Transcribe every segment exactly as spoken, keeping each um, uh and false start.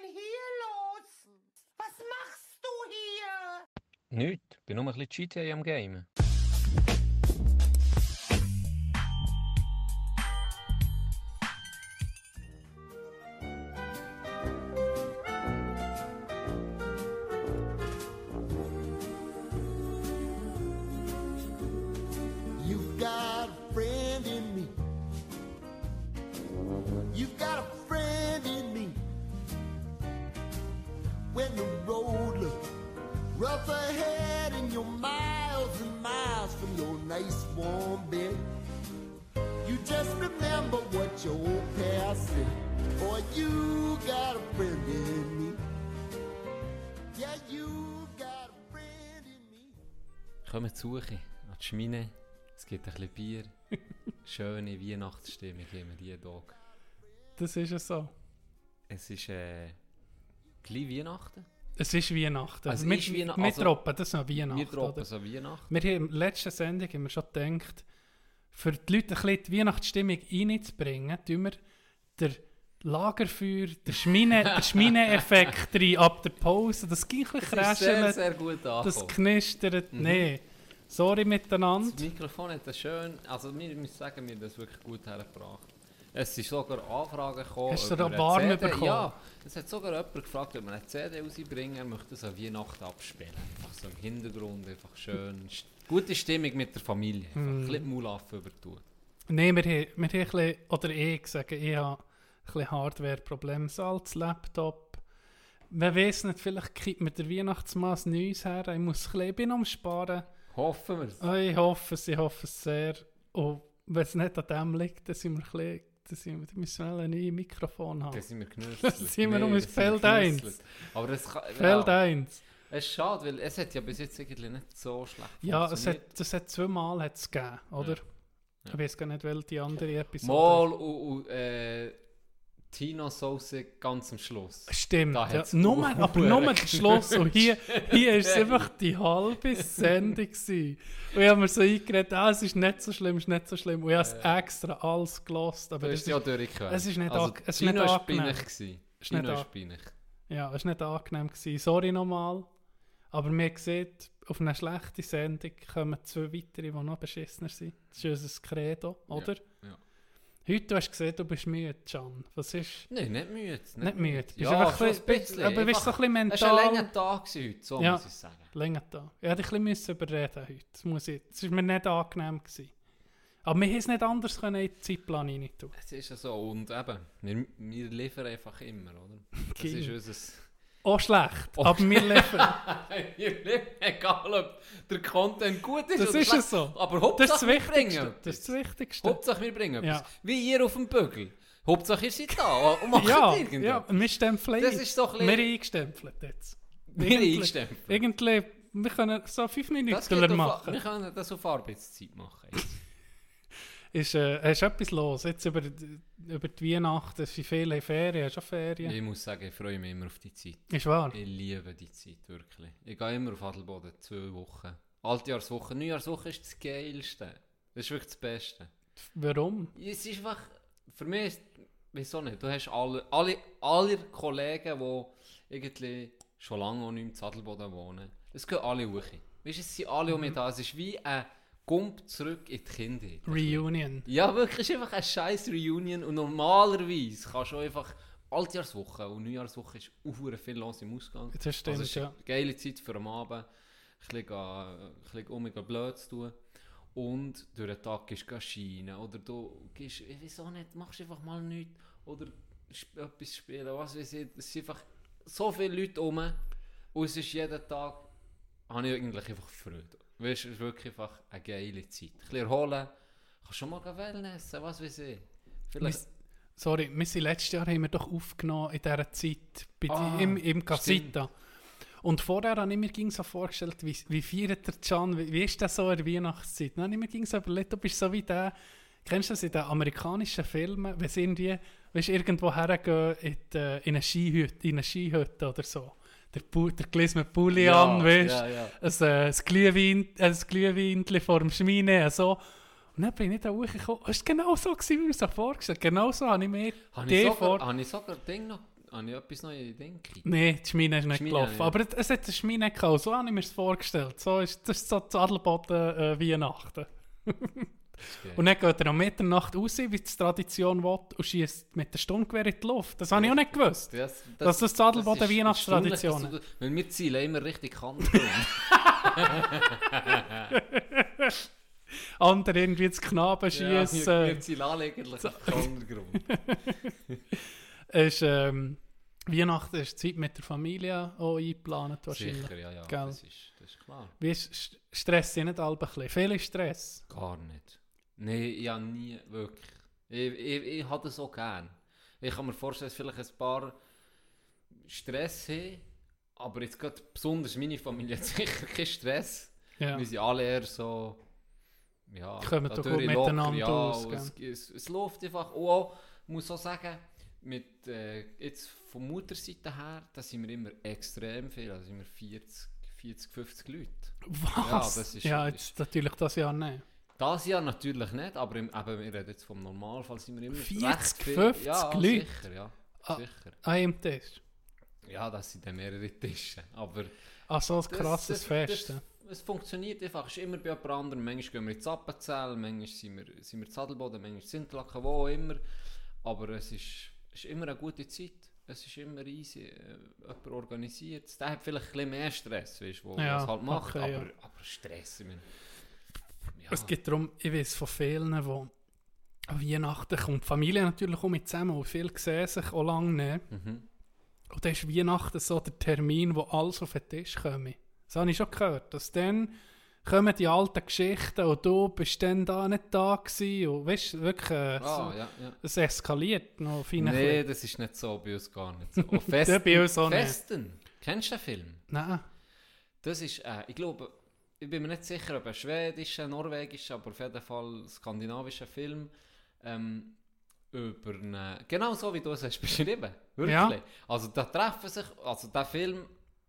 denn hier los? Was machst du hier? Nichts, bin nur ein bisschen G T A am Gamen. You've got a friend in me. You've got a friend in me. When the road looks rough ahead and you're miles and miles from your nice warm bed, you just remember what your old past said. Boy, you got a friend in me. Yeah, you got a friend in me. Kommen zu Suche an die Schmine. Es gibt ein bisschen Bier. Schöne Weihnachtsstimmung immer jeden Tag. Das ist es so. Es ist äh, gleich Weihnachten. Es ist Weihnachten. Also wir ist Weihnachten, wir also droppen das noch Weihnachten. Wir droppen oder? so Weihnachten. Wir haben in der letzten Sendung haben wir schon gedacht, für die Leute ein bisschen die Weihnachtsstimmung reinzubringen, tun wir den Lagerfeuer, den Schmine, den Schmine-Effekt rein ab der Pause. Das ging ein bisschen Das ist sehr, kräschelt, sehr gut angekommen. das knistert. Mhm. Nee, sorry miteinander. Das Mikrofon hat das schön, also wir müssen sagen, wir haben das wirklich gut hergebracht. Es sind sogar Anfragen gekommen. Hast du über da eine warm C D. bekommen? Ja, es hat sogar jemand gefragt, ob man eine C D rausbringen, er möchte das an Weihnachten abspielen. Einfach so im Hintergrund, einfach schön. St- Gute Stimmung mit der Familie. Einfach Mm. ein bisschen Maulaffen übertun. Nein, wir haben, wir haben ein bisschen, oder ich sage, ich habe ein bisschen Hardware-Probleme. Salz, Laptop. Wer weiß nicht, vielleicht kriegt mir der Weihnachtsmann ein Neues her. Ich muss ein bisschen, ich bin am Sparen. Hoffen wir es. Oh, ich hoffe es, ich hoffe es sehr. Und wenn es nicht an dem liegt, dann sind wir ein bisschen, dann, sind wir, dann müssen wir ein neues Mikrofon haben. Da sind wir genüsslich. Da sind wir um Nee, ins da sind wir Feld eins. genüsslich. Aber das kann, Feld ja, eins. es ist schade, weil es hat ja bis jetzt eigentlich nicht so schlecht Ja, es funktioniert. hat, das hat zweimal hat's gegeben, oder? Ja. Ich weiß gar nicht, welche die andere Episode. Mal und, und äh, Tino-Sauce ganz am Schluss. Stimmt, Da ja. hat's Nur, auch aber nur verdammt der Schluss. Und hier, hier ist es einfach die halbe Sendung gewesen. Und ich habe mir so eingeredet, ah, es ist nicht so schlimm, es ist nicht so schlimm. Und ich habe es Äh. extra alles gelost. Aber Du das hast ja ist, durchgekommen. es ist nicht also, ange- es ist Tino nicht war angenehm. peinlich gewesen. Ist Tino nicht war an- peinlich. ja, es war nicht angenehm gewesen. Sorry nochmal. Aber man sieht, auf eine schlechte Sendung kommen zwei weitere, die noch beschissener sind. Das ist unser Credo, oder? ja. Heute du hast du gesehen, du bist müde, Can. Was ist... Nein, nicht müde. Nicht müde. Bist Ja, einfach schon ein ein bisschen. Aber bist Einfach- so ein bisschen mental... Es war ein langer Tag gewesen heute, so Ja. muss ich sagen. Länger da. Ich hätte ein bisschen müssen überreden heute. Das muss ich. Das war mir nicht angenehm gewesen. Aber wir hätten es nicht anders können in den Zeitplan rein tun. Es ist ja so. Und eben, wir, wir liefern einfach immer, oder? Das Okay. ist unser... Auch schlecht, Oh. aber wir liefern. Wir liefern, egal ob der Content gut ist Das oder ist schlecht. es so. Aber Das ist das Hauptsache wir bringen Wichtigste. etwas. Das ist das Wichtigste. Hauptsache wir bringen etwas. Ja. Wie ihr auf dem Bügel. Hauptsache ihr seid da und macht Ja, irgendwas. ja, wir stempeln Das ein. ist doch ein Wir bisschen- eingestempelt jetzt. Wir Irgendwie- eingestempelt. Irgendwie, wir können so fünf Das geht Minuten auf, machen. wir können das auf Arbeitszeit machen. Jetzt. Ist, äh, ist etwas los. Jetzt über, die- über die Weihnachten, es sind viele Ferien. Hast du auch Ferien? Ich muss sagen, ich freue mich immer auf die Zeit. Ist wahr? Ich liebe die Zeit, wirklich. Ich gehe immer auf Adelboden, zwei Wochen. Altjahrswoche, Neujahrswoche ist das Geilste. Das ist wirklich das Beste. Warum? Es ist einfach, für mich ist, wieso nicht, du hast alle, alle, alle Kollegen, die irgendwie schon lange auch nicht mehr in Adelboden wohnen, es gehen alle hoch. Weißt du, es sind alle um mich da, es ist wie ein Gump zurück in die Kindheit. Reunion. Ja, wirklich, es ist einfach eine scheiß Reunion und normalerweise kannst du einfach Altjahrswoche und Neujahrswoche ist auch viel los im Ausgang. Das stimmt, also es ist ja. eine geile Zeit für am Abend, ein bisschen, ga- ein bisschen um mich blöd zu tun und durch den Tag gehst du scheinen oder du gehst, ich weiß auch nicht, machst einfach mal nichts oder sp- etwas spielen, was weiß ich, es sind einfach so viele Leute rum und es ist jeden Tag, habe ich eigentlich einfach Freude. Weißt, es ist wirklich einfach eine geile Zeit. Ein bisschen erholen, kannst schon mal Wellnessen, was weiß ich. Vielleicht... Wir- Sorry, wir sind letztes Jahr haben wir doch aufgenommen in dieser Zeit bei Ah, die, im, im Casita. Und vorher habe ich mir ging so vorgestellt, wie, wie feiert der Can, wie, wie ist das so in der Weihnachtszeit? Dann habe ich mir ging so überlegt, du bist so wie der, kennst du das in den amerikanischen Filmen, wenn sie irgendwie, weißt, irgendwo hergehen in, die, in eine Skihütte, in eine Skihütte oder so. Der, Bu- der gläserne Pulli an, weißt ja, ja. ein, äh, ein Glühwein, ein Glühweinchen vor dem Schmine, so. Und dann bin ich da hochgekommen. Es war genau so, gewesen, wie ich mir so vorgestellt habe. Genau so habe ich mir Habe die ich vor... sogar, habe ich sogar Ding noch, habe ich etwas Neues in den Denken? Nein, die Schmine ist nicht Schmine, gelaufen. ja. Aber es, es hat eine Schmine gehabt, so habe ich mir es vorgestellt. So ist, das ist so das Adelboden äh, Weihnachten. Und dann geht er um Mitternacht raus, wie es die Tradition will, und schießt mit der Sturmgewehr in die Luft. Das habe ich auch nicht gewusst. Das, Dass das die Adelboden ist Weihnachtstradition erstaunlich, ist. dass du- Weil wir zielen immer richtig Kantengrund. Andere irgendwie ins Knaben Ja, schießen. wir, wir zielen alle eigentlich auf Kantengrund. ist, ähm, Weihnachten ist Zeit mit der Familie auch eingeplant wahrscheinlich. Sicher, ja, ja. Gell. Das ist, das ist klar. Wie ist St- Stress sind nicht alle ein bisschen? Viel Stress. Gar nicht. Nein, ich habe nie wirklich. Ich, ich, ich habe das auch gern. Ich kann mir vorstellen, dass vielleicht ein paar Stress haben, aber jetzt gerade besonders meine Familie hat sicher keinen Stress. Ja. Wir sind alle eher so. Ja, Kommen da doch durch gut locker, miteinander ja, aus, und gell? Es, es, es läuft einfach. Und auch, ich muss auch sagen, mit, äh, jetzt von Mutterseite her, da sind wir immer extrem viel. Da sind wir vierzig, vierzig, fünfzig Leute. Was? Ja, das ist- ja, jetzt natürlich das Jahr nicht. Das Jahr natürlich nicht, aber im, eben, wir reden jetzt vom Normalfall, sind wir immer vierzig, recht viel. fünfzig ja, Leute? Sicher, ja. Ah. Sicher. An einem Tisch. Ja, das sind dann mehrere Tische. Aber Ah, so ein das- krasses das- Fest. das- es funktioniert einfach. Es ist immer bei jemand anderem. Manchmal gehen wir ins Appenzell, manchmal sind wir, sind wir in Adelboden, manchmal in Interlaken, wo auch immer. Aber es ist, es ist immer eine gute Zeit. Es ist immer easy. Äh, jemand organisiert. Der hat vielleicht ein bisschen mehr Stress, weißt, wo Ja, er es halt macht. okay, aber, ja. aber Stress, ich meine, ja. Es geht darum, ich weiß von vielen, die an Weihnachten kommt die Familie natürlich auch mit zusammen und viele sehen sich auch lange nicht. Mhm. Und dann ist Weihnachten so der Termin, wo alles auf den Tisch kommt. Das habe ich schon gehört, dass dann kommen die alten Geschichten und du bist dann da nicht da gewesen und weißt, wirklich, äh, Ah, so, ja, ja. es eskaliert noch fein ein Nein, bisschen. das ist nicht so bei uns gar nicht so. Oh, Festen, bei uns auch nicht. Festen. Kennst du den Film? Nein, Das ist, äh, ich glaube, ich bin mir nicht sicher, ob ein schwedischer, norwegischer, aber auf jeden Fall skandinavischer Film ähm, über eine, genau so wie du es hast beschrieben. Wirklich. Ja. Also da treffen sich, also der Film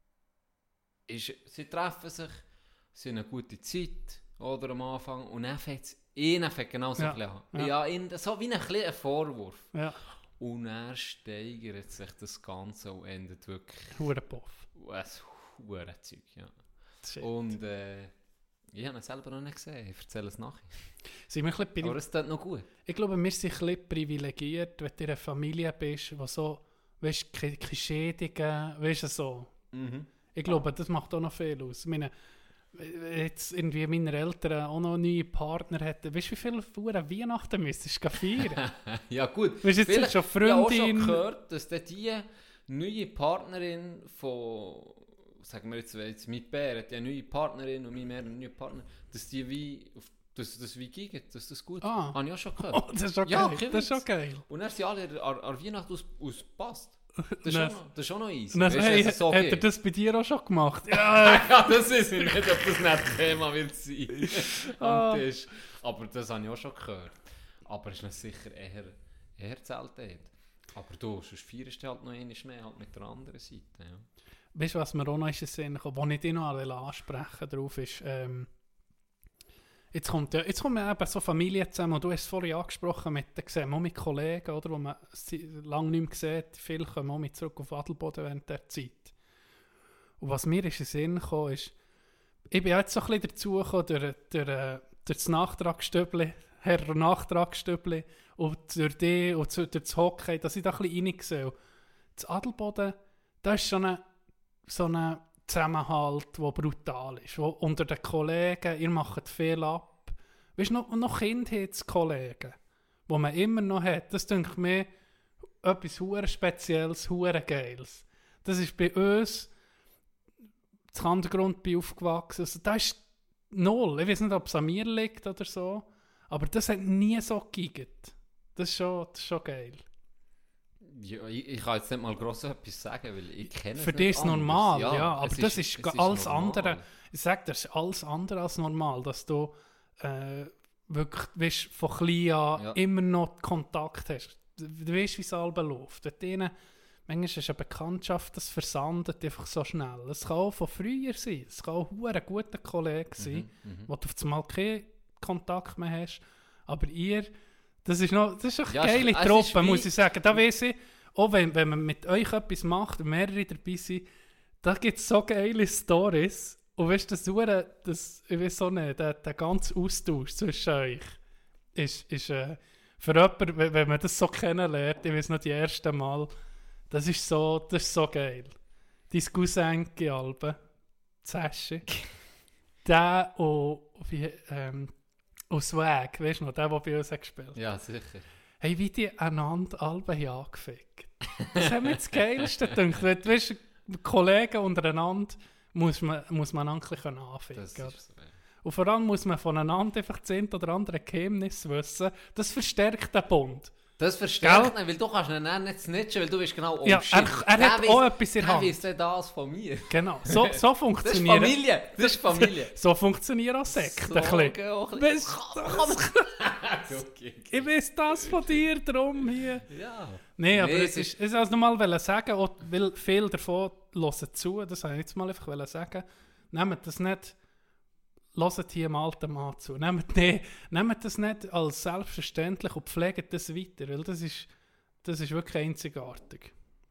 ist, sie treffen sich, sie haben eine gute Zeit, oder am Anfang, und dann fängt es, ihnen fängt genau so Ja. ein bisschen an. Ja. Ja, in, so wie ein, bisschen ein Vorwurf. ja, Und er steigert sich das Ganze und endet wirklich Hurenpuff. ein Hurenzeug, ja. Shit. Und äh, ich habe ihn selber noch nicht gesehen, ich erzähle es nachher. Sind wir ein bisschen Aber es tut noch gut. Ich glaube, wir sind ein bisschen privilegiert, wenn du in einer Familie bist, die so, weißt du, keine, keine Schädigungen, weißt du, so. Mhm. Ich glaube, das macht auch noch viel aus. Ich meine, wenn jetzt irgendwie meine Eltern auch noch neue Partner hätten, weißt du, wie viele Fuhren Weihnachten müsstest du feiern? Ja gut, Weißt du, jetzt Vielleicht- sind schon ich habe auch schon Freundin. gehört, dass dann die neue Partnerin von, sagen wir jetzt, jetzt mein Bär hat ja eine neue Partnerin und mein Bär eine neue Partner, dass die wie, auf- dass das wie geht, dass das gut Ah. habe ich auch schon gehört. Oh, das ist schon Ja, geil. kein Das ist schon Witz. geil. Und dann sind alle an, an Weihnachten aus, auspasst. Das ist, Dann- schon noch, das ist schon noch easy. Und dann, Weißt du, hey, dass es so hat er geht. das bei dir auch schon gemacht? Ja, Ja, das ist nicht, ob das nicht ein Thema wird sein. Ah. Am Tisch. Aber das habe ich auch schon gehört. Aber es ist nicht sicher eher, eher selten. Aber du, sonst feierst du halt noch einmal mehr halt mit der anderen Seite. Ja. weißt du, was mir auch noch in den Sinn kommt, was ich dich noch ansprechen drauf ist, ähm, jetzt kommt ja, jetzt kommen eben so Familien zusammen, und du hast es vorhin angesprochen, mit, den gesehen, auch mit Kollegen, oder, wo man sie lange nicht mehr sieht, viele kommen auch mit zurück auf Adelboden während der Zeit. Und was mir in den Sinn kam, ist, ich bin jetzt so ein bisschen dazugekommen durch, durch, durch das Nachtragsstübli, Herr Nachtragsstübli, und durch die und zu- durch das Hockey, dass ich da ein bisschen reingesehen habe. Das Adelboden, da ist so ein so ein Zusammenhalt, der brutal ist. Wo unter den Kollegen, ihr macht viel ab. Weißt du, noch, noch Kindheitskollegen, die man immer noch hat, das denke mir etwas hure Spezielles, hure Geiles. Das ist bei uns das Hintergrund bei aufgewachsen. Also, das ist null. Ich weiß nicht, ob es an mir liegt oder so, aber das hat nie so gegeben. Das ist schon, das ist schon geil. Ja, ich, ich kann jetzt nicht mal gross etwas sagen, weil ich kenne es Für nicht dich ist es anders. normal, ja, aber es das ist, es ga- alles normal. andere. Ich sage, das ist alles andere als normal, dass du äh, wirklich weißt, von klein an Ja. immer noch Kontakt hast. Du du weißt, wie es alle läuft. Dort drinnen, manchmal ist eine Bekanntschaft, das versandet einfach so schnell. Es kann auch von früher sein. Es kann auch ein guter Kollege sein, Mhm, mhm. wo du auf einmal keinen Kontakt mehr hast. Aber ihr, das ist noch, das ist doch Ja, eine es- geile es ist Truppe, wie- muss ich sagen. Da weiss ich, auch wenn, wenn man mit euch etwas macht und mehrere dabei sind, da gibt es so geile Storys. Und weißt du, das, Hure- das, ich weiß auch nicht, der, der ganze Austausch zwischen euch ist, ist äh, für jemanden, wenn, wenn man das so kennenlernt, ich weiß noch die ersten Mal, das ist so, das ist so geil. Dein Cousin Alben, Zesche, der und wie, ähm, und Swag, weißt du noch, der, der bei uns hat gespielt. Ja, sicher. Hey, wie die einander Alben hier angefickt. Das hat mir das Geilste gedacht. Weil, du weißt, Kollegen untereinander muss man, muss man eigentlich anficken. Das ist so, ja. Und vor allem muss man voneinander einfach das eine oder andere Geheimnis wissen. Das verstärkt den Bund. Das verstärkt Gell? ihn, weil du kannst ihn dann nicht snitchen, weil du weißt genau, oh Ja, shit, er- er der hat weiss- auch etwas in der der Hand. weiss dann das von mir. Genau, so, so Das ist funktioniert Familie, das ist Familie. So funktionieren auch Sekten. So, ein bisschen. gell, auch ein Weißt bisschen. du, Okay. ich weiß das von dir, drum hier. Ja. Nein, aber Nee, es es ist, es also noch mal sagen, auch, weil viele davon hören zu, das wollte ich jetzt mal einfach wollen sagen, nehmt das nicht, hört hier im alten Mann zu, nehmt, nee, nehmt das nicht als selbstverständlich und pflegt das weiter, weil das ist, das ist wirklich einzigartig.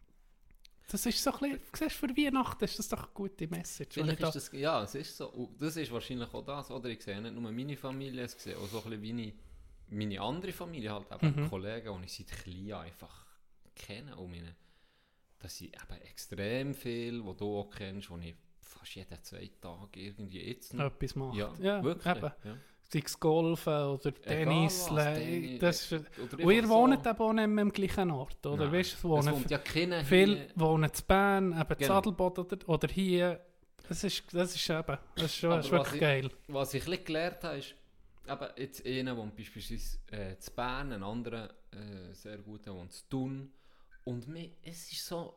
Das ist so ein bisschen, siehst du, für Weihnachten ist das doch eine gute Message. wenn Vielleicht ich ist das, ja, es ist so. Und das ist wahrscheinlich auch das, oder? Ich sehe nicht nur meine Familie, ich sehe auch so ein bisschen meine, meine andere Familie, halt eben Mhm. Kollegen, die ich seit klein einfach kenne. Und meine, das sind eben extrem viel, die du auch kennst, die ich fast jeden zwei Tage irgendwie jetzt noch. etwas macht. Ja, Ja, wirklich. eben. Ja. Sei es Golfen oder Tennis. was, Tennis, Das ist, oder und ihr einfach wohnt so. eben auch nicht mehr am gleichen Ort, oder? Nein, Weißt, es es wohnen wohnt ja keiner viele hier. wohnen in Bern, eben in Genau. Adelboden oder, oder hier. Das ist, das ist eben, das ist, schon, das ist Aber wirklich was ich- geil. Was ich ein bisschen gelernt habe, ist, eben jetzt einer wohnt beispielsweise äh, zu Bern, ein anderer äh, sehr guter wohnt zu Thun. Und mir, es ist so,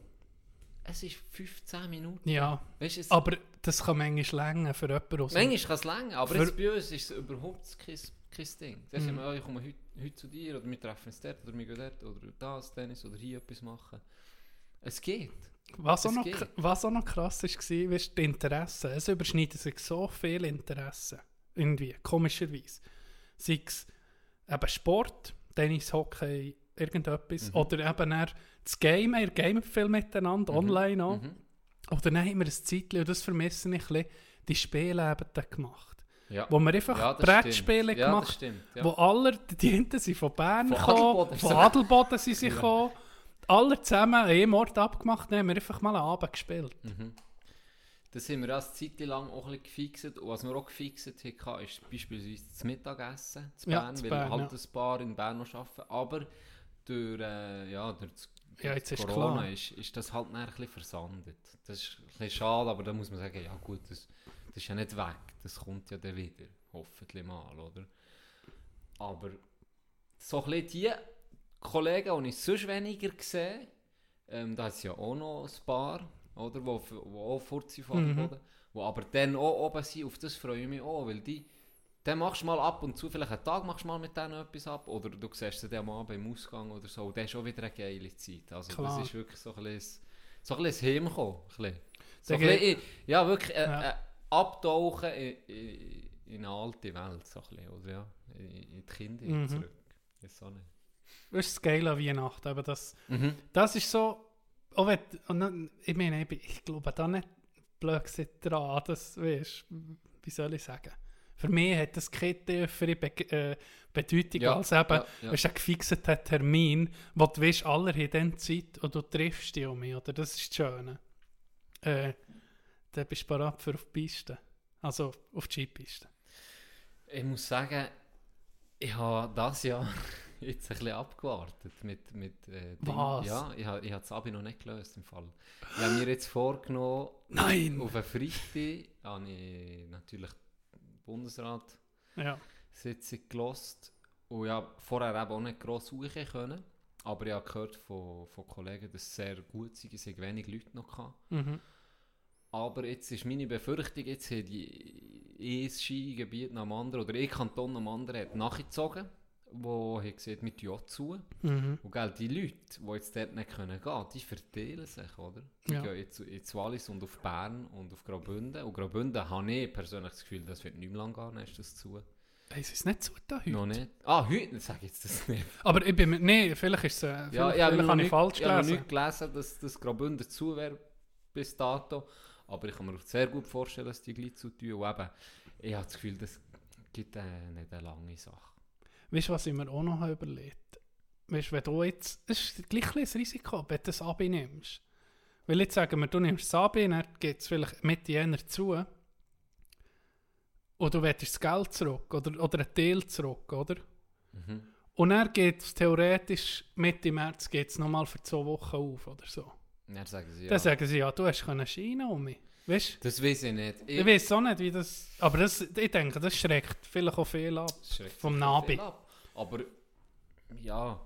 es ist fünfzehn Minuten. Ja, Weißt, es, aber das kann manchmal länger für jemanden aus dem- manchmal kann es länger, aber Für- jetzt bei uns ist es überhaupt kein, kein Ding. Das Mhm. mhm. wir, oh, ich komme heute, heute zu dir, oder wir treffen uns dort, oder wir gehen dort, oder das, Tennis, oder hier etwas machen. Es geht. Was auch, Es noch, geht. was auch noch krass war, weißt, die Interessen. Es überschneiden sich so viele Interessen. Irgendwie, komischerweise. Sei es eben Sport, Tennis, Hockey, irgendetwas. Mhm. Oder eben eher das Game, ihr gamet viel miteinander, Mhm. online auch. Mhm. Oder dann haben wir ein Zeitchen, und das vermisse ich ein bisschen, die Spiele eben dann gemacht. Ja. Wo wir einfach Ja, das Brettspiele stimmt. Ja, gemacht das stimmt. Ja. wo alle, die hinten sind von Bern Von gekommen, Adelboden. von Adelboden sind sie gekommen. Alle zusammen an einem Ort abgemacht, dann haben wir einfach mal einen Abend gespielt. Mhm. Das haben wir auch eine Zeit lang auch ein bisschen gefixt. Und was wir auch gefixt haben, ist beispielsweise das Mittagessen zu Ja, Bern, zu weil Bern, halt ja. ein Bar in Bern noch arbeiten. Aber durch, äh, ja, durch das Ja, jetzt ist Corona klar. ist, ist das halt nachher ein bisschen versandet. Das ist ein bisschen schade, aber da muss man sagen, ja gut, das, das ist ja nicht weg. Das kommt ja dann wieder, hoffentlich mal, oder? Aber so ein bisschen die Kollegen, die ich sonst weniger sehe, ähm, da ist ja auch noch ein paar, oder, wo, wo auch fort sind von Mhm. Boden, wo aber dann auch oben sind, auf das freue ich mich auch, weil die, dann machst du mal ab und zu, vielleicht einen Tag machst du mal mit denen etwas ab, oder du siehst sie dann mal beim Ausgang oder so, und dann ist auch wieder eine geile Zeit. Also Klar. das ist wirklich so ein bisschen, so ein bisschen Heimkommen. ein bisschen. So Der ein bisschen, geht- in- ja, wirklich äh, Ja. Äh, abtauchen in, in, in eine alte Welt, so ein bisschen, oder ja, in, in die Kinder Mhm. zurück. Ist so nicht. Das ist das Geile an Weihnachten. Aber das, Mhm. das ist so, auch wenn, und dann, ich meine, ich, bin- ich glaube da nicht blöd gesagt dran, das, weißt, wie soll ich sagen? Für mich hat das keine tiefere Be äh, Bedeutung Ja, als eben, ja, ja. es ist ein gefixter Termin, wo du weißt, alle haben dann Zeit und du triffst dich um mich, oder? Das ist das Schöne. Äh, dann bist du bereit für auf die Piste. Also auf die Skipiste. Ich muss sagen, ich habe das Jahr jetzt ein bisschen abgewartet mit, mit äh, Ding. Was? Ja, ich habe ich habe das Abi noch nicht gelöst im Fall. Ich habe mir jetzt vorgenommen, Nein! auf einen Freitag habe ich natürlich den Bundesrat Ja. Sitzung gelost und ich habe vorher eben auch nicht gross suchen können, aber ich habe gehört von, von Kollegen, dass es sehr gut sei, es hätte wenig Leute noch gehabt. Mhm. Aber jetzt ist meine Befürchtung, jetzt hat die ein Skigebiet nach dem anderen oder ein Kanton nach dem anderen hat nachgezogen, wo hat gesagt, wir tun auch zu. Mhm. Und gell, die Leute, die jetzt dort nicht gehen können, die verteilen sich, oder? Die Ja. gehen jetzt ins Wallis und auf Bern und auf Graubünden. Und Graubünden habe ich persönlich das Gefühl, das wird nicht mehr lang gehen, dann ist das zu. Hey, es ist nicht so da heute. Noch nicht. Ah, heute sage ich jetzt das nicht. Aber ich bin mir... Nee, vielleicht ist es... Äh, vielleicht Ja, ich habe vielleicht noch habe ich nicht, falsch ich habe noch gelesen. nicht gelesen, dass das Graubünden zu wäre bis dato. Aber ich kann mir sehr gut vorstellen, dass die gleich zu tun. Und eben, ich habe das Gefühl, das gibt äh, nicht eine lange Sache. Weißt du, was ich mir auch noch überlegt? Weißt du, wenn du jetzt... Es ist gleich ein bisschen ein Risiko, wenn du das Abi nimmst. Weil jetzt sagen wir, du nimmst das Abi, dann geht es vielleicht Mitte Jänner zu. Und du willst das Geld zurück oder, oder einen Teil zurück, oder? Mhm. Und dann geht es theoretisch Mitte März geht's nochmal für zwei Wochen auf oder so. Dann sagen sie ja. Dann sagen sie, ja, du hast können Scheine um mich. Weißt du? Das weiß ich nicht. Ich, Ich weiß auch nicht, wie das... Aber das, ich denke, das schreckt vielleicht auch viel ab. Das schreckt Vom sicher Nabi. viel ab. Aber ja,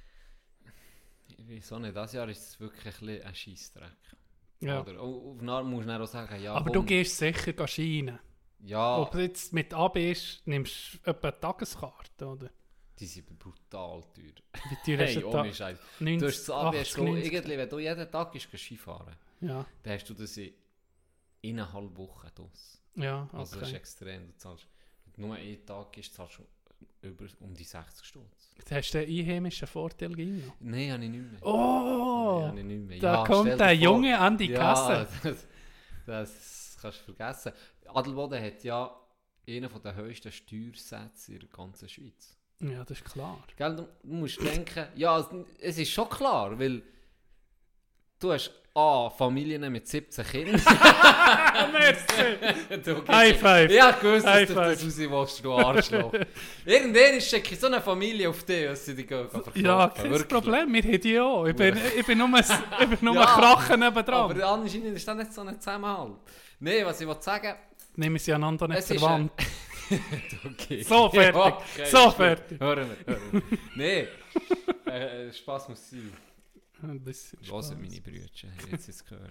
ich weiß auch nicht, dieses Jahr ist es wirklich ein, bisschen ein Scheissdreck. Ja. Oder auf eine Art musst du dann auch sagen, ja, Aber komm, du gehst sicher Scheine. ja, Ob du jetzt mit Abi ist, nimmst du etwa eine Tageskarte, oder? die sind brutal teuer. Wie teuer ist Hey, ein ohne Tag? Scheiß. neunzig, Du hast das Abi, hast achtzig, du neunzig. irgendwie, wenn du jeden Tag gehst, Skifahren, Ja, dann hast du das in eineinhalb Wochen draus. ja, Also das ist okay. extrem. Du zahlst, wenn du nur einen Tag gehst, zahlst du über um die sechzig Stunden. Hast du den einheimischen Vorteil gegeben? Nein, habe ich nicht mehr. Oh! Nein, habe ich nicht mehr. Da Ja, kommt stell der dir vor. Junge an die Ja, Kasse. das, das kannst du vergessen. Adelboden hat ja einen der höchsten Steuersätze in der ganzen Schweiz. Ja, das ist klar. Gell, du musst denken, ja, es- es ist schon klar, weil du hast A, Familien mit siebzehn Kindern. Merci! Du gibst- High five! Ja, ich wusste, High dass du das raus willst, du Arschloch. Irgendwann schicke ich so eine Familie auf dich, dass sie dich gehen verkaufen. Ja, kein Wirklich. Problem, wir haben die auch. Ich bin, ich bin nur, ich bin nur Ja, Krachen nebendran. Aber anscheinend ist das nicht so ein Zusammenhalt. Nein, was ich wollte sagen... Nehmen sie einander nicht Es ist, verwandt. Okay. So fertig. Ja, okay, So ist gut. fertig. Hören wir, hören wir. Nein, äh, Spass muss sein. Ein bisschen Was Spaß. meine Brüder, haben jetzt jetzt gehört.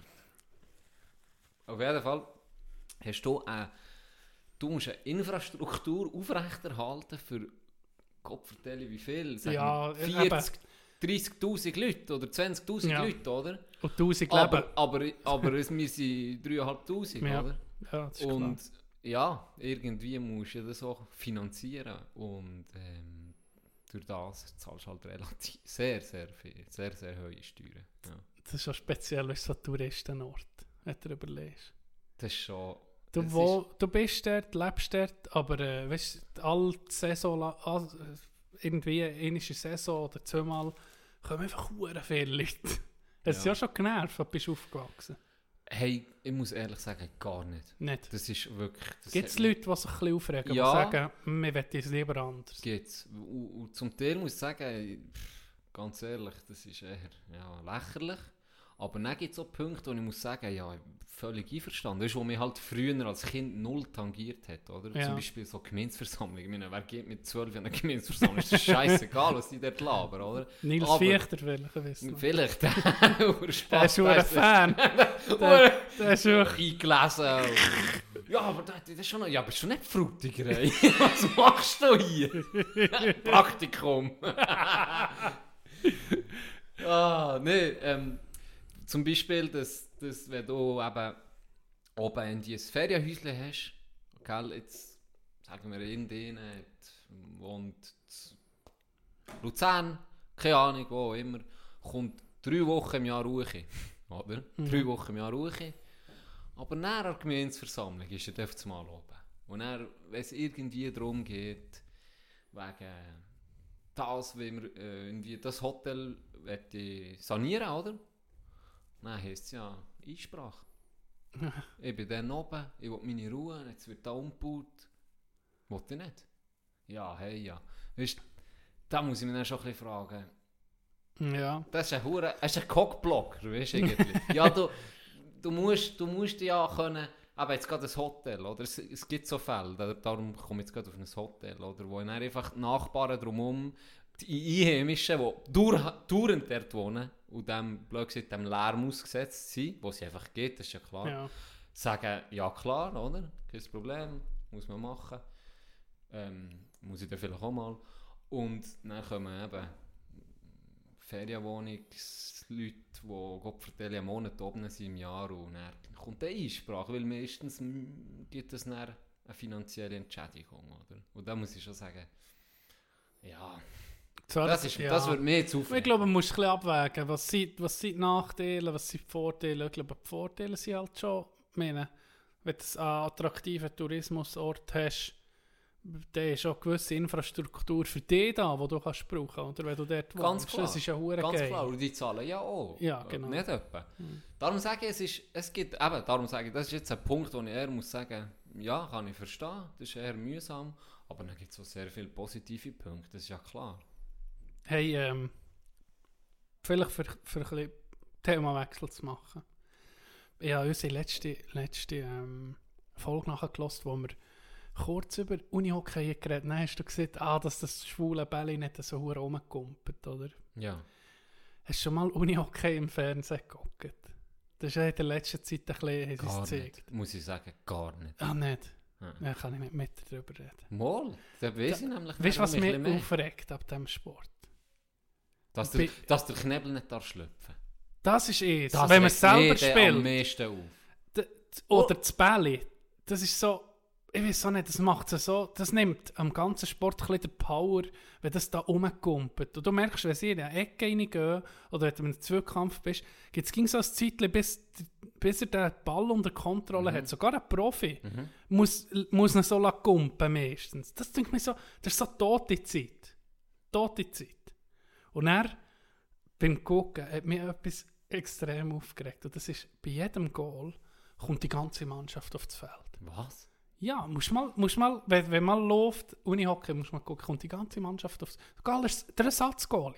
Auf jeden Fall hast du eine, du musst eine Infrastruktur aufrechterhalten für Gott vertelle wie viel, sagen Ja, wir eben. vierzig, dreißigtausend Leute oder zwanzigtausend Ja. Leute, oder? Und tausend Leben. Aber, aber, aber es- wir sind dreitausendfünfhundert, Ja. oder? Ja, das ist Und klar. ja, irgendwie musst du das auch finanzieren und ähm, durch das zahlst du halt relativ sehr, sehr viel, sehr, sehr hohe Steuern. Ja. Das ist schon speziell, als so ein Touristenort, wenn du überlegst. Das ist schon... Du, das wo, du bist dort, lebst dort, aber äh, weißt, alle Saison, la- all- irgendwie eine Saison oder zweimal kommen einfach hure viele Leute. Es ist Ja. ja schon genervt, du bist aufgewachsen. Hey, ich muss ehrlich sagen, gar nicht. Nicht. Das ist wirklich... das Gibt es hat mich- Leute, die sich ein bisschen aufregen, Ja. die sagen, «Hm, wir wollen es lieber anders? Gibt's. Und, und zum Teil muss ich sagen, pff, ganz ehrlich, das ist eher ja, lächerlich. Aber dann gibt es auch Punkte, wo ich muss sagen, ja, völlig einverstanden. Das ist, wo mich halt früher als Kind null tangiert hat, oder? Ja. Zum Beispiel so Gemeinsversammlung. Ich meine, wer geht mit zwölf an eine Gemeinsversammlung? Ist das scheißegal, was die dort labern, oder? Nils Aber- Fichter vielleicht, wissen wir. Vielleicht. Der Der ist schon ein Fan. Der, der ist schon... eingelesen. Ja, aber das, das ist schon noch, ja, bist du nicht Frutiger, ey? Was machst du hier? Praktikum. ah, nee, ähm, zum Beispiel, dass, dass wenn du eben oben in dieses Ferienhäuschen hast, gell, jetzt sagen wir, irgendeiner hat- wohnt in Luzern, keine Ahnung, wo auch immer, kommt drei Wochen im Jahr Ruhe, oder? Mhm. Drei Wochen im Jahr Ruhe. Aber nach der Gemeinsversammlung ist er auf mal oben. Und dann, wenn es irgendwie darum geht, wegen das, wie wir äh, irgendwie das Hotel möchte sanieren, oder? Dann heisst es ja Einsprache. Ich bin dann oben, ich will meine Ruhe, jetzt wird da umgebaut. Wollte ich nicht? Ja, hey, ja. Weißt, da muss ich mich dann schon ein bisschen fragen. Ja. Das ist ein Hure, das ist ein Cockblocker, weißt du eigentlich. Ja, du, du musst, du musst ja können, aber jetzt gerade ein Hotel, oder? Es, es gibt so Fälle, da- darum komme ich jetzt gerade auf ein Hotel, oder? Wo dann einfach die Nachbarn drumherum, die Einheimischen, die durch, dauernd dort wohnen und dem, blöd gesagt, dem Lärm ausgesetzt sind, wo es einfach geht, das ist ja klar, Ja. sagen, ja klar, oder? Kein Problem, muss man machen. Ähm, muss ich dann vielleicht auch mal. Und dann kommen eben Ferienwohnungsleute, die Gott vertelle, einen Monat oben sind im Jahr und dann kommt eine Einsprache, weil meistens mm, gibt es dann eine finanzielle Entschädigung, oder? Und da muss ich schon sagen, ja, Zwar, das, ist, ja. das wird mir zu viel. Ich glaube, man muss ein bisschen abwägen, was sind, was sind die Nachteile, was sind die Vorteile. Ich glaube, die Vorteile sind halt schon, ich meine, wenn du einen attraktiven Tourismusort hast, dann ist auch eine gewisse Infrastruktur für dich da, die du kannst brauchen, oder wenn du dort Ganz wohnst. klar, Das ist ja hure ganz geil. klar. Und die zahlen ja auch. Ja, genau. Nicht etwa. Mhm. Darum sage ich, es, ist, es gibt, eben, darum sage ich, das ist jetzt ein Punkt, wo ich eher muss sagen, ja, kann ich verstehen, das ist eher mühsam, aber dann gibt es auch sehr viele positive Punkte, das ist ja klar. Hey, ähm, vielleicht für, für ein bisschen Themawechsel zu machen. Ich habe unsere letzte, letzte ähm, Folge nachgelassen, wo wir kurz über Unihockey geredet haben. Dann hast du gesehen, ah, dass das schwule Bälle nicht so hure rumkumpelt, oder? Ja. Hast du schon mal Unihockey im Fernsehen geguckt? Das ist ja in der letzten Zeit ein bisschen Gar gezeigt. nicht, muss ich sagen, gar nicht. Ah, nicht? Ja. Ja, kann ich nicht mit dir darüber reden. Mal, da weiss ich nämlich Weißt du, was ein bisschen mich mehr. aufregt ab diesem Sport? Dass Bi- der, dass der Knebel nicht darf schlüpfen. Das ist es. Das Wenn man regt es selber mich dann am spielt. meisten auf. D- d- Oder das Bälle. Das ist so, ich weiß auch nicht, das macht es so, das nimmt am ganzen Sport ein bisschen die Power, wenn das da rumkumpelt. Und du merkst, wenn sie in eine Ecke reingehen, oder wenn du im Zweikampf bist, gibt es so ein Zeitchen, bis, bis er den Ball unter Kontrolle Mhm. hat. Sogar ein Profi Mhm. muss, muss ihn so kumpen meistens. Das denke ich mir so, das ist so tote Zeit. Tote Zeit. Und er beim Gucken hat mich etwas extrem aufgeregt. Und das ist, bei jedem Goal kommt die ganze Mannschaft aufs Feld. Was? Ja, musst mal, musst mal, wenn, wenn man läuft, Unihockey, musst du mal gucken, kommt die ganze Mannschaft aufs Feld. ist der Ersatzgoalie.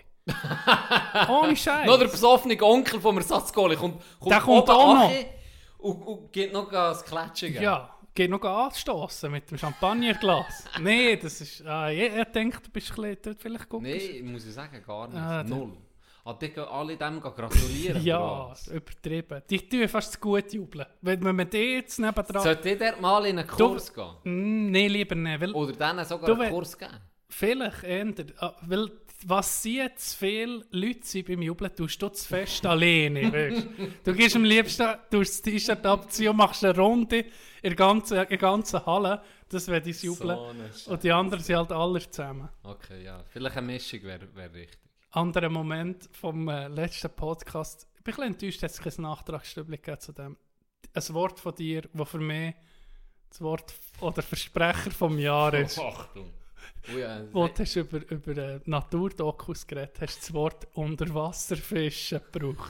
Ohne Scheiß. Noch der besoffene Onkel vom Ersatzgoalie kommt, kommt, Der kommt oben auch noch. an Und, und geht noch das Klatschen. gell? Ja, geht noch anstoßen mit dem Champagnerglas. Nein, das ist, ah, ich, ich denke, du bist ein bisschen, dort vielleicht gucken. Nein, muss ich sagen, gar nicht. Ah, der- Null. Ah, die gehen alle dem gratulieren. Ja, oder was? übertrieben. Die tun fast zu gut jubeln. Wenn, wenn man die jetzt nebendran... Sollte ich dort mal in einen Kurs gehen? Mm, Nein, lieber nicht. Weil Oder denen sogar Du, einen wenn- Kurs geben? vielleicht ändern. Ah, weil was sie jetzt viele Leute sind beim Jubeln, tust du zu fest alleine. Weißt? Du gehst am liebsten tust das T-Shirt abziehen und machst eine Runde in der ganzen, in der ganzen Halle. Das wäre dein Jubeln. So eine Scheiße. Und die anderen sind halt alle zusammen. Okay, ja. Vielleicht eine Mischung wäre wär richtig. Anderer Moment vom äh, letzten Podcast. Ich bin ein bisschen enttäuscht, dass es kein Nachtragsstübli gegeben zu dem. Ein Wort von dir, das für mich das Wort oder Versprecher vom Jahr ist. Achtung. Oh ja, Wo du hast über, über äh, Naturdokus geredet hast, das Wort Unterwasserfischen gebraucht.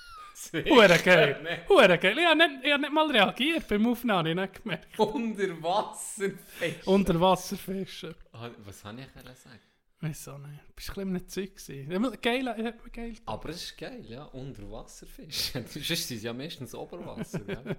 Hure geil. Hure geil. Ich habe nicht, ich hab nicht mal reagiert beim Aufnehmen, ich habe nicht gemerkt. Unterwasserfisch. Unterwasserfischen. Ah, was habe ich denn sagen? Weiss auch nicht. Du bist ein bisschen nicht Zeug gewesen. Geil, äh, geil. Aber es ist geil, ja. Unterwasserfisch. Sonst sind sie ja meistens Oberwasser, gell?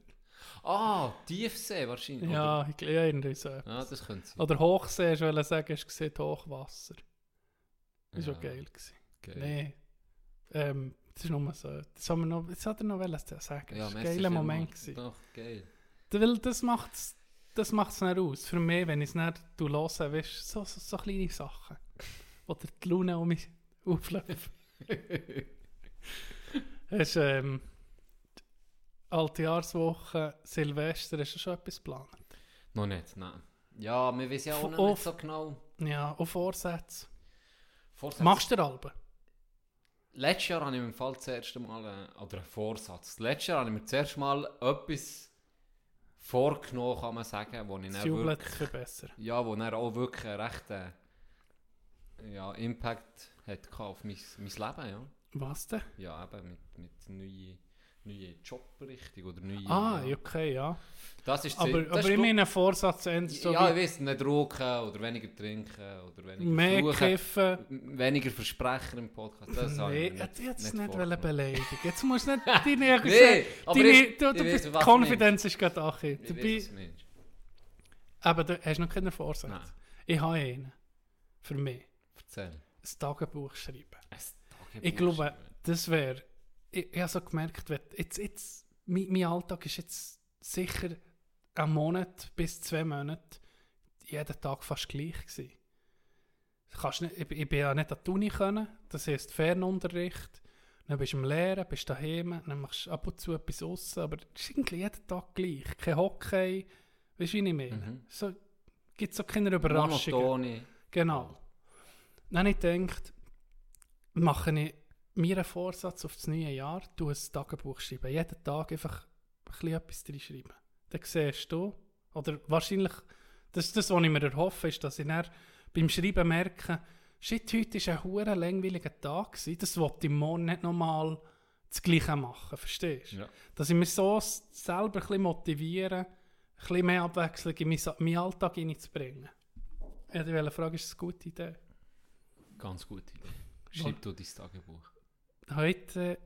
Ah, Tiefsee wahrscheinlich. Ja, ich erinnere so. Oder? Ja, das könnte sein. Oder Hochsee, ich wollte sagen, hast du gesehen, Hochwasser. Das war Ja, schon geil. Gewesen. geil. Nein. Ähm, das ist nur so. Das, haben wir noch, das hat er noch wollen sagen. Ja, Das war ein merci geiler vielmals. Moment. Gewesen. Doch, geil. Weil das macht es das macht's nicht aus. Für mich, wenn ich es nicht höre, weißt du, so, so, so kleine Sachen. Oder die Laune um mich aufläuft. Hast du ähm, Altjahrswoche, Silvester, hast du schon etwas geplant? Noch nicht, nein. Ja, wir wissen ja auch noch Auf- nicht so genau. Ja, auf Vorsätze. Vorsätze. Machst du den Alben? Letztes Jahr habe ich mir im Fall das erste Mal, äh, oder einen Vorsatz, letztes Jahr habe ich mir zuerst mal etwas vorgenommen, kann man sagen, wo ich Das dann Jubeln wirklich, verbessern. ja, wo dann auch wirklich einen rechten ja, Impact hat gehabt auf mein, mein Leben, ja. Was denn? Ja, eben mit, mit neuen neue Jobrichtung oder neue... Ah, ja. okay, ja. Das ist Aber, das aber ist ich glaub- meine Vorsatz ändert so ja, ich wie weiß, nicht rauchen oder weniger trinken oder weniger mehr fluchen. kiffen. M- Weniger Versprecher im Podcast. Das habe Nee, ich mir jetzt nicht, nicht, nicht nicht vorgenommen. beleidigen. Jetzt musst du nicht deine, Nee, aber deine, ich- du, ich du weiss, bist, was du Konfidenz ist gerade auch. Ich Dabei, weiß, was du meinst. aber du hast noch keine Vorsätze. Nein. Ich habe einen. Für mich. Erzähl. Ein Tagebuch schreiben. Ein Tagebuch Ich glaube, schreiben. das wäre... Ich, ich habe so gemerkt, wenn, jetzt, jetzt, mein, mein Alltag ist jetzt sicher einen Monat bis zwei Monate jeden Tag fast gleich gewesen. Du kannst nicht, ich, ich bin ja nicht an die Uni können, das heisst Fernunterricht. Dann bist du am Lehren, bist daheim, dann machst du ab und zu etwas aussen, aber es ist irgendwie jeden Tag gleich. Kein Hockey, Weißt du, wie ich meine? Mhm. So, gibt es so keine Überraschungen. Monotone. Genau. Dann habe ich gedacht, mache ich mir einen Vorsatz auf das neue Jahr, tu ein Tagebuch schreiben. Jeden Tag einfach ein bisschen etwas reinschreiben. Dann siehst du, oder wahrscheinlich, das ist das, was ich mir erhoffe, ist, dass ich dann beim Schreiben merke, shit, heute war ein verdammt langweiliger Tag gewesen, das wollte ich morgen nicht nochmal das Gleiche machen, verstehst du? Ja. Dass ich mich so s- selber ein bisschen motiviere, ein bisschen mehr Abwechslung in meinen Sa- meinen Alltag hineinzubringen. Ja, die wollte fragen, ist das eine gute Idee? Ganz gute Idee. Schreib du dein Tagebuch. Heute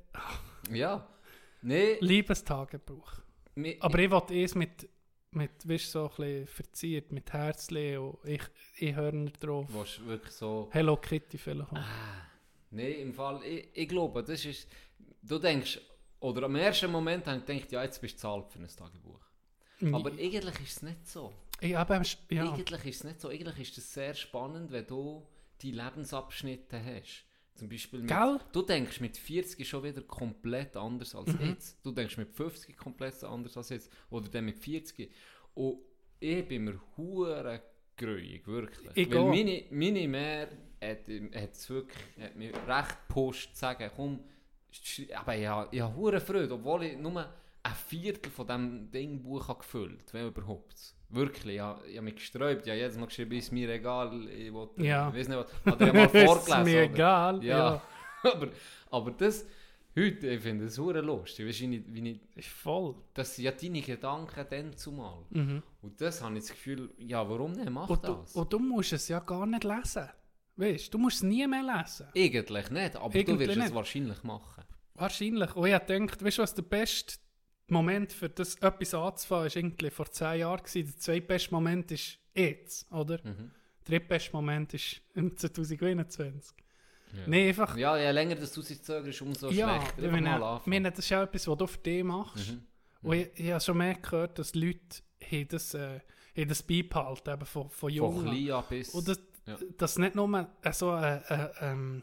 Ja. Nee. Liebestagebuch. mi- Aber ich wollte es mit, mit weißt, so ein bisschen verziert, mit Herzchen und ich, ich höre drauf. Du willst wirklich so... Hello Kitty vielleicht auch. Ah, nein, im Fall, ich, ich glaube, das ist... Du denkst... Oder am ersten Moment habe ich gedacht, ja, jetzt bist du zahlt für ein Tagebuch. Aber eigentlich ist es nicht so. ich, aber, ja. Eigentlich ist es nicht so. Eigentlich ist es sehr spannend, wenn du die Lebensabschnitte hast. Zum Beispiel mit, Gell? du denkst mit vierzig schon wieder komplett anders als Mhm. jetzt. Du denkst mit fünfzig komplett anders als jetzt. Oder dann mit vierzig. Und ich bin mir hure grüig, wirklich. Ich Weil auch. meine, meine Mär hat, hat's wirklich, hat mich recht gepusht, zu sagen, komm, schri- aber ich habe, ich habe hure Freude, obwohl ich nur ein Viertel von diesem Dingbuch habe gefüllt, wenn überhaupt. Wirklich, ich habe, ich habe mich gesträubt, ja, jedes Mal geschrieben, ist mir egal, ich wollte, Ja. ich weiß nicht, was, hat er ja mal vorgelesen. ist mir oder? egal. Ja, Ja. aber, aber das, heute, ich finde das hure lustig, weißt du, wie ich, wie ich, Ist voll. das sind ja deine Gedanken dann zumal. Mhm. Und das habe ich das Gefühl, ja, warum nicht, mach Und, du, das. und du musst es ja gar nicht lesen. Weißt du, du musst es nie mehr lesen. Eigentlich nicht, aber Eigentlich du wirst nicht. es wahrscheinlich machen. Wahrscheinlich. Und ich habe gedacht, weißt du, was der beste Moment für das etwas anzufangen ist irgendwie vor zehn Jahren gewesen. Der zweitbeste Moment ist jetzt, oder? Mhm. Der drittbeste Moment ist im zwanzig einundzwanzig. Ja. Nein, einfach... Ja, je länger das du es zögerst, umso ja, schlechter. ich Einfach meine, mal ich anfangen. meine, das ist auch etwas, was du für dich machst. Mhm. Und ich, ich habe schon mehr gehört, dass Leute haben das, äh, haben das beibehalten, eben von, von Von Jungen. klein an bis... Und das, Ja. das nicht nur äh, so äh, äh, ähm,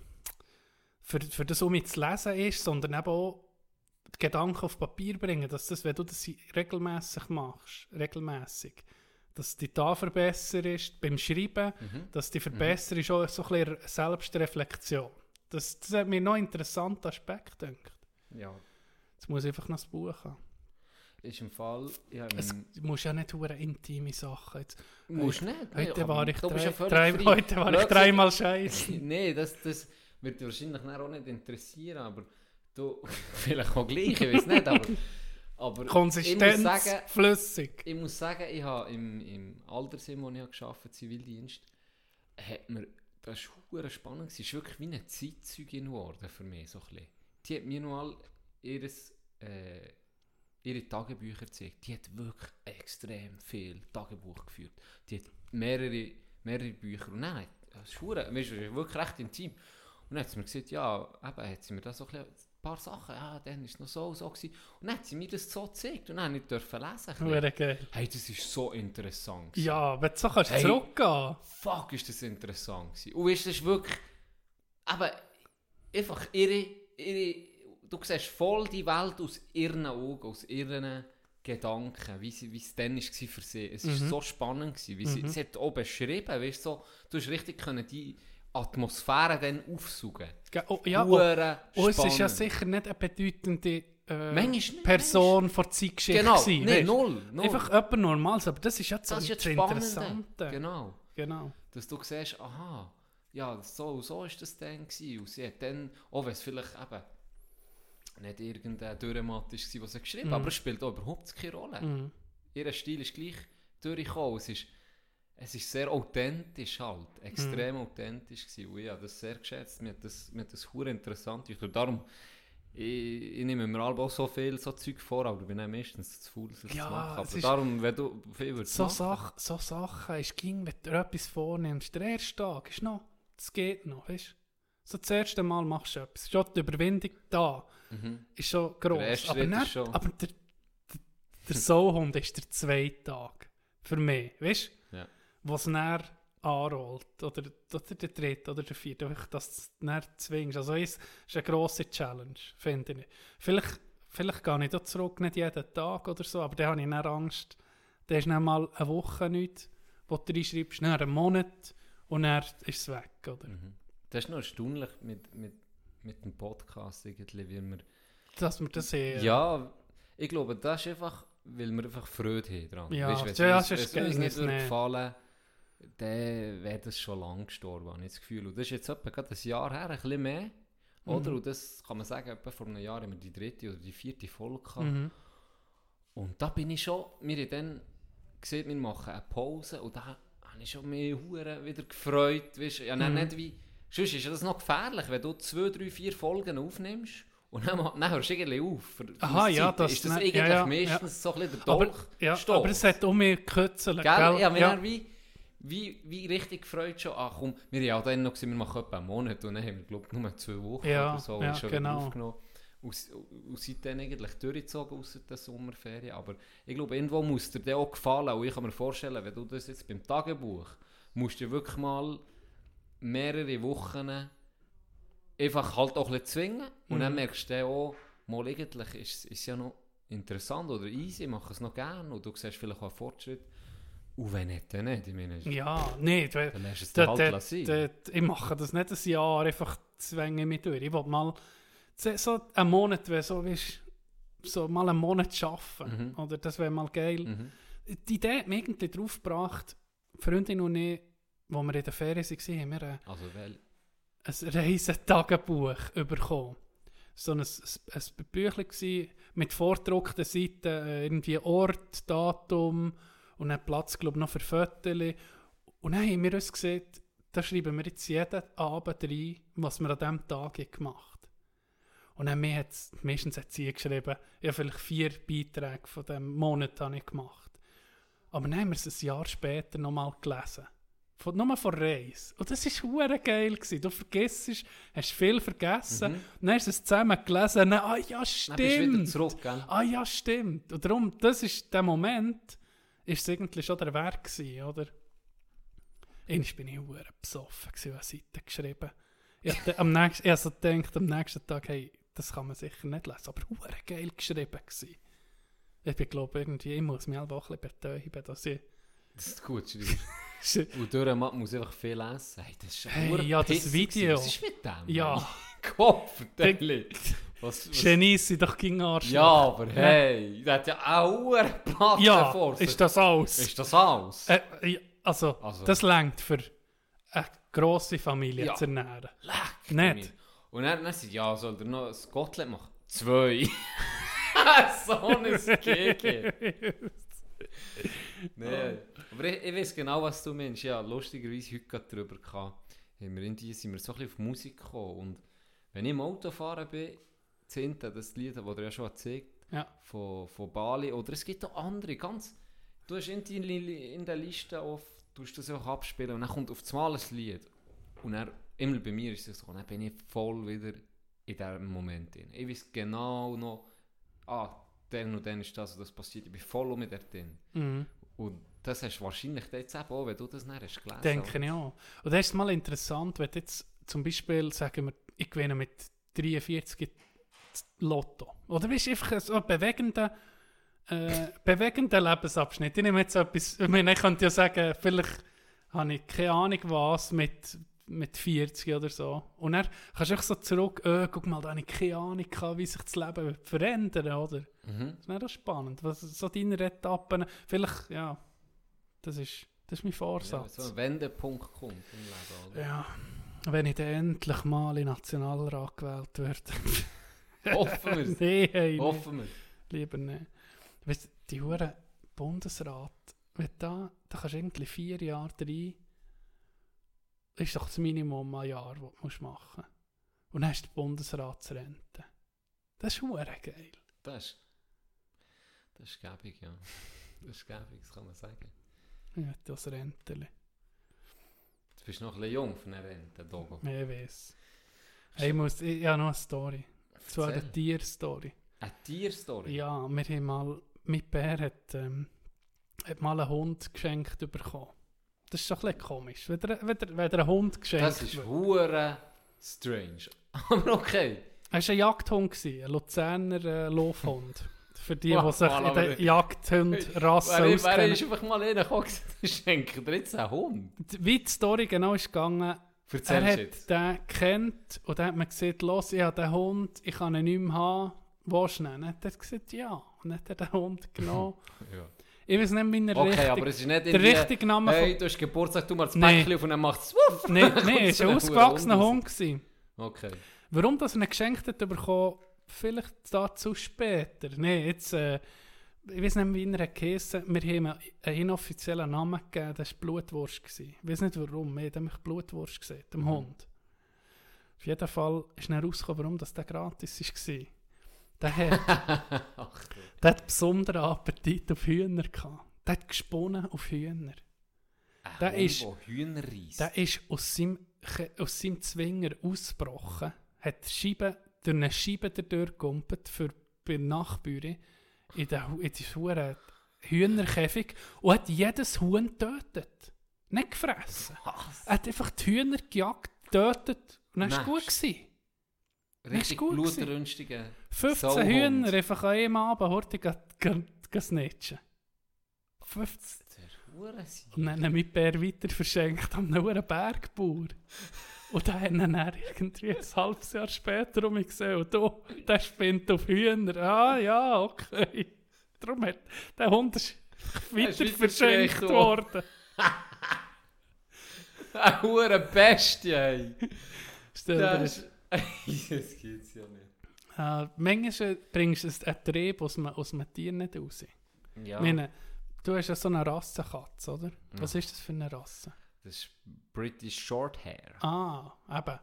für, für das um zu lesen ist, sondern eben auch die Gedanken auf Papier bringen, dass das, wenn du das regelmäßig machst, regelmäßig, dass die da verbessert ist beim Schreiben, Mhm. dass die verbessert ist auch so ein bisschen Selbstreflexion. Das, das hat mir noch einen interessanten Aspekt gedacht. Ja, Jetzt muss ich einfach noch das Buch haben. ist im Fall... Ja, Es, im- du musst ja nicht hure intime Sachen. Jetzt, musst nicht. nee, heute, aber war ich du bist drei, ja völlig drei, frei. heute war ich Plötzlich- dreimal scheiße. Nein, das, das wird dich wahrscheinlich dann auch nicht interessieren, aber du... Vielleicht auch gleich, ich weiß nicht, aber... aber Konsistenz, Ich muss sagen, flüssig. ich muss sagen, ich habe im, im Altersheim, wo ich habe gearbeitet habe, Zivildienst, hat mir... Das war verdammt spannend. Es ist wirklich wie eine Zeitzeugin geworden für mich, so ein bisschen. Die hat mir noch mal ihres... Äh, ihre Tagebücher gezeigt. Die hat wirklich extrem viel Tagebuch geführt. Die hat mehrere, mehrere Bücher. Und nein, das ist verdammt- das ist wirklich recht intim. Und dann hat sie mir gesagt, ja, eben, hat sie mir da so ein, bisschen, ein paar Sachen, ja, dann war es noch so, so gewesen. Und dann hat sie mir das so gezeigt und dann durfte ich dürfen lesen. ein bisschen. Hure geil. Hey, das ist so interessant gewesen. Ja, wenn du so kannst Hey. zurückgehen. Fuck, ist das interessant gewesen. Und weißt, das ist wirklich, aber einfach ihre, ihre, du siehst voll die Welt aus ihren Augen, aus ihren Gedanken, wie, sie, wie es dann war für sie. Es war Mhm. so spannend gewesen, wie Mhm. sie, sie hat auch beschrieben, weißt, so, du hast richtig können die Atmosphäre dann aufsaugen. Ge- Oh, ja, oh, Hure oh, es ist ja spannend. sicher nicht eine bedeutende äh, Manchmal nicht, Person vor der Zeitgeschichte Genau, gewesen, nee, weisst? null, null. Einfach jemand Normales, aber das ist ja das, das ist das jetzt Spannende. Interessante. Genau. Genau. Dass du siehst, aha, ja, so so ist das dann gewesen. Und sie hat dann, auch wenn es vielleicht eben nicht irgendein Dürrematt war, was sie geschrieben hat, Mhm. aber es spielt auch überhaupt keine Rolle. Mhm. Ihr Stil ist gleich durchgekommen. Es ist, es ist sehr authentisch halt, extrem Mhm. authentisch gewesen. Und ich habe das sehr geschätzt, mir hat das, mir hat das hure interessant gemacht. Und darum, ich, ich nehme mir auch so viel so Zeug vor, aber ich bin auch meistens zu faul, das Ja, zu machen. es Aber ist- darum, wenn du viel würdest So, machen, Sach, so Sachen, ist ging, wenn du dir etwas vornimmst. Der erste Tag ist noch, das geht noch, weißt du? So das erste Mal machst du etwas. Ist schon die Überwindung da. mhm. Ist schon gross. Der erste aber Schritt ist nicht, schon- aber der, der, der Soulhund ist der zweite Tag. Für mich, weißt du? Ja. Was dann anrollt. Oder, oder der dritte oder der vierte. Einfach, dass du dann zwingst. Also es ist eine grosse Challenge, finde ich. Vielleicht, vielleicht gehe ich da zurück, nicht jeden Tag oder so, aber dann habe ich dann Angst, dann ist dann mal eine Woche nichts, wo du reinschreibst, dann einen Monat und dann ist es weg, oder? Mhm. Das ist noch erstaunlich mit, mit, mit dem Podcast, irgendwie, wie wir... Dass wir das sehen. Ja, ich glaube, das ist einfach, weil wir einfach Freude haben dran. Ja, weißt, wenn's ja, uns, das ist wenn's uns geil, nicht würde nee. gefallen, dann wäre das schon lange gestorben, habe ich das Gefühl. Und das ist jetzt etwa gerade ein Jahr her, ein bisschen mehr. Oder? Mhm. Und das kann man sagen, etwa vor einem Jahr haben wir die dritte oder die vierte Folge gehabt. Mhm. Und da bin ich schon, wir haben dann gesehen, wir machen eine Pause und da habe ich schon mich hure wieder gefreut. Weißt, ja, Mhm. nicht wie, sonst ist das noch gefährlich, wenn du zwei, drei, vier Folgen aufnimmst und dann, dann hörst du irgendwie auf. Für, für Aha, ja, Zeit. das- ist das ne- eigentlich ja, ja, meistens so ein bisschen der Aber, Dolch. ja, Stoß. aber es hat um mich gekützelt, Gell? gell? Ja, wir Ja. haben wie, wie, wie richtig gefreut schon. Ach komm, wir haben ja dann noch gesehen, wir machen etwa einen Monat und dann haben wir, glaube ich, nur zwei Wochen Ja, oder so ja, ist schon genau. wieder aufgenommen. Und, und seitdem eigentlich durchgezogen aus der Sommerferien. Aber ich glaube, irgendwo muss dir das auch gefallen. Und ich kann mir vorstellen, wenn du das jetzt beim Tagebuch, musst du wirklich mal mehrere Wochen einfach halt auch ein bisschen zwingen. Und Mhm. dann merkst du dann auch, mal eigentlich ist es ja noch interessant oder easy, ich mache es noch gerne. Und du siehst vielleicht auch einen Fortschritt. Und wenn nicht, dann nicht. Ich meine, Ja, nee, du, dann lässt es da, dir halt da, lassen. da, ich mache das nicht ein Jahr, einfach zwänge mich durch. Ich will mal so so einen Monat, wenn so, weißt, so mal einen Monat arbeiten. Mhm. Oder das wäre mal geil. Mhm. Die Idee hat mich irgendwie drauf gebracht, Freundin und ich, wo wir in der Ferien waren, haben wir ein, Also, weil, ein Reisetagebuch bekommen. So ein, ein, ein Büchlein mit vorgedruckten Seiten, äh, irgendwie Ort, Datum und dann Platz, glaube ich, noch für Fotos. Und dann haben wir uns gesehen, da schreiben wir jetzt jeden Abend rein, was wir an diesem Tag haben gemacht haben. Und dann mir hat's, meistens hat sie geschrieben, ja, vielleicht vier Beiträge von diesem Monat habe ich gemacht. Aber dann haben wir es ein Jahr später nochmal gelesen. Von, nur von Reis. Und das war verdammt geil gewesen. Du vergisst, hast viel vergessen. Mhm. Dann hast du es zusammen gelesen. Und dann, ah ja, dann bist du wieder stimmt. zurück, gell? Ah ja, stimmt. Und darum, das ist der Moment, ist es eigentlich schon der Werk gewesen, oder? Einmal bin ich verdammt besoffen gewesen, und habe Seiten geschrieben. Ich habe am nächsten, ich habe so gedacht, am nächsten Tag, hey, das kann man sicher nicht lesen, aber verdammt geil geschrieben gewesen. Ich bin, glaube irgendwie, ich muss mich halt auch ein bisschen betäuben, dass ich... Das ist gut, schreibst. Und durch den Matt muss ich einfach viel lesen. Hey, das ist schon Hey, verdammt ja, das pissig Video. gewesen. Was ist mit dem? Ja. Kopf, Deli. Was, was? Genies sind doch gegen Arschloch. Ja, aber hey, der hat ja auch einen Platte Ja, vor sich. ist das alles? Ist das alles? Äh, ja, also, Also. das reicht für eine grosse Familie Ja. zu ernähren. Leck Nicht. mich. Und dann, dann sagt ja, soll der noch ein Gottlet machen? Zwei. So ein Gege. Nee. Aber ich, ich weiß genau, was du meinst. Ja, lustigerweise heute gerade drüber gehabt. Haben wir in die, sind wir so ein bisschen auf Musik gekommen. Und wenn ich im Auto fahren bin, Zinta, das Lied, das du ja schon gezeigt Ja. von, von Bali. Oder es gibt auch andere, ganz... Du hast in, die, in der Liste oft, du hast das auch abspielen und dann kommt auf das Mal ein Lied. Und dann, immer bei mir ist es so, dann bin ich voll wieder in diesem Moment drin. Ich weiß genau noch, ah, dann und dann ist das und das passiert. Ich bin voll mit dort drin. Mhm. Und das hast du wahrscheinlich jetzt eben auch, wenn du das nicht hast gelesen. Denke ich auch. Und das ist mal interessant, wenn du jetzt zum Beispiel, sagen wir, ich gewinne mit dreiundvierzig Lotto. Oder bist du einfach so ein bewegender, äh, bewegender Lebensabschnitt. Ich nehme jetzt etwas, ich meine, ich könnte ja sagen, vielleicht habe ich keine Ahnung was mit, mit vierzig oder so. Und dann kannst du einfach so zurück, äh, guck mal, da habe ich keine Ahnung gehabt, wie sich das Leben wird verändern, oder? Mhm. Das ist nicht auch spannend. Was, so deine Etappen, vielleicht, ja, das ist, das ist mein Ja, Vorsatz. so ein Wendepunkt kommt im Leben, oder? Ja, wenn ich dann endlich mal in den Nationalrat gewählt werde. Hoffen wir es. Nee, hey, Hoffen wir. nee, lieber nicht. Weißt du, die Huren Bundesrat, wenn da, da kannst du irgendwie vier Jahre rein, das ist doch das Minimum an Jahr, das du musst machen musst. Und dann hast du die Bundesratsrente. Das ist huere geil. Das ist, das ist gäbig, ja. Das ist gäbig, das kann man sagen. Ich hätte das Renteli. Du bist noch ein bisschen jung für eine Rente, Dogo. Ich weiß. Hey, ich, muss, ich, ich habe noch eine Story. So eine Erzähl. Tierstory. Eine Tierstory? Ja, wir haben mal, mein Bär hat, ähm, hat mal einen Hund geschenkt bekommen. Das ist doch ein bisschen komisch, wenn der, wenn der, wenn der einen Hund geschenkt Das ist wird. hure strange. Aber okay. Er war ein Jagdhund, gewesen, ein Luzerner äh, Laufhund. Für die, die sich in der Jagdhund-Rasse Wer auskennen. ist einfach mal reingekommen und gesagt, ich schenke dir jetzt einen Hund? Wie die Story genau ist gegangen, Erzähl's er hat jetzt. den gekannt und dann hat man gesagt, los, ich habe den Hund, ich kann ihn nicht mehr haben, willst du ihn? Dann hat er gesagt, ja. Und dann hat er den Hund genommen. Ja. Ich weiß nicht, wie er Okay, richtig... aber es ist nicht der richtige Name hey, von... du hast Geburtstag, tu mal das Nee. Päckchen auf und dann macht es wuff. Nein, nein, es war ein ausgewachsener Hund. Gewesen. Okay. Warum das er ihn geschenkt hat bekommen, vielleicht dazu später. Nein, jetzt... Äh, ich weiß nicht, wie er geheißen. Wir haben ihm einen inoffiziellen Namen gegeben, das war Blutwurst. Gewesen. Ich weiß nicht warum, wir haben nämlich Blutwurst gesehen, dem Mhm. Hund. Auf jeden Fall ist dann rausgekommen, warum das der gratis war. Der hat, Ach, du. der hat besonderen Appetit auf Hühner gehabt. Der hat gesponnen auf Hühner. Ein Der Hund, ist- der Hühner reisst. Der ist aus seinem, Che- aus seinem Zwinger ausgebrochen, hat die Scheibe, durch eine Scheibe durchgegumpelt für bei der Nachbüre in den Hu- in die verdammten Hühnerkäfig und hat jedes Huhn getötet. Nicht gefressen. Was? Er hat einfach die Hühner gejagt, getötet und dann war es Mensch. gut. Gewesen. Richtig gut blutrünstige fünfzehn Sauhund. Hühner einfach an einem Abend heute snitchen. fünfzehn. Der Hurensieg. Und dann haben wir Bär weiter verschenkt an einen Bergbauer. Und dann haben wir irgendwie ein halbes Jahr später um mich gesehen. Und du, der spinnt auf Hühner. Ah ja, okay. Darum hat der Hund ist weiter weiter verschenkt verschenkt worden. Eine hure Bestie, ey. Stell dir Das das. ist- das gibt's ja nicht. Äh, manchmal bringst du einen Trieb aus einem, aus einem Tier nicht raus. Ja, Ich meine, du hast ja so eine Rassenkatze, oder? Was ist das für eine Rasse? das ist British Shorthair. Ah, eben.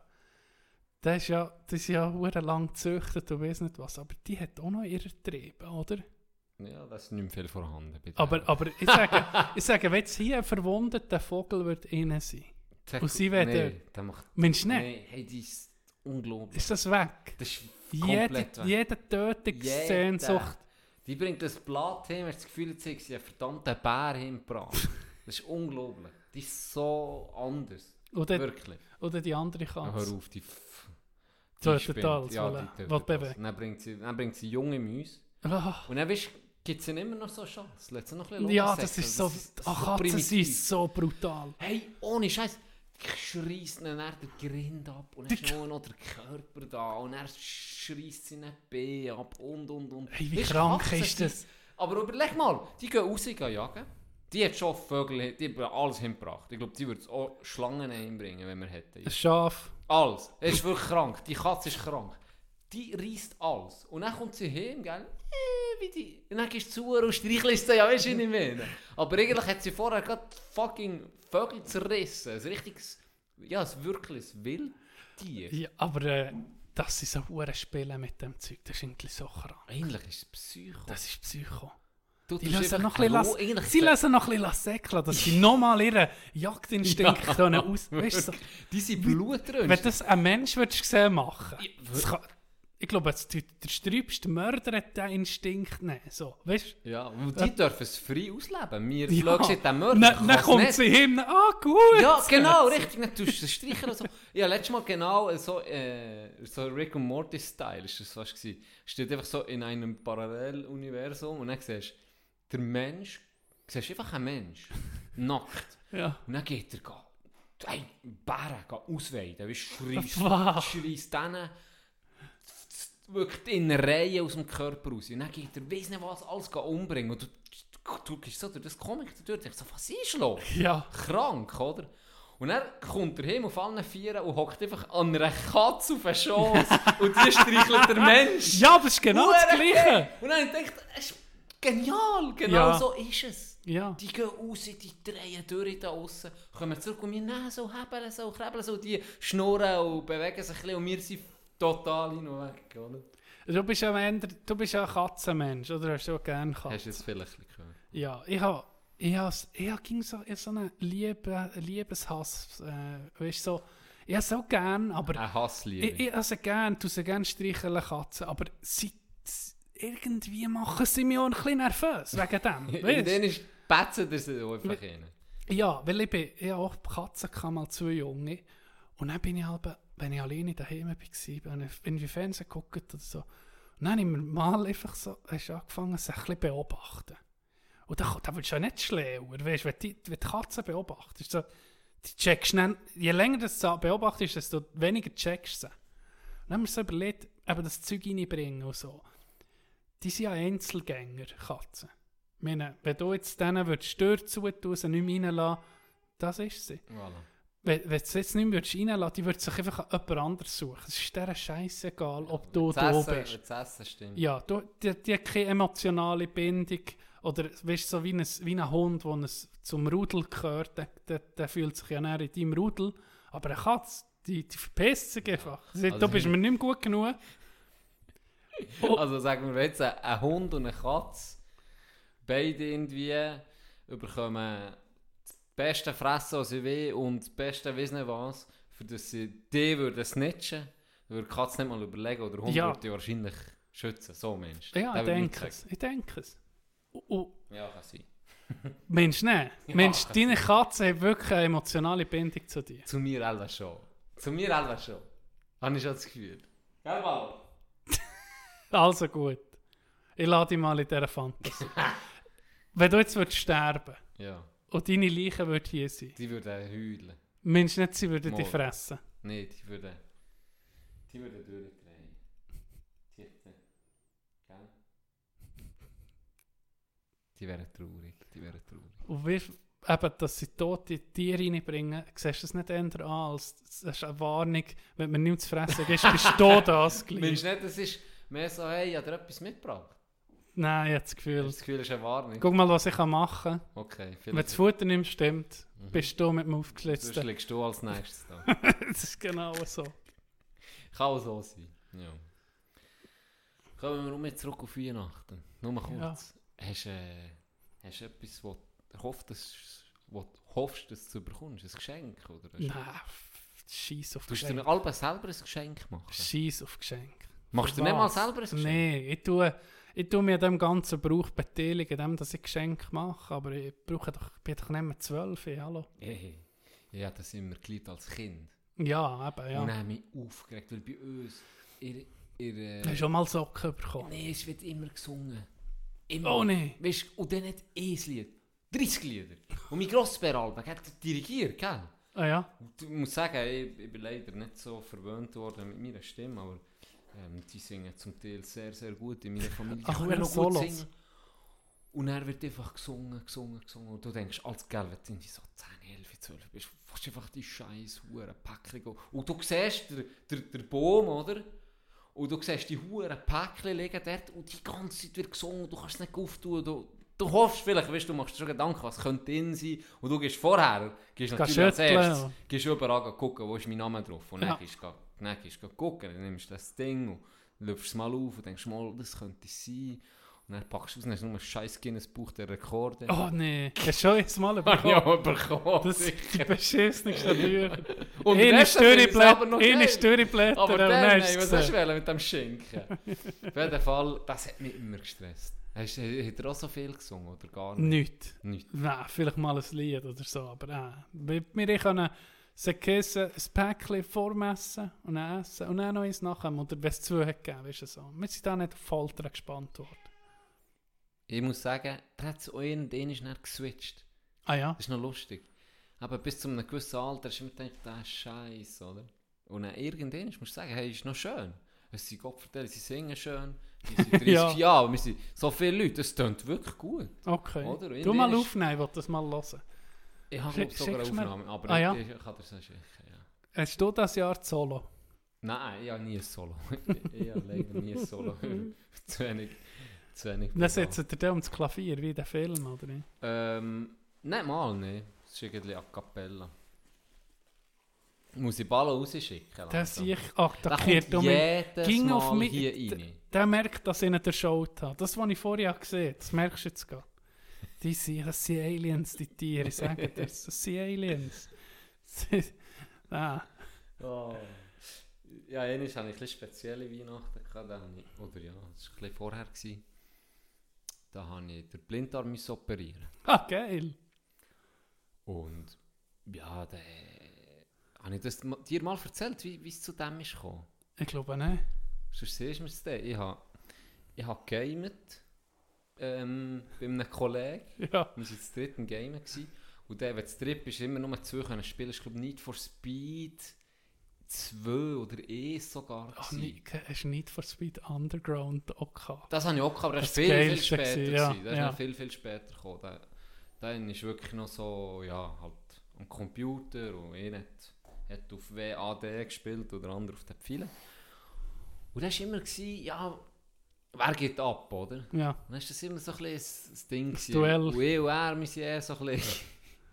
Das ist ja, das ist ja hure lang gezüchtet und weiss nicht was, aber die hat auch noch ihre Triebe, oder? Ja, das ist nicht mehr viel vorhanden. Bitte. Aber, aber ich sage, ich sage, wenn jetzt hier ein verwundeter Vogel wird innen sein, Der- und sie werden- Nee, der macht... Mensch nicht, Nee, hey, die ist unglaublich. ist das weg? Das ist Jede, komplett weg. jede Tötungssehnsucht. Die bringt das Blatt hin, hast das Gefühl, jetzt hat sie einen verdammten Bär hingebracht. Das ist unglaublich. Die ist so anders. Oder, Wirklich. oder die andere Oh, Katze. hör auf, die... F- die Tötet spinnt. alles, Ja, weil- die tötet weil alles. bewegt. Dann bringt sie, dann bringt sie junge Mäuse. Ah, Und dann weißt, gibt es immer noch so Schatz. Lässt sie noch ein bisschen ja, rumsäckeln. das ist so. das Ach, so Katzen sind primitiv. so brutal. Hey, ohne Scheiß. Schreist ihn dann den Grind ab und dann ist nur noch der Körper da und er schreist sie nicht B ab und und und. Hey, wie Weisst, krank Katzen ist sind- das? Aber überleg mal, die gehen raus, gehen jagen. Die hat schon Vögel, die haben alles hingebracht. Ich glaube, sie würde auch Schlangen hinbringen, wenn wir hätten. Ein Schaf. Alles. Es ist wirklich krank. Die Katze ist krank. Die reisst alles. Und dann kommt sie heim, gell? Äh, wie die. Und dann gehst du zu ihr und streichelst sie, ja, weißt du, wie ich meine. Aber eigentlich hat sie vorher gerade fucking Vögel zerrissen. Ein richtiges, ja, ein wirkliches Wildtier. Ja, aber äh, dass sie so hure spielen mit dem Zeug, das ist irgendwie so krank. Eigentlich ist es Psycho. Das ist Psycho. Du Die tust lassen einfach noch ein bisschen, roh- las eigentlich sie so- lassen noch ein bisschen las säckeln, dass sie nochmal ihren Jagdinstinkt Ja, können aus... Weißt du, so, Die sind blutrünstig. wenn das ein Mensch würdest sehen machen, Ja, das kann, ich glaube, jetzt der, der sträubste Mörder hat den Instinkt nehmen. So, weißt du? Ja, und die dürfen es frei ausleben. Wir Ja. schauen den Mörder. Dann, kann's dann kommt nicht. sie hin, ah gut. Ja, genau, richtig. Dann tust du es streichen oder so. Ja, letztes Mal genau so, äh, so Rick und Morty-Style ist das fast gewesen. Steht einfach so in einem Paralleluniversum und dann siehst du, der Mensch, siehst einfach einen Mensch, nackt. Ja. Und dann geht er, geht, hey, Bären, geht ausweiden, wie schreist, Wow. schreist denen wirklich in Reihe aus dem Körper raus. Und dann geht er, weiss nicht was, alles geht umbringen. Und du, du, du gehst so durch das Comic durch, denkst so, was ist los? Ja. Krank, oder? Und dann kommt er hin auf allen Vieren und hockt einfach an einer Katze auf den Schoß und die streichelt der Mensch. Ja, das ist genau das Hure Gleiche. geil. Und dann habe ich gedacht, es ist genial, genau Ja. so ist es. Ja. Die gehen raus, die drehen durch da aussen, kommen zurück und wir nehmen so, hebeln so, krebeln so, die schnurren und bewegen sich ein bisschen und wir sind total hin und weg, oder? Du bist ja ein, du bist ja ein Katzenmensch, oder hast du auch gerne Katzen? Hast du jetzt vielleicht ein bisschen gehört? Ja, ich habe ich habe ich hab ging so, ich hab so einen Liebe, Liebeshass, äh, weißt so, ich habe so gern, aber Eine Hassliebe. ich, ich habe sie gern, tu sie gern streicheln Katzen, aber sie, s- irgendwie machen sie mich auch ein bisschen nervös wegen dem, In weißt? denen ist Betzen, das ist einfach rein. Ja, weil ich bin, ich habe auch Katzen, kann mal zwei Junge und dann bin ich halt, wenn ich alleine daheim war, wenn ich irgendwie Fernsehen geguckt oder so, dann habe ich mir mal einfach so, hast du angefangen, sich ein bisschen beobachten. Und dann, dann wirst du ja nicht schlauer, weißt, wenn, die, wenn die Katze beobachtest. So, die checkst dann, je länger du das beobachtest, desto weniger checkst du sie. Und dann haben wir so überlegt, eben das Zeug reinbringen und so. Die sind ja Einzelgänger, Katzen. Ich meine, wenn du jetzt denen würdest Tür zutun, sie nicht mehr reinlassen, das ist sie. Voilà. Wenn, wenn du sie jetzt nicht mehr reinlassen würdest, die würde sich einfach an jemand anderes suchen. Es ist dieser scheißegal, ob du da Essen, bist. wenn das Essen stimmt. Ja, du, die, die hat keine emotionale Bindung. Oder weißt, so wie ein, wie ein Hund, der zum Rudel gehört, der, der, der fühlt sich ja näher in deinem Rudel. Aber eine Katze, die, die verpisst sich einfach. Sie sagt, Also du bist mir nicht mehr gut genug. Oh. Also sagen wir jetzt, ein, ein Hund und eine Katze, beide irgendwie bekommen das beste Fressen, was sie will, und das beste weiss nicht was, für das sie die würden snitchen, würde die Katze nicht mal überlegen, oder der Hund Ja. würde die wahrscheinlich schützen, so Mensch. Ja, Der ich würde denke nichts es. Ich denke es. Und, und, sagen. Ja, kann sein. Mensch, nein. Ja, Mensch, kann deine sein. Katze hat wirklich eine emotionale Bindung zu dir. Zu mir selber schon. Zu mir selber schon. Habe ich schon das Gefühl. Gell, Paolo? Also gut. Ich lade dich mal in dieser Fantasie. Wenn du jetzt würdest sterben Ja, und deine Leiche würde hier sein, die würden heulen. Mensch, nicht, sie würden dich Mal. fressen. Nein, die würden... Die würden durchdrehen. Die hätten... Gell? Die wären traurig. Die wären traurig. Und wie, eben, dass sie tote Tiere reinbringen, siehst du es nicht eher an, als das ist eine Warnung, wenn man nichts zu fressen gibt, bist du das gleich. Mensch, nicht, das ist mehr so, hey, ich habe dir etwas mitgebracht. Nein, ich habe das Ich Gefühl. habe das Gefühl, das ist eine Warnung. Guck mal, was ich machen kann. Okay, Wenn vielleicht... das Futter nicht mehr stimmt, Mhm. bist du mit dem Sonst Aufgeschlitzten. liegst du als nächstes da. Das ist genau so. Kann auch so sein. Ja. Kommen wir um jetzt zurück auf Weihnachten. Nur mal kurz. Hast du äh, hast du etwas, wo du hoffst, dass, wo du hoffst, dass du bekommst? Ein Geschenk? Oder hast du- Nein, Scheiß auf Tust du Geschenk. dir Alben selber ein Geschenk machen? Scheiß auf Geschenk. Machst du nicht mal selber ein Geschenk? Nein, ich tue, ich tue mir an diesem ganzen Brauch beteiligen, dem, dass ich Geschenke mache, aber ich, brauche doch, ich bin doch nicht mehr zwölf, hallo. Hey, ich habe das immer geliebt als Kind. Ja, eben, Und ja. dann habe ich mich aufgeregt, weil bei uns... Ihr, ihr, Hast du äh, schon mal Socken bekommen? Nein, es wird immer gesungen. Immer. Oh nein. Weißt, und dann nicht ein Lied, dreißig Lieder. Und mein Grossbär-Alben hat dirigiert, gell? Ah ja? Und ich muss sagen, ich, ich bin leider nicht so verwöhnt worden mit meiner Stimme, aber ähm, die singen zum Teil sehr, sehr gut in meiner Familie. Ach, Die wer können noch gut Solos? singen. Und er wird einfach gesungen, gesungen, gesungen. Und du denkst, als Gell, wenn du so zehn, elf, zwölf bist, fast einfach die scheiß Huren Päckchen gehen. Und du siehst den, den, den Baum, oder? Und du siehst die Huren Päckchen liegen dort und die ganze Zeit wird gesungen. Du kannst es nicht auftun. Du, du hoffst vielleicht, weißt, du machst dir schon Gedanken, was könnte drin sein. Und du gehst vorher, gehst natürlich als schütteln, erstes, ja. gehst überall gucken, wo ist mein Name drauf. Und Ja. dann gehst du dann gehst du gucken, dann nimmst du das Ding und läufst es mal auf und denkst mal, das könnte es sein. Und dann packst du es und hast nur ein scheiß Guinness-Buch der Rekorde. Oh nein, hast du schon jetzt mal Hab ich bekommen? auch bekommen. Das sind die beschissensten Bücher. Und Eine das finde ich selber noch Störiblätter, eine geil. Störiblätter, Aber und dann, dann nein, hast du was es hast du gesehen. wollen mit dem Schinken? Auf jeden Fall, das hat mich immer gestresst. Hast, hat er auch so viel gesungen oder gar nicht? Nichts. Nicht. Nein, vielleicht mal ein Lied oder so, aber äh, wir, wir können sie kissen, ein Päckchen vormessen und dann essen und dann noch eins nachher. Oder wenn es zwei hat gegeben, ist es so. Wir sind da nicht auf Folter gespannt worden. Ich muss sagen, der hat es auch irgendwann schnell geswitcht. Ah ja? Das ist noch lustig. Aber bis zu einem gewissen Alter hast du mir gedacht, das ist scheiße, oder? Und dann irgendwann musst du sagen, hey, ist noch schön. Es sind Gottverdäle, sie singen schön. Wir sind dreißig Ja. Jahre, wir sind so viele Leute, das klingt wirklich gut. Okay. Oder? Du Irgendwann mal ist- aufnehmen, ich will das mal hören. Ich habe Schick- glaub, sogar eine schickst du mir? Aufnahme, aber Ah, ja? ich, ich kann dir das schicken. Ja. Hast du das Jahr die Solo? Nein, ich habe nie ein Solo. ich habe leider nie ein Solo. zu wenig. Zu wenig. Dann setzt ihr da ums Klavier, wie in dem Film, oder nicht? Ähm, nicht mal, ne. Es ist irgendwie a cappella. Muss ich Ballen rausschicken? Der langsam? sich Der attackiert kommt um mich. jedes Ging Mal auf mich- hier d- rein. Der merkt, dass ich ihn durchschaut habe. Das, was ich vorher gesehen habe, das merkst du jetzt gerade. Die sind, das sind Aliens, die Tiere, ich sage dir. Das sind Aliens. ah. Oh. Ja, einmal hatte ich ein bisschen spezielle Weihnachten. Gehabt, da habe ich, oder ja, das war ein bisschen vorher. Gewesen. Da habe ich den Blinddarm müssen operieren. ah, geil. Und ja, da habe ich das dir mal erzählt, wie wie es zu dem ist gekommen. Ich glaube nicht. Sonst siehst du mir es dann. Ich habe ich habe gegamet ähm, bei einem Kollegen. Ja. Wir waren jetzt dritt im Game. Gewesen. Und der, wenn du dritt bist, immer nur zwei können spielen. Ich glaube, Need for Speed zwei oder eins sogar. Ach, gewesen. nicht, hast du Need for Speed Underground auch gehabt? Das habe ich auch gehabt, aber das Das ist viel, viel Geilste später. gewesen, Ja, ja, das ist ja. noch viel, viel später gekommen. Da, dann ist wirklich noch so, ja, halt am Computer und eh nicht. Hat auf W A D gespielt oder andere auf den Pfeilen. Und das war immer, gewesen, ja, wer geht ab, oder? Ja. Und dann war das immer so ein bisschen ein Ding. Das gewesen. Duell. Und ich und er, wir sind eher so ein bisschen...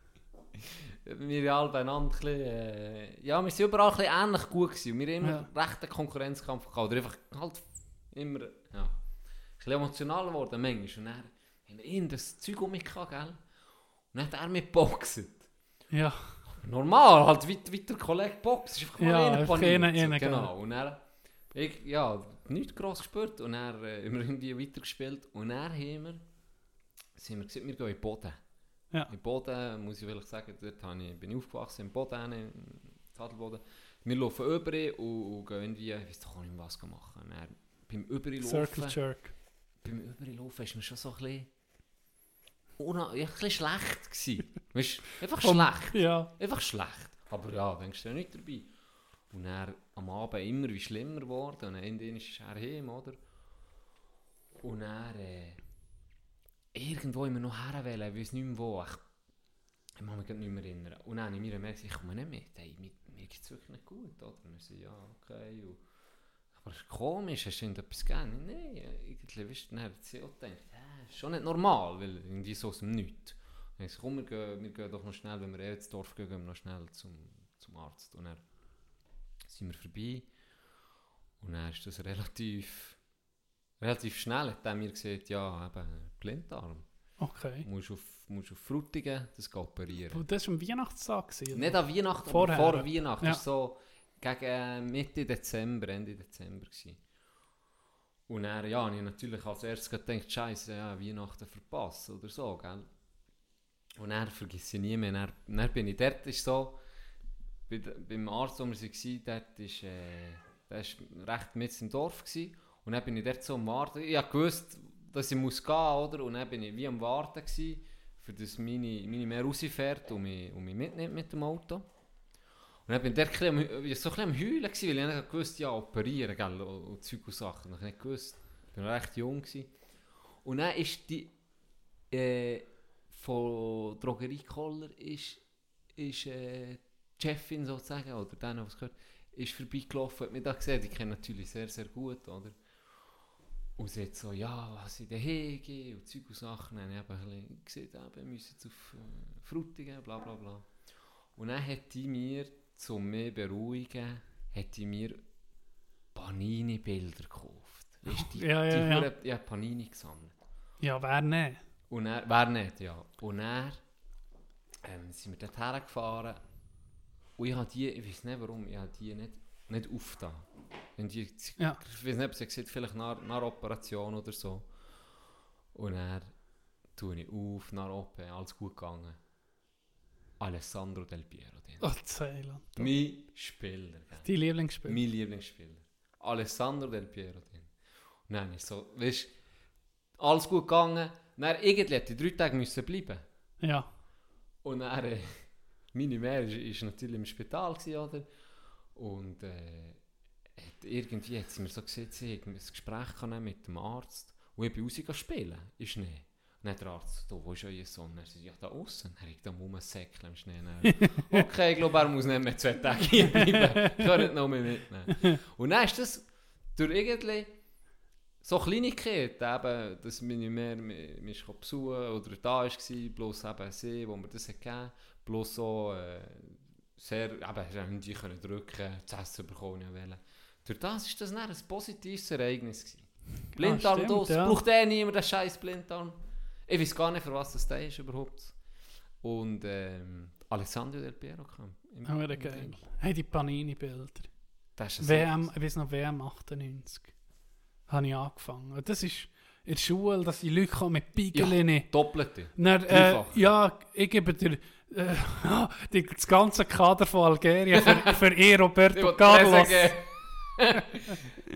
wir alle beieinander ein bisschen... Äh, ja, wir sind überall ein bisschen ähnlich gut gewesen. Und wir haben immer Ja. recht einen Konkurrenzkampf gehabt. Oder einfach halt immer... Ja, ein bisschen emotional geworden manchmal. Und dann haben wir ihn das Zeug um mich gehabt, gell? Und dann hat er mich geboxt. Ja. Normal, halt wie, wie der Kollege boxt. Ist einfach mal Ja, einer einfach paniert. einer- einer, Genau. Und er... Ich, ja, nichts gross gespürt. Und dann äh, haben wir irgendwie weitergespielt. Und dann haben wir... sind wir gesagt, wir gehen in den Boden. Ja. In Boden, muss ich vielleicht sagen, dort habe ich, bin ich aufgewachsen, im Boden, im Zadelboden. Wir laufen über ihn und, und gehen irgendwie, ich weiß doch auch nicht, was machen. Und dann, beim Überlaufen, Circle Jerk. beim Überlaufen ist mir schon so ein bisschen, una, ja, ein bisschen schlecht gewesen. Weißt, einfach Vom- schlecht. Ja. Einfach schlecht. Aber ja, denkst du ja nicht dabei. Und dann am Abend immer wie schlimmer geworden. Und dann irgendwann ist er heim, oder? Und dann, äh, irgendwo immer noch herwählen, ich weiß nicht mehr wo. Ich, ich kann mich nicht mehr erinnern. Und dann habe ich mir gemerkt, ich komme nicht mit. Hey, mir, mir geht es wirklich nicht gut, oder? Und ich so, ja, okay. Und, aber es ist komisch, hast du irgendetwas gegeben? Nein, irgendwie, weißt du, dann hat sie auch gedacht, ja, ist schon nicht normal, weil irgendwie so aus dem Nichts. Und ich so, komm, wir gehen, wir gehen doch noch schnell, wenn wir eh ins Dorf gehen, gehen wir noch schnell zum, zum Arzt. Und dann sind wir vorbei. Und dann ist das relativ... Relativ schnell hat er mir gesagt, ja, eben, Blinddarm. Okay. Du musst auf, musst auf Frutigen das operieren. Und das war am Weihnachtstag? gewesen, Nicht an Weihnachten, Vorher. aber vor Weihnachten. Ja. Das war so gegen Mitte Dezember, Ende Dezember. Gewesen. Und dann, ja, habe ich natürlich als erstes gedacht, Scheiße, ja, Weihnachten verpassen oder so, gell? Und dann vergesse ich nie mehr. Dann, dann bin ich dort, ist so, bei, beim Arzt, wo wir waren, dort ist, äh, der war recht mit im Dorf gewesen. Und dann bin ich dort so am Warten. Ich wusste, dass ich muss gehen muss, oder? Und dann bin ich wie am Warten gewesen, für das meine, meine mehr rausfährt und mich, und mich mitnimmt mit dem Auto. Und dann bin ich dort ein bisschen, am- so ein bisschen am Heulen gewesen, weil ich nicht gewusst, ja, operieren, gell, und, und Zeug und Sachen. Ich habe nicht gewusst. Ich war noch recht jung gewesen. Und dann ist die, äh, von Drogerie Koller ist, ist äh, die Chefin sozusagen, oder denen, was gehört, ist vorbeigelaufen, hat mich da gesehen, die kennen natürlich sehr, sehr gut, oder? Und sie hat so, ja, was ich daheim gehe und Zeug und Sachen. Dann habe ich eben ein bisschen gesehen, wir müssen jetzt auf äh, Frutigen, bla bla bla. Und dann hat die mir, um mich zu beruhigen, hat die mir Panini-Bilder gekauft. Weißt du, die, Ja, ja, die ja. Hure- ich habe Panini gesammelt. Ja, wer nicht? Und er, wer nicht, ja. Und dann ähm, sind wir dort hergefahren. Und ich habe die, ich weiß nicht warum, ich habe die nicht, nicht aufgetan. Wenn die, Ja. Ich weiß nicht, ob sie gesagt vielleicht nach, nach Operation oder so. Und dann tue ich auf, nach O P, alles gut gegangen. Alessandro Del Piero. Den. Oh, Zeilen. Mein Spieler. Gell? Dein Lieblingsspiel? Mein Lieblingsspieler. Alessandro Del Piero. Den. Und dann ist so, weißt du, alles gut gegangen. Dann irgendwie hätte ich drei Tage müssen bleiben. Ja. Und dann, äh, meine Mutter war natürlich im Spital, gewesen, oder? Und äh, hat, irgendwie hat sie mir so gesagt, sie hätte ein Gespräch gehabt mit dem Arzt. Und ich bin rausgegangen spielen im Schnee. Und dann hat der Arzt, da, wo ist euer Sohn? Er sagt, ja, da außen. Dann habe ich da rumgesäckelt im Schnee. Dann, okay, ich glaube, er muss nicht mehr zwei Tage hier bleiben. Ich kann nicht noch mehr mitnehmen. Und dann ist das durch irgendwie so Kleinigkeiten, eben, dass meine Mutter mich, mich besuchen oder da war, bloß eben sie, wo mir das hat gegeben, bloß so äh, sehr, eben, die können drücken, das Essen bekommen, ja wollen. Durch das war das dann ein positives Ereignis gewesen. Blinddarm, stimmt, das ja. braucht eh niemand, den scheiß Blinddarm. Ich weiß gar nicht, für was das da ist überhaupt. Und ähm, Alessandro Del Piero kam. im- Oh, im geil. Ding. Hey, die Panini-Bilder. Das ist W so- M, ich weiß noch, W M achtundneunzig. Habe ich angefangen. Und das ist in der Schule, dass die Leute kommen mit Piegeln. Doppelte. Dann, äh, Dreifach. ja, ich gebe dir äh, die, das ganze Kader von Algerien für, für ihr Roberto Carlos.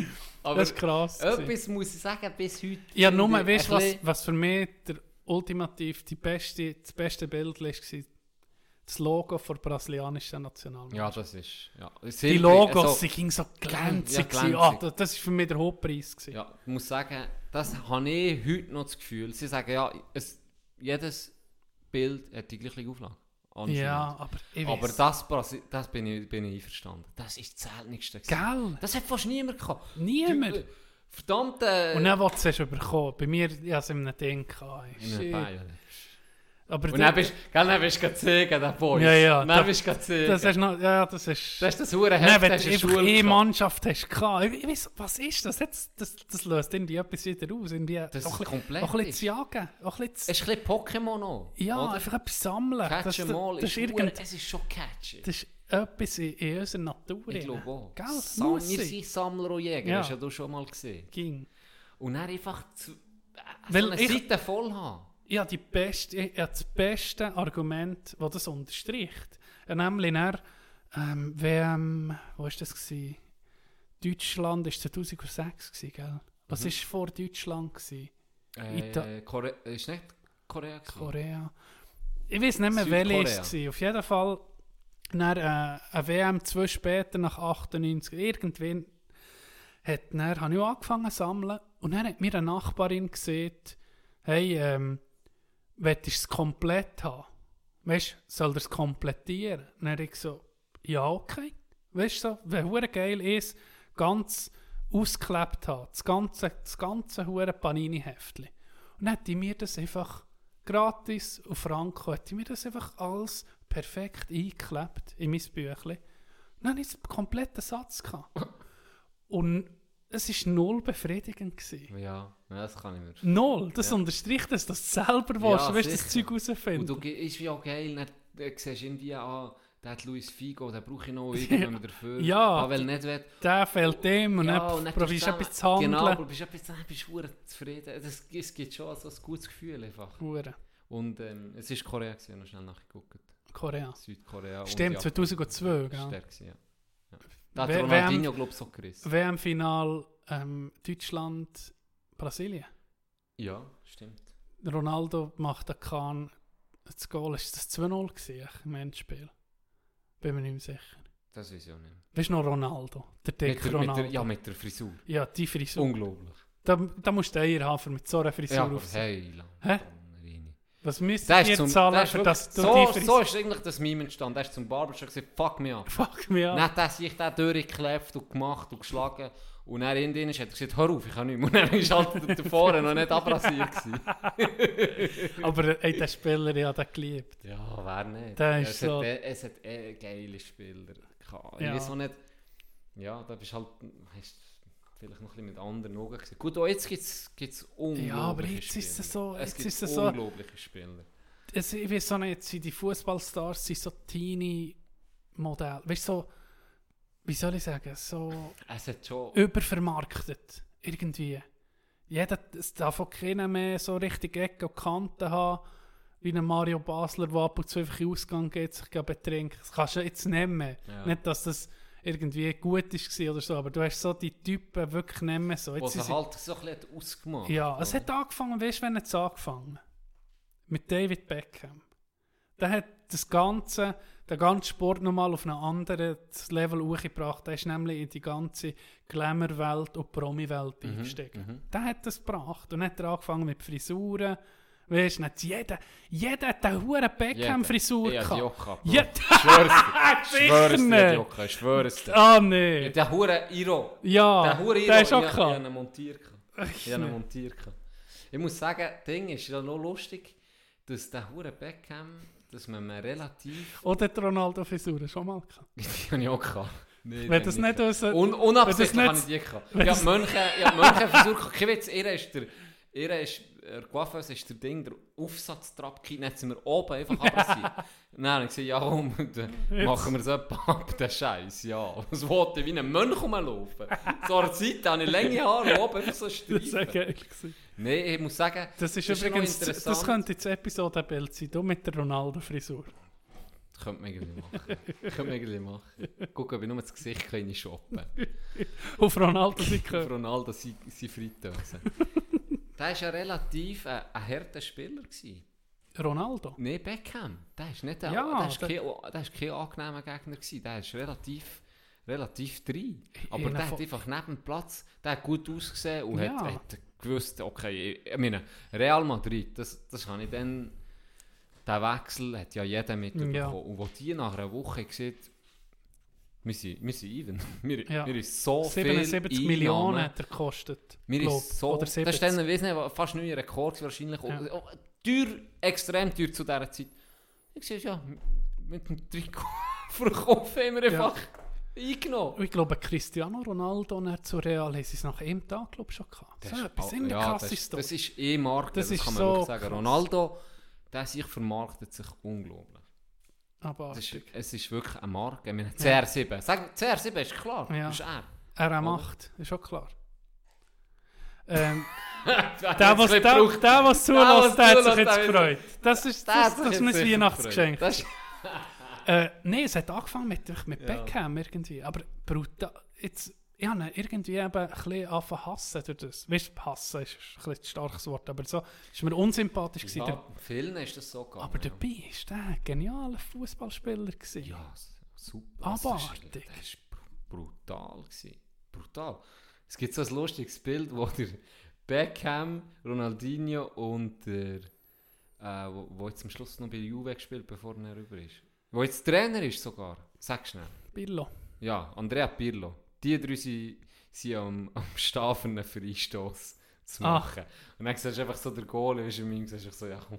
Aber das ist krass. gewesen. etwas muss ich sagen, bis heute. Ja, finde nur, ich weißt du, ein was, bisschen- was für mich der ultimativ die beste, das beste Bild war? Das Logo der brasilianischen Nationalmannschaft. Ja, das ist... Ja. Die Silbrig, Logos, also- sie gingen so glänzig. Ja, gewesen. glänzig. Ah, das, das ist für mich der Hauptpreis. gewesen. Ja, ich muss sagen, das habe ich heute noch das Gefühl. Sie sagen ja, es, jedes Bild hat die gleiche Auflage. Anscheinend. Ja, aber ich Aber weiss. das, Brasi- das bin, ich, bin ich einverstanden. Das ist das Seltenste. gewesen. Gell? Das hat fast niemand gehabt. Niemand. Du, verdammt... Äh, Und dann will es bekommen. Bei mir, ja, es in einem Ding gehabt. in einem Shit. Bayern. Aber Und der- dann bist gell, dann bist du gezeugt, der Boys. Ja, ja, Und da- dann bist du gezeugt. das ist noch, ja, das ist... Das ist das hure Nein, Heft, wenn hast du du einfach Schule eine gehabt. Mannschaft hast gehabt. Ich, ich weiss, was ist das? Das, das? das löst irgendwie etwas wieder aus. Irgendwie Das auch ist ein bisschen- komplett auch ein bisschen ist. zu jagen. Auch ein bisschen Es ist ein bisschen Pokémon noch. ja, oder? einfach etwas sammeln. Catch das, 'em das, all das, ist ist irgend, hure- es ist schon catchy. das ist etwas in, in unserer Natur. Ich drin. glaube auch. Gell? Sam Muss wir sein. sind Sammler und Jäger, Ja. hast ja du schon mal gesehen. Ging. Und dann einfach zu, äh, Weil so eine ich- Seite voll haben. Ja, die beste, ich habe das beste Argument, das das unterstreicht. Äh, Nämlich dann, ähm, wem, wo war das? Gewesen? Deutschland war zweitausendsechs, gewesen, gell? Was war vor Deutschland? Gewesen? Ita- Äh, Kore ist nicht Korea gewesen? Korea. Ich weiß nicht mehr, welche Südkorea. es war. Auf jeden Fall dann, äh, eine W M zwei später, nach achtundneunzig, irgendwann, hat, dann habe ich auch angefangen zu sammeln. Und dann hat mir eine Nachbarin gesagt, hey, ähm, willst du es komplett haben? Weißt du, soll er es komplettieren? Dann habe ich so, ja, okay. Weißt du, so, wenn hure geil ist, ganz ausgeklebt haben, das ganze, das ganze hure Panini-Heftchen. Und dann hat die mir das einfach gratis auf Franco, hat die mir das einfach alles perfekt eingeklebt in mein Büchlein. Und dann hatte ich einen kompletten Satz gehabt. Und es war null befriedigend. Gewesen. Ja, ja, das kann ich mir. Null, das Ja. unterstreicht, dass du das selber Ja, willst, du willst das sicher. Zeug Und herausfinden. du ge- ist wie auch geil, dann, dann siehst du irgendwie, ah, der hat Luis Figo, den brauche ich noch irgendwann dafür. Ja. Ah, weil nicht will. Der fehlt dem und Ja, dann dann probierst du tust etwas zu handeln. Genau, aber bist etwas, dann bist du verdammt zufrieden. Das, es gibt schon so ein gutes Gefühl einfach. Hure. Und ähm, es war Korea, gewesen, noch schnell nachgeguckt. Korea. Südkorea und Stimmt, Japan. zweitausendzwei, Stark gell? gewesen, ja. ja. Da hat W- Ronaldinho, glaube ich, so gerissen. W M-Final ähm, Deutschland, Brasilien. Ja, stimmt. Ronaldo macht den Kahn, das Goal, ist das zwei null gewesen, im Endspiel? Bin mir nicht mehr sicher. Das weiß ich auch nicht. Weißt du noch Ronaldo? Der Mit dicke der, mit Ronaldo. der, ja, mit der Frisur. Ja, die Frisur. Unglaublich. Da, da musst du Eier haben, für mit so einer Frisur Ja, aber aufzusehen. hey, lang. Hä? Donnerini. Was müsst Der ist ihr zum- zahlen, der ist für wirklich- das du so, die Frisur... so ist eigentlich das Meme entstanden. Der ist zum Barber schon gesagt, fuck me ab. Fuck mich an. Dann hat er sich da durchgeklebt und gemacht und geschlagen. Und dann in den hat er gesagt, hör auf, ich kann nicht mehr. Und dann war halt davor noch nicht abrasiert gewesen. Aber ey, der Spieler, ich habe den geliebt. Ja, wer nicht. Der ist es, so- hat, eh- es hat eh geile Spieler gehabt. Ich Ja. weiß auch nicht, ja, da bist halt, hast vielleicht noch ein bisschen mit anderen Augen gesehen. Gut, auch jetzt gibt es unglaubliche Ja, aber jetzt Spieler. ist es so- Es jetzt gibt ist es so- unglaubliche Spieler. Es, ich weiß auch nicht, sind die Fußballstars sind so Teenie-Modelle. Weißt du, so, wie soll ich sagen, so Es hat schon... übervermarktet. Irgendwie. Jeder, es darf auch keiner mehr so richtig Ecken und Kanten haben, wie ein Mario Basler, der ab und zu einfach in den Ausgang geht, sich betrinkt. Das kannst du jetzt nicht mehr. Ja. Nicht, dass das irgendwie gut war oder so, aber du hast so die Typen wirklich nicht mehr so. Wo Jetzt sie sind sie- halt so ein bisschen ausgemacht. ja, es oder? hat angefangen, weißt du, wann hat es angefangen? Mit David Beckham. Der hat das Ganze, den ganzen Sport nochmal auf ein anderes Level hochgebracht. Der ist nämlich in die ganze Glamour-Welt und Promi-Welt Mhm, eingestiegen. mhm. Der hat das gebracht. Und dann hat er angefangen mit Frisuren. Weißt du, dann hat jeder, jeder hat eine hure Beckham-Frisur Ja, die gehabt. Jocke. Bro. Ja, Ich schwör's dir. Ich sicher schwör's dir, die nicht. Jocke. Ich schwör's dir. Ah, Ja, nee. der hure Iro. Ja, Der hure Iro. der ist auch ich, ich habe gehabt. ihn montiert. Ich habe ihn montiert. Ich muss sagen, das Ding ist ja noch lustig, dass der hure Beckham, dass man mir relativ... Oder die Ronaldo-Frisur schon mal gehabt. Die habe ich auch gehabt. Nee, Wenn die das habe ich nicht aus... Un unabsichtlich wenn habe das ich die gehabt. wenn Ich das- habe Mönche, ich habe Mönche versucht, kein Witz, ihr ist der, ihr ist, der Coiffeuse ist der Ding, der Aufsatztrap, dann hat sie mir oben einfach abrasiert. Dann habe ich gesagt, ja komm, dann machen wir es etwa ab, den Scheiß, ja. Was wollte ich, wie ein Mönch rumlaufen? So eine Zeit habe ich lange Haare, oben einfach so Das war Streifen. geil. gewesen. Nein, ich muss sagen, Das ist das ist übrigens, noch interessant. das könnte jetzt Episodenbild sein, du mit der Ronaldo-Frisur. Könnte man irgendwie machen. Könnte man irgendwie machen. Gucken, ob ich nur das Gesicht kann ich shoppen. Auf Ronaldo sie Auf gehört. Ronaldo sie, sie Fritteuse. Der war ja relativ ein, ein harter Spieler gewesen. Ronaldo? Nein, Beckham. Der ist nicht ein, Ja, der ist der- kein, der ist kein angenehmer Gegner gewesen. Der ist relativ, relativ drin. Aber Einer der von- hat einfach neben dem Platz, der hat gut ausgesehen und Ja. hat, hat gewusst, okay, ich, ich meine, Real Madrid, das, das habe ich dann, der Wechsel hat ja jeder mitbekommen. Ja. Und wo die nach einer Woche sieht, wir sind, wir sind even. Wir, Ja. wir ist so siebenundsiebzig viel Millionen Einnahmen. hat er gekostet. Mir glaub. ist so, Oder das ist siebzig. dann, weiss nicht, fast neuer Rekord wahrscheinlich. Ja. Oh, oh, teuer, extrem teuer zu dieser Zeit. Ich sehe es ja, mit dem Trikot verkaufen haben wir Ja. einfach eingenommen. Und ich glaube, Cristiano Ronaldo und er zu Real haben sie es nach einem Tag glaub, ich, schon gehabt. Das So ist- etwas, oh, eine ja, krasse das, ist- Story. das ist eh Marke, Das das, ist kann man so wirklich sagen. krass. Ronaldo, der sich vermarktet sich unglaublich. Das Abartig. ist, es ist wirklich eine Marke. Ich meine, C R sieben. Sag, C R sieben ist klar, Ja. das ist er. Er M acht, ist schon klar. Ähm, Der, der, was, der, der, was zulässt, der hat sich jetzt gefreut. Das ist, Der hat das, sich das ist jetzt ein sicher Weihnachtsgeschenk. gefreut. Das ist- Äh, Nein, es hat angefangen mit, mit Ja. Beckham irgendwie. Aber brutal. Jetzt, ich habe ihn irgendwie eben ein bisschen angefangen hassen durch das. Weißt du, hassen ist ein bisschen ein starkes Wort, aber so ist mir unsympathisch gewesen. Der- Ja, vielen ist das so gegangen. aber ja. dabei war der ein genialer Fußballspieler gewesen. Ja, s- super. Abartig. Das war brutal. Gewesen. Brutal. Es gibt so ein lustiges Bild, wo der Beckham, Ronaldinho und der, äh, wo, wo jetzt am Schluss noch bei Juve gespielt, bevor er rüber ist. Wo jetzt Trainer ist sogar. Sag schnell. Pirlo. Ja, Andrea Pirlo. Die drei sind, sind am, am Stehen für einen Freistoss zu Ach. machen. Und dann siehst du einfach so der Goal, und in meinem siehst du so, ja komm.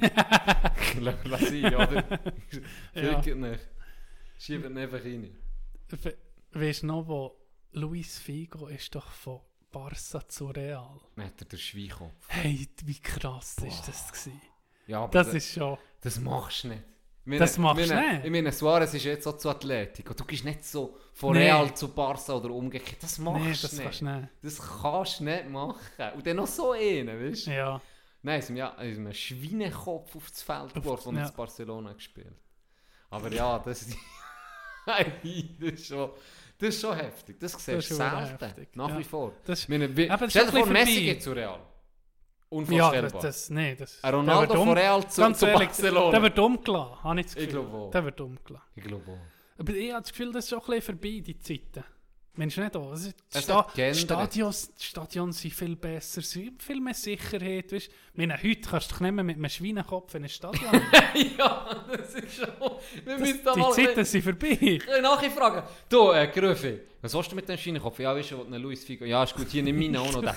Lass lass sein, oder? Ja. Fick nicht. Schieb ihn einfach rein. We weißt du noch, wo Luis Figo ist doch von Barca zu Real. Dann hat er den Schweinkopf. Hey, wie krass ist das gewesen? Ja, aber Das das, ist schon... das machst du nicht. Ich meine- Das machst ich du meine- nicht? Ich meine, Suarez ist jetzt auch zu Atletico. Du gehst nicht so von Nee. Real zu Barca oder umgekehrt. Das machst Nein, du das nicht. kannst du nicht. Das kannst du nicht machen. Und dann noch so einen, weißt du? Ja. Nein, es ist ja einen Schweinekopf aufs Feld geworfen und ja. in Barcelona gespielt. Aber ja, das, das, ist, schon, das ist schon heftig. Das siehst du ist schon selten. heftig, Nach ja. wie vor. Das, Ich meine, wie, Aber das stell ist dir ein vor, bisschen Messi vorbei. geht zu Real. ja, Unvorstellbar. das, das, nee, das, Ein der Ronaldo wird von um- Real zu, ganz zu ehrlich, Barcelona. Der wird umgelassen, habe ich das Ich Gefühl. glaube auch. Der wird umgelassen. Ich glaube auch. Aber ich habe das Gefühl, das ist schon ein bisschen vorbei, die Zeiten. Mensch, nicht auch. Also, die, Es Sta hat geändert. die Stadions, die Stadions sind viel besser, es ist viel mehr Sicherheit. Weißt? Ich meine, heute kannst du dich nicht mehr mit einem Schweinekopf in ein Stadion. Ja, das ist schon... Wir Das, müssen da die mal Zeiten sind vorbei. äh, nachfragen. Du, äh, Gröfi, was hast du mit dem Schweinekopf? Ja, weißt du, einen Luis Figo. Ja, ist gut, hier nimm meinen auch noch.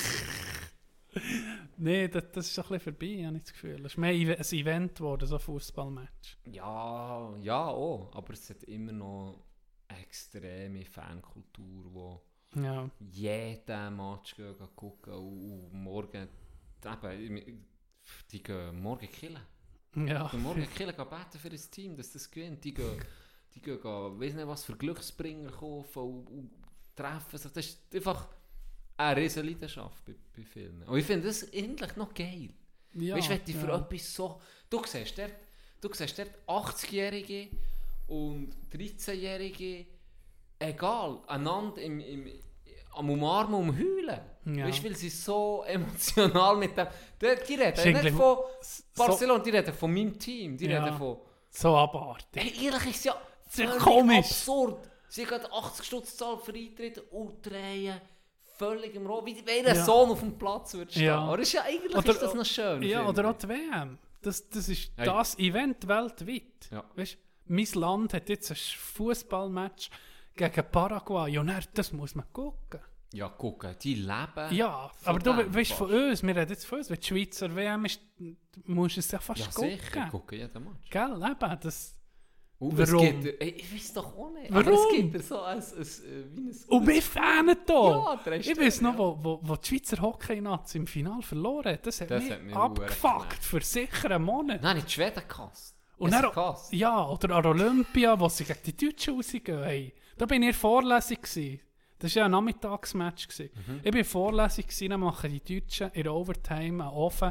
Nein, das, das ist schon ein bisschen vorbei, habe ich das Gefühl. Es ist mehr ein Event geworden, so ein Fußballmatch. Ja, ja, auch. Aber es hat immer noch extreme Fankultur, wo Ja. jeden Match gehen, gehen gucken und, und morgen, eben, die gehen morgen killen. Ja. Die morgen killen, gehen beten für das Team, dass das gewinnt. Die gehen, die gehen, gehen weiss nicht was für Glücksbringer kaufen und, und treffen sich. Das ist einfach eine riesen Leidenschaft bei, bei vielen. Und ich finde das endlich noch geil. Ja, Weißt du, wenn die für ja. etwas so... Du siehst dort, du siehst dort achtzigjährige und dreizehnjährige, egal, einander im, im, am Umarmen, um Heulen. Ja. Weißt du, weil sie so emotional mit dem... Die, die reden Ist nicht eigentlich von so- Barcelona, die reden von meinem Team, die Ja. reden von... So abartig. Hey, ehrlich ist es ja ist ja völlig komisch. absurd. Sie haben achtzig Stutz zahlt für Eintritt und drehen völlig im Rohr, wie wenn ein Ja. Sohn auf dem Platz würde stehen. Ja. Aber ist ja, eigentlich Oder- ist das noch schön. Ja, finde oder ich. auch die W M. Das, das ist Hey. das Event weltweit. Ja. Weißt, mein Land hat jetzt ein Fußballmatch gegen Paraguay. Und dann, das muss man gucken. Ja, gucken, die leben. Ja, von aber du dem weißt fast. von uns, wir reden jetzt von uns, wenn die Schweizer W M ist, musst du es ja fast Ja, gucken. sicher, gucken jeden Match. Gell, eben, das... Und Warum? Es gibt, ey, ich weiß doch auch nicht. Aber Warum? es gibt so ein, ein, ein, wie ein... Und wir fanen da! Ja, der ist Ich weiß da, noch, ja. wo, wo, wo die Schweizer Hockey-Nazi im Finale verloren hat. Das hat Das mich hat mich abgefuckt verdammt für sicher einen Monat. Nein, nicht die Schweden gehasst. Und Es dann, gehasst. ja, oder an Olympia, wo sie gegen die Deutschen rausgehen. Hey, da bin ich in der Vorlesung. Gewesen. Das war ja ein Nachmittagsmatch. Gewesen. Mhm. Ich war in der Vorlesung, gewesen, dann machen die Deutschen in der Overtime einen Ofen.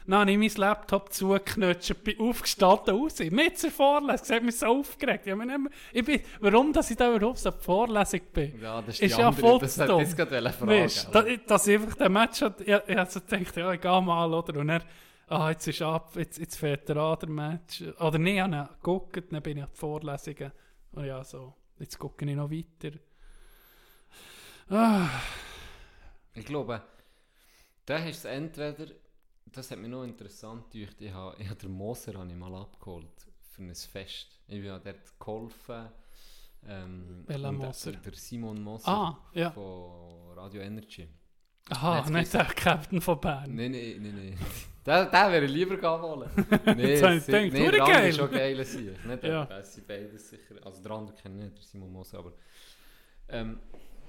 Dann habe ich mein Laptop zugeknutscht, bin aufgestanden, raus. Mit der Vorlesung, das hat mich so aufgeregt. Ich, meine, ich bin, warum dass ich da überhaupt so die Vorlesung bin, Ja, das ist, ist die ja andere, voll das zu hätte dumm. ich jetzt gerade fragen. Weißt, da, dass ich einfach den Match hat, ich, ich habe so gedacht, ja, ich gehe mal, oder? Und er, ah, jetzt ist ab, jetzt, jetzt fährt der an, der Match. Oder nee, ich habe geguckt, dann bin ich an die Vorlesungen. Und ja, so, jetzt gucke ich noch weiter. Ah. Ich glaube, da ist es entweder, das hat mich noch interessant gedacht, ich habe, ich habe den Moser habe ich mal abgeholt für ein Fest. Ich habe dort geholfen. Ähm, Welcher und Moser? Der, der Simon Moser Ah, ja. von Radio Energy. Aha, Jetzt nicht der Captain von Bern. Nein, nein, nein, nein. Den, den wäre ich lieber holen. Nee, Jetzt habe ich si- gedacht, nee, hure der andere geil. ist schon geil. Nicht Ja. der, das sind beides sicher. Also der andere kenne ich nicht, der Simon Moser, aber ähm,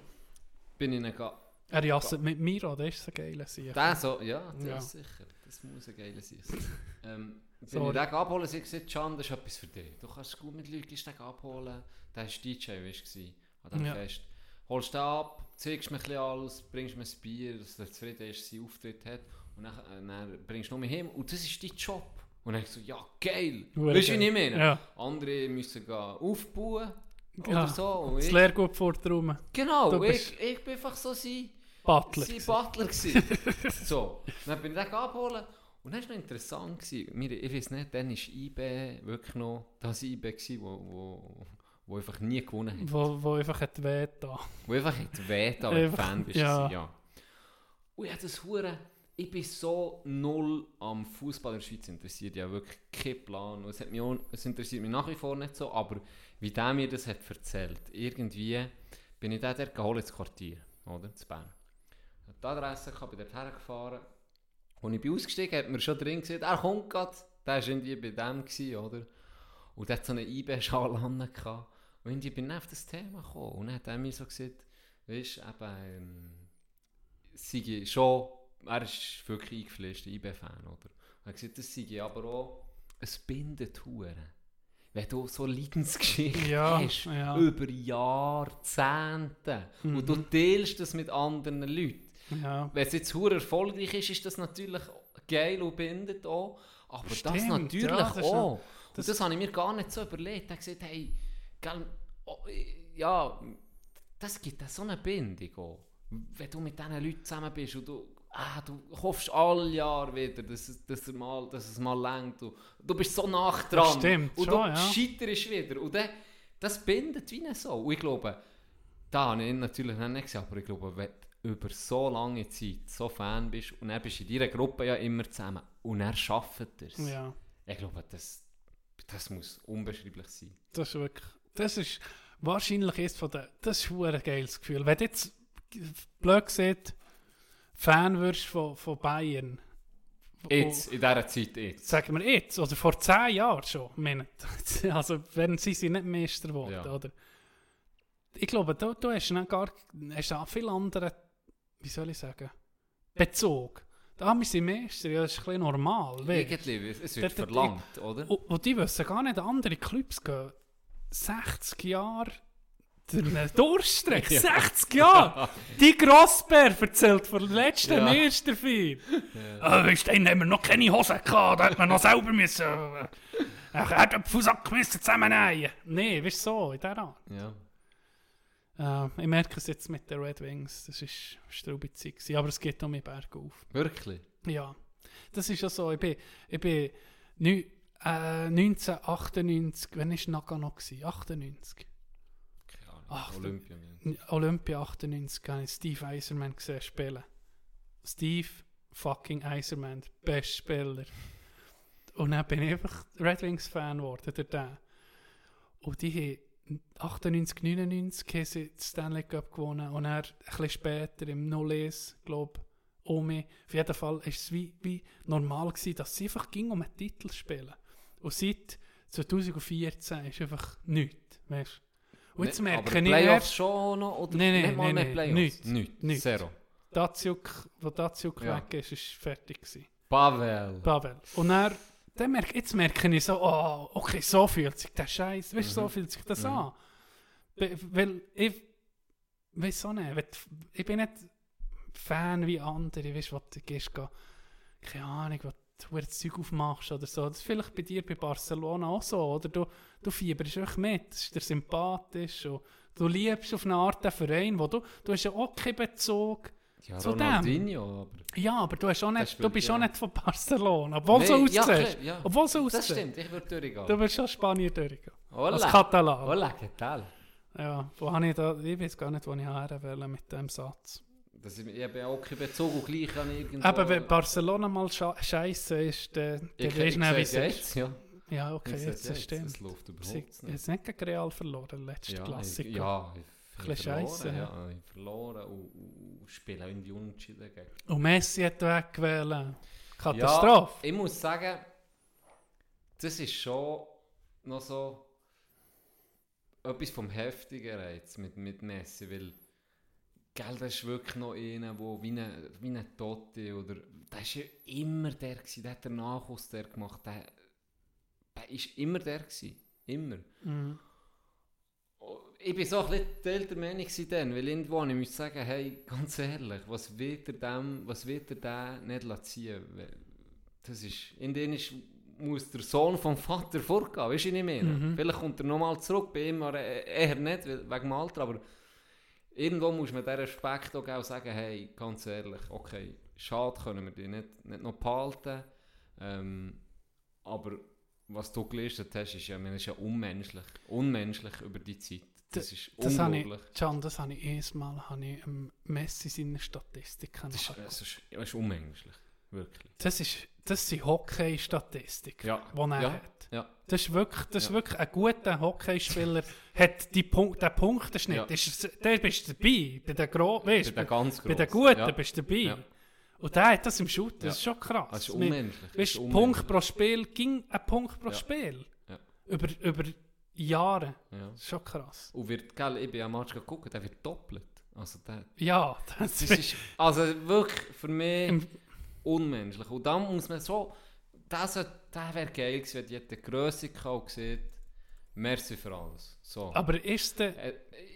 bin ich nicht Er jasset mit Miro, das ist so geil. Sicher. Der so, ja, das Ja. ist sicher. Das muss ein geiler sein. ähm, bin Sorry. ich den abholen, sie hat gesagt, Can, das ist etwas für dich. Du kannst gut mit Leuten den abholen. Der war D J, weißt du, an diesem Ja. Fest. Holst den ab, zeigst mir ein bisschen alles, bringst mir ein Bier, dass er zufrieden ist, seinen Auftritt hat. Und dann, äh, dann bringst du noch mit ihm und das ist dein Job. Und dann ich so, ja, geil. Hure Weißt du, wie geil. ich meine? Ja. Andere müssen gehen aufbauen oder Ja, so. Und das ich, Lehrgut vor der Rum. genau, Du und bist- ich, ich bin einfach so sein... Butler. Sie gewesen. Butler gsi. So, dann bin ich den abholen und das war noch interessant gsi. Mir, ich weiß nicht, dann war I B wirklich noch das I B gsi, wo, wo, wo einfach nie gewonnen hat. Wo, wo einfach hat weh da. Wo einfach hat wehgetan, wenn du Einfach, Fan bist. ja. Ja. ja. Und ich hatte das hure. Ich bin so null am Fußball in der Schweiz interessiert. Ich habe wirklich keinen Plan. Und Es, hat mich auch, es interessiert mich nach wie vor nicht so, aber wie der mir das hat erzählt, irgendwie bin ich den dort geholt ins Quartier, oder? Zu Bern. Ich hatte die Adresse, gehabt, bin dort hergefahren. Als ich bin ausgestiegen hat mir schon drin gesagt, er kommt gerade. Der war irgendwie bei dem, gewesen, oder? Und der hat so eine I B-Schale an. Und irgendwie bin ich auf das Thema gekommen. Und dann hat er mir so gesagt, weißt du, eben, ähm, sei schon, er ist wirklich eingefleischter I B-Fan, oder? Er hat gesagt, das sei aber auch, es bindet Huren. Wenn du so Leidensgeschichte Ja, hast, ja. über Jahrzehnte, Mhm. und du teilst das mit anderen Leuten. Ja. Wenn es jetzt hure erfolgreich ist, ist das natürlich geil und bindet auch. Aber das Stimmt, natürlich ja, das ist auch. noch- Und das, habe ich mir gar nicht so überlegt. Er hat gesagt, hey, gell, oh, ja, das gibt auch so eine Bindung auch. Wenn du mit diesen Leuten zusammen bist und du, ah, du hoffst alle Jahre wieder, dass es, dass es, mal, dass es mal lenkt. Du, du bist so nach dran. Das stimmt, und schon, du ja. scheiterst wieder. Und dann, das bindet wie nicht so. Und ich glaube, da habe ich ihn natürlich nicht gesehen, aber ich glaube, wenn du über so lange Zeit so Fan bist und dann bist du in deiner Gruppe ja immer zusammen und er schafft es. Ja. Ich glaube, das, das muss unbeschreiblich sein. Das ist wirklich, das ist wahrscheinlich ist von der, das ist ein geiles Gefühl. Wenn du jetzt, blöd gesagt, Fan wirst von, von Bayern. Jetzt, in dieser Zeit jetzt. Sagen wir jetzt, oder vor zehn Jahren schon. Ich meine, also, wenn sie sind nicht Meister geworden, Ja. oder? Ich glaube, du, du hast noch gar hast auch viel andere, wie soll ich sagen, Bezug. Da wir sind Meister, ja, das ist ein bisschen normal. Weißt? Irgendwie, es Der- wird der- verlangt, oder? Und, und die wissen gar nicht, andere Clubs gehen sechzig Jahre durch einen Durchstreck. Ja. sechzig Jahre! Die Grossbär erzählt von der letzten Ja. Meisterfeier. Ja. Äh, weißt du, dann haben wir noch keine Hose gehabt, da hätte man noch selber müssen. Äh, er hat den Fußsack müssen zusammennähen. Nein, weißt du, so, in der Art. Ja. Äh, ich merke es jetzt mit den Red Wings, das war straube Zeit gewesen, aber es geht um mich bergauf. Wirklich? Ja, das ist ja so. Ich bin, ich bin neun, äh, neunzehnhundertachtundneunzig, wann war Nagano? gewesen? achtundneunzig. Keine Ahnung. Ach, Olympia. Ja. Olympia achtundneunzig habe ich Steve Eiserman gesehen spielen. Steve fucking Eiserman, der beste Spieler. Und dann bin ich einfach Red Wings Fan geworden, durch den. Und die haben achtundneunzig, neunundneunzig haben sie den Stanley Cup gewonnen und dann ein bisschen später im null eins, glaube ich, Omi. Auf jeden Fall war es wie, wie normal gewesen, dass sie einfach ging um einen Titel spielen. Und seit zwanzig vierzehn ist einfach nichts, weißt du. Und jetzt Ne, merke aber ich Playoffs erst, schon noch? Oder Nein, nein, nicht mal nein, mehr nein, Playoffs? nichts. Nichts. Nichts. Zero. Datsjuk, wo Datsjuk Ja. weg ist, ist fertig gewesen. Pavel. Pavel. Und dann, dann merke, jetzt merke ich so, oh, okay, so fühlt sich der Scheiß, weißt du, so Mhm. fühlt sich das Mhm. an. Be- Weil ich, weiß auch nicht, wenn du- ich bin nicht Fan wie andere, weißt du, wo du gehst, geh- keine Ahnung, wo du du das Zeug aufmachst oder so. Das ist vielleicht bei dir bei Barcelona auch so, oder? Du, du fieberst einfach mit, das ist dir sympathisch und du liebst auf eine Art den Verein, wo du, du hast ja auch keinen Bezug Ja, zu dem. Ronaldinho, aber... Ja, aber du, hast auch nicht, spielt, du bist ja. auch nicht von Barcelona, obwohl Nee, so ja, aussiehst. klar, ja. Obwohl so Das aussiehst. stimmt, ich würde durchgehen. Du wirst schon Spanier durchgehen. Hola. Als Katalan. Hola, ¿qué tal? Ja, wo habe ich da, ich weiß gar nicht, wo ich her will mit dem Satz. Das ist, ich habe auch keinen Bezug und gleich an irgendwo... Aber wenn Barcelona mal scha- scheiße ist, dann dann ich, weisst du nicht, wie es sehe ist. jetzt, ja. Ja, okay, Ich jetzt sehe das stimmt. Es läuft Sie überhaupt haben nicht. jetzt nicht gegen Real verloren, letzte Ja, Klassiker. ich, ja, ich, ich Bisschen verloren, scheisse, ja. ja. Ich verloren und, und, und spiele auch in die Unentschieden gegen. Und Messi hat weggewählt. Katastrophe. Ja, ich muss sagen, das ist schon noch so etwas vom Heftigeren jetzt mit, mit Messi, weil gell, das ist wirklich noch einer, der wie ein wie eine Tote oder der war ja immer der gewesen, der hat den Nachwuchs der gemacht, der, der ist immer der gewesen, immer. Mhm. Ich war so ein bisschen geteilter Meinung dann, weil irgendwo ich muss sagen, hey, ganz ehrlich, was wird er dem, was wird er den nicht ziehen lassen? Weil das ist, in denen ist, muss der Sohn vom Vater vorgehen, weißt du, was ich meine? Mhm. Vielleicht kommt er nochmal zurück, bei ihm aber eher nicht, weil- wegen dem Alter, aber irgendwo muss man diesen Respekt auch geben und sagen, hey, ganz ehrlich, okay, schade können wir die nicht, nicht noch behalten, ähm, aber was du gelistet hast, ist ja, man ist ja unmenschlich, unmenschlich über die Zeit. Das ist Das habe ich, unglaublich. Can, das habe ich erstmal habe ich ähm, Messi seine Statistiken Das ist, nachgeguckt. das, ist, das ist unmenschlich, wirklich. Das, ist, das sind Hockey-Statistiken, Ja. die er Ja. hat. Ja. Das ist wirklich, das ist Ja. wirklich ein guter Hockeyspieler, hat die Punkt, den Punktenschnitt. Ja. Ist, der bist du dabei, bei den, Gro weißt, Bei den ganz bei den Grossen, Guten ja. bist du dabei. Ja. Und der hat das im Shoot, das Ja. ist schon krass. Das ist Mit- unmenschlich. Das Weißt ist du, unmenschlich. Punkt pro Spiel ging ein Punkt pro Ja. Spiel. Ja. Über, über Jahre. Ja. Das ist schon krass. Und wird, gell, ich bin am Match geguckt, der wird doppelt. Also der, Ja, das, das ist also wirklich für mich Im- unmenschlich. Und dann muss man so, das, das wäre geil gewesen, wenn die hätte die Grösse gehabt und gesagt, merci für alles. So. Aber ist der... Äh,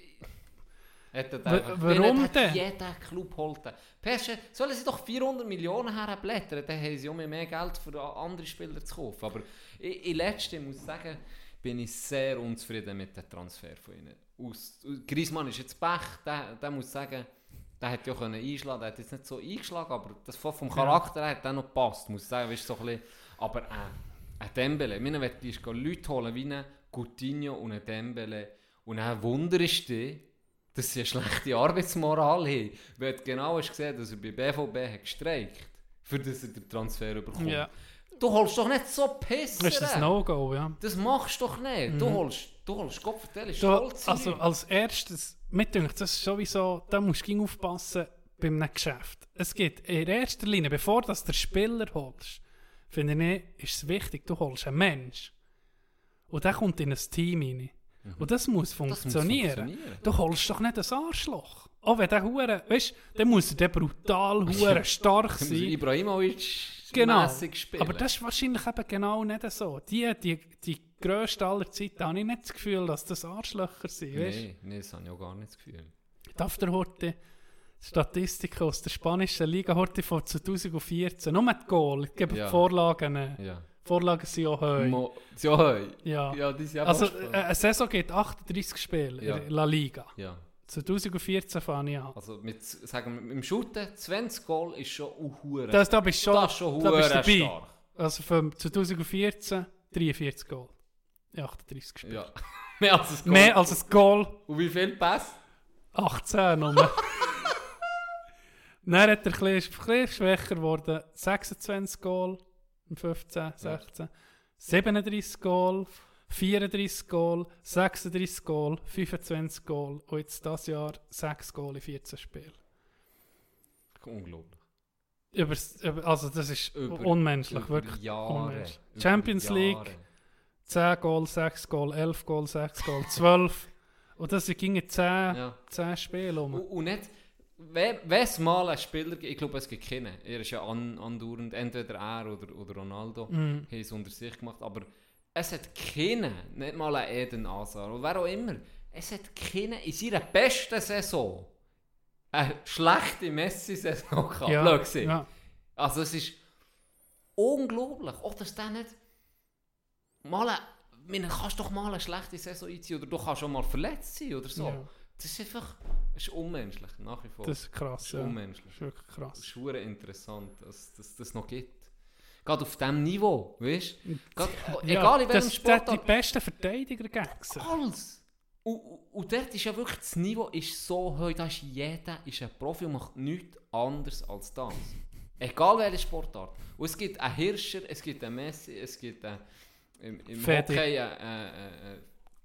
Hätte Wa- einfach- warum Wenn denn? Jeder Club holt den. P S G, sollen sie doch vierhundert Millionen herblättern, dann haben sie auch mehr Geld für andere Spieler zu kaufen. Aber ich, in letztem muss ich sagen, bin ich sehr unzufrieden mit dem Transfer von ihnen. Aus, Griezmann ist jetzt Pech, der, der muss sagen, der hätte ja können einschlagen, der hat jetzt nicht so eingeschlagen, aber das vom vom Charakter her hat der noch gepasst, muss ich sagen, weißt, so ein bisschen, aber äh, ein Dembele, meine Wette ist, Leute holen wie ein Coutinho und ein Dembele und ein Wunder ist die, dass sie eine schlechte Arbeitsmoral haben, weil du genau hast gesehen, dass er bei B V B hat gestreikt, für das er den Transfer bekommt. Ja. Du holst doch nicht so Pisser. Das ist ein No-Go, ja. Das machst du doch nicht. Du Mhm. holst, du holst Kopfverteil, Du, stolz sein. also als erstes, mir denkt, das ist sowieso, da musst du gegen aufpassen bei einem Geschäft. Es geht in erster Linie, bevor du den Spieler holst, finde ich, ist es wichtig, du holst einen Mensch. Und der kommt in ein Team rein. Und das muss Das muss funktionieren. funktionieren. Du holst doch nicht ein Arschloch. Auch wenn der Hure, weißt du, dann muss er der brutal hure stark Dann muss sein. Ibrahimovic Genau. mässig spielen. Aber das ist wahrscheinlich eben genau nicht so. Die, die, die grösste aller Zeiten habe ich nicht das Gefühl, dass das Arschlöcher sind. Weißt? Nein, nee, das habe ich auch gar nicht das Gefühl. Darf der heute Statistiken aus der spanischen Liga heute von zwanzig vierzehn, nur mit Goal, ich gebe Ja. die Vorlagen. Ja. Vorlagen sind auch heu. Mo ja, hey. Ja. Ja, die sind Also aber äh, spannend. eine Saison geht achtunddreißig Spiele Ja. in La Liga. Ja. zwanzig vierzehn fange ich an. Also mit, sagen wir, mit dem Shooten, zwanzig Goal ist schon hure. Das, da bist du schon, das ist schon da bist du hure dabei. stark. Also von zwanzig vierzehn dreiundvierzig Goal. In achtunddreißig Spiele. Ja. Mehr als ein Goal. Mehr als ein Goal. Und wie viel Pass? achtzehn Nummer. Dann hat er ein bisschen, ist ein bisschen schwächer geworden. sechsundzwanzig Goal, fünfzehn, sechzehn, siebenunddreißig Goal, vierunddreißig Goal, sechsunddreißig Goal, fünfundzwanzig Goal und jetzt dieses Jahr sechs Goal in vierzehn Spielen. Unglaublich. Über, über, also das ist Über- unmenschlich, Über wirklich Jahre. unmenschlich. Über Champions Jahre. League, zehn Goal, sechs Goal, elf Goal, sechs Goal, zwölf. Und das gingen zehn, Ja. zehn Spiele um. Und, und nicht, wenn es mal einen Spieler gibt, ich glaube es gibt keinen, er ist ja an, andauernd, entweder er oder, oder Ronaldo, Mhm. haben es unter sich gemacht, aber es hat keinen, nicht mal einen Eden Hazard oder wer auch immer, es hat keinen in seiner besten Saison eine schlechte Messi-Saison gehabt, blöd gesehen. ja. Also es ist, unglaublich. Auch, dass der nicht mal, eine, meine, kannst doch mal eine schlechte Saison einziehen oder du kannst schon mal verletzt sein oder so. Ja. Das ist einfach, das ist unmenschlich, nach wie vor. Das ist krass, das ist ja. unmenschlich. Das ist wirklich krass. Das ist verdammt interessant, dass das das noch gibt. Gerade auf diesem Niveau, weißt du? Ja, Egal in welchem das, Sport. das die besten Verteidiger gegen sie. Alles! Und, und, und dort ist ja wirklich, das Niveau ist so hoch, da ist jeder ist ein Profi und macht nichts anderes als das. Egal welche Sportart. Und es gibt einen Hirscher, es gibt einen Messi, es gibt einen, im, im Fedi. Hockey ein äh, äh,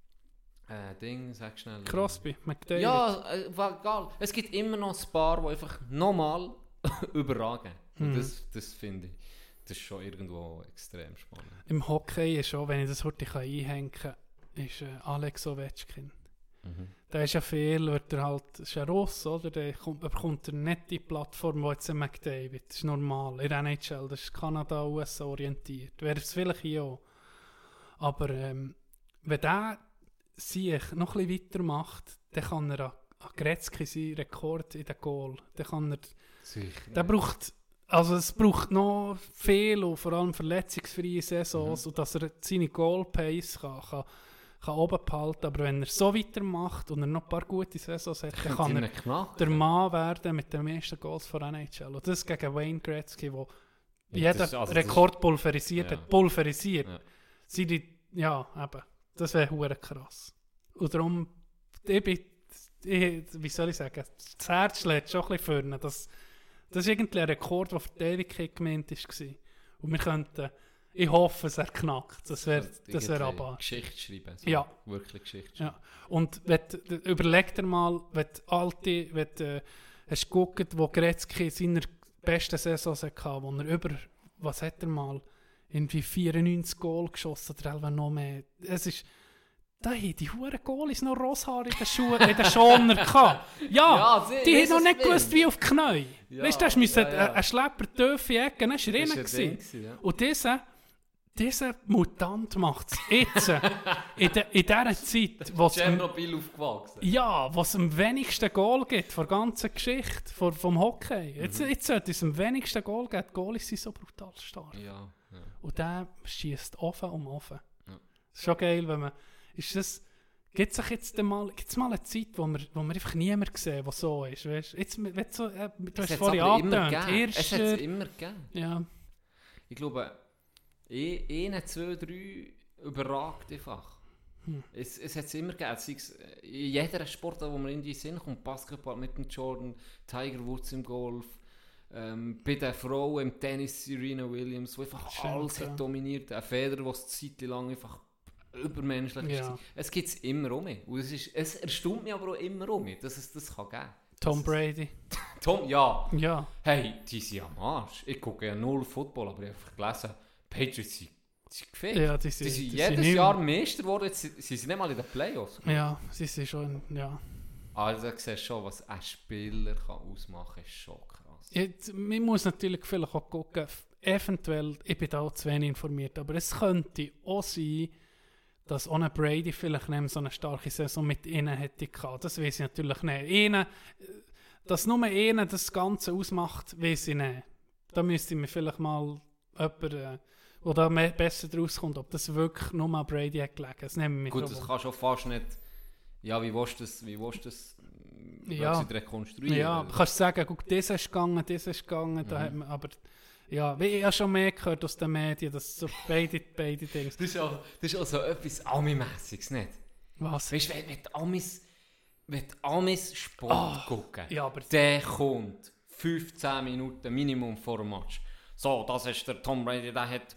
äh, Ding, sag schnell. Crosby, McDavid. Ja, äh, war egal. Es gibt immer noch ein paar, die einfach nochmal überragen. Und Mhm. das, das finde ich, das ist schon irgendwo extrem spannend. Im Hockey ist schon, wenn ich das heute einhängen kann, ist äh, Alex Ovechkin. Mhm. Der ist ja viel, wird er halt, ist ein Russ, oder? Der kommt, bekommt er nicht die Plattform, wo jetzt ein McDavid. Das ist normal. In der N H L, das ist Kanada, U S A orientiert. Wäre es vielleicht hier auch. Aber ähm, wenn der sich noch ein bisschen weitermacht, dann kann er an, an Gretzky seinen Rekord in den Goal. Dann kann er, Sicher. der braucht, also es braucht noch viel und vor allem verletzungsfreie Saisons, Mhm. und dass er seine Goal-Pace kann, kann kann oben behalten, aber wenn er so weitermacht und er noch ein paar gute Saisons hat, dann kann er knacken. der Mann werden mit den meisten Goals von N H L. Und das gegen Wayne Gretzky, der jeden das- also das- Rekord pulverisiert ja. hat. Pulverisiert. Ja. Seine, ja, eben. Das wäre hure krass. Und darum, ich bin, ich, wie soll ich sagen, das Herz schlägt schon ein bisschen vorne. Das, das ist irgendwie ein Rekord, der für die Ewigkeit gemeint war. Und wir könnten, ich hoffe, es er knackt. Das wäre das wär Irgendwie abartig. Geschichte schreiben. So. Ja. Wirklich Geschichte schreiben. Ja. Und wenn, d- überleg dir mal, wenn die alte, wenn du hast geguckt, wo Gretzky in seiner besten Saison hatte, wo er über, was hat er mal, irgendwie vierundneunzig Goal geschossen oder etwa noch mehr. Es ist, da haben die huren Goalies noch Rosshaar in den Schuhen, in den Schoner gehabt. Ja, Ja, sie- die haben Jesus noch nicht Willen. gewusst, wie auf die Knie. Ja, Weißt du, das war ja, ja. ein Schlepper tiefe Ecke, das war Das drinnen. war ein Ding gewesen. gewesen, ja. Und dieser, dieser Mutant macht es jetzt, in, de, in dieser Zeit, wo es am, Tschernobyl aufgewachsen. ja, wo es am wenigsten Goal gibt von der ganzen Geschichte von, vom Hockey. Jetzt, jetzt sollte es am wenigsten Goal geben. Die Goalies sind so brutal stark. Ja, ja. Und der schießt offen um offen. Ja. Das ist schon geil, wenn man... Ist das... Gibt es jetzt mal, gibt's mal eine Zeit, wo wir, wo wir einfach niemand sehen, was so ist? Weißt? Jetzt, wenn so, äh, du hast Es es hat's vorhin aber immer angetönt, gegeben. Es hat es Hirscher... immer gegeben. Ja, Ich glaube, ein, zwei, drei überragt einfach. Hm. Es, es hat es immer gegeben. Sei es in jeder Sportart, wo man in die Sinn kommt, Basketball mit dem Jordan, Tiger Woods im Golf, ähm, bei den Frauen im Tennis Serena Williams, die einfach Stimmt, alles ja. hat dominiert. Ein Federer, der es Zeit lang einfach übermenschlich Ja. ist. Es gibt es immer um mich. Und es, ist, es erstaunt mich aber auch immer um mich, dass es das kann geben. Tom Brady. Tom, ja. Ja, Hey, die sind am Arsch. Ich gucke ja null Football, aber ich habe einfach gelesen, Patriots sind, sind gefickt. ja, die Die sind, sind die jedes sind nicht Jahr mehr- Meister geworden, jetzt sind sie sind nicht mal in den Playoffs. Ja, sie sind schon... Ja. Also du siehst schon, was ein Spieler kann ausmachen kann, ist schon krass. Jetzt, man muss natürlich vielleicht auch gucken, f- eventuell, ich bin da auch zu wenig informiert, aber es könnte auch sein, dass ohne Brady vielleicht nicht so eine starke Saison mit ihnen hätte gehabt. Das weiß ich natürlich nicht. Ihnen, dass nur ihnen das Ganze ausmacht, weiß ich nicht. Da müsste mir vielleicht mal jemand, äh, der da mehr, besser draus kommt, ob das wirklich nur an Brady hat gelegen. Das nehmen wir Gut, mit das drauf. kann schon fast nicht... Ja, wie willst du das, wie willst du das Ja. ja. rekonstruieren? Ja, du kannst sagen, guck, das ist gegangen, das ist gegangen, da Mhm. hat man, aber ja, wie ich habe schon mehr gehört aus den Medien, dass so beide, beide Dinge. Das ist auch, das ist auch so etwas Ami-mässiges, nicht? Was? Weißt du, wenn, wenn die Amis, wenn die Amis Sport Ah, gucken, Ja, aber der kommt fünfzehn Minuten Minimum vor dem Match. So, das ist der Tom Brady, der hat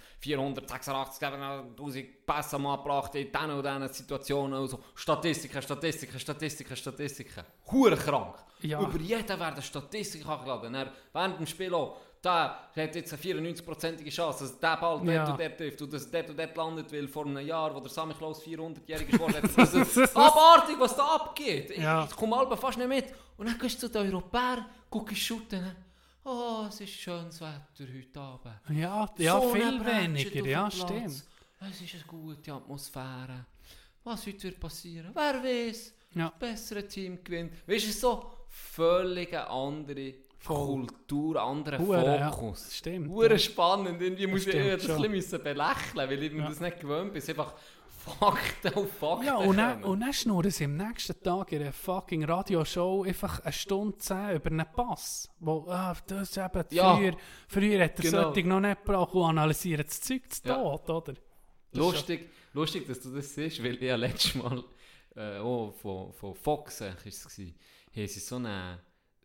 vierhundertsechsundachtzigtausend Pässe mal gebracht in diesen und diesen Situationen. Also Statistiken, Statistiken, Statistiken, Statistiken. Hure krank. Ja. Über jeden werden Statistiken angeladen. Er, während dem Spiel auch, der hat jetzt eine vierundneunzig-prozentige Chance, dass der Ball dort Ja. und dort trifft und dass dort und dort landet, weil vor einem Jahr, wo der Sammy Klaus vierhundert-jährig geworden ist, das ist abartig, was da abgeht. Ja. Ich, ich komme halb fast nicht mit. Und dann gehst du zu den Europäern, guckst shooten. Oh, es ist schönes Wetter heute Abend. ja, ja So viel eine Bratsch weniger, auf dem ja, Platz. stimmt. Es ist eine gute Atmosphäre. Was heute wird passieren? Wer weiß? Ja. Das bessere Team gewinnt. Weißt du, so völlig eine andere Voll. Kultur, anderen Hure, Fokus. Ja. Stimmt. Hure Ja. spannend. Irgendwie muss ich Stimmt das schon. ein bisschen belächeln, weil ich mir Ja. das nicht gewöhnt bin. Es ist einfach Fakten auf Fakten. Ja, und dann, kommen. und dann schnurren sie am nächsten Tag in einer fucking Radioshow einfach eine Stunde zehn über einen Pass. Wo, ah, das ist eben, Ja. früher, früher hat er Genau. solche noch nicht gebraucht und analysieren das Zeug zu Ja. tot, oder? Lustig, lustig, dass du das siehst, weil ich ja letztes Mal äh, oh, von, von Fox äh, ist es gewesen, haben sie so eine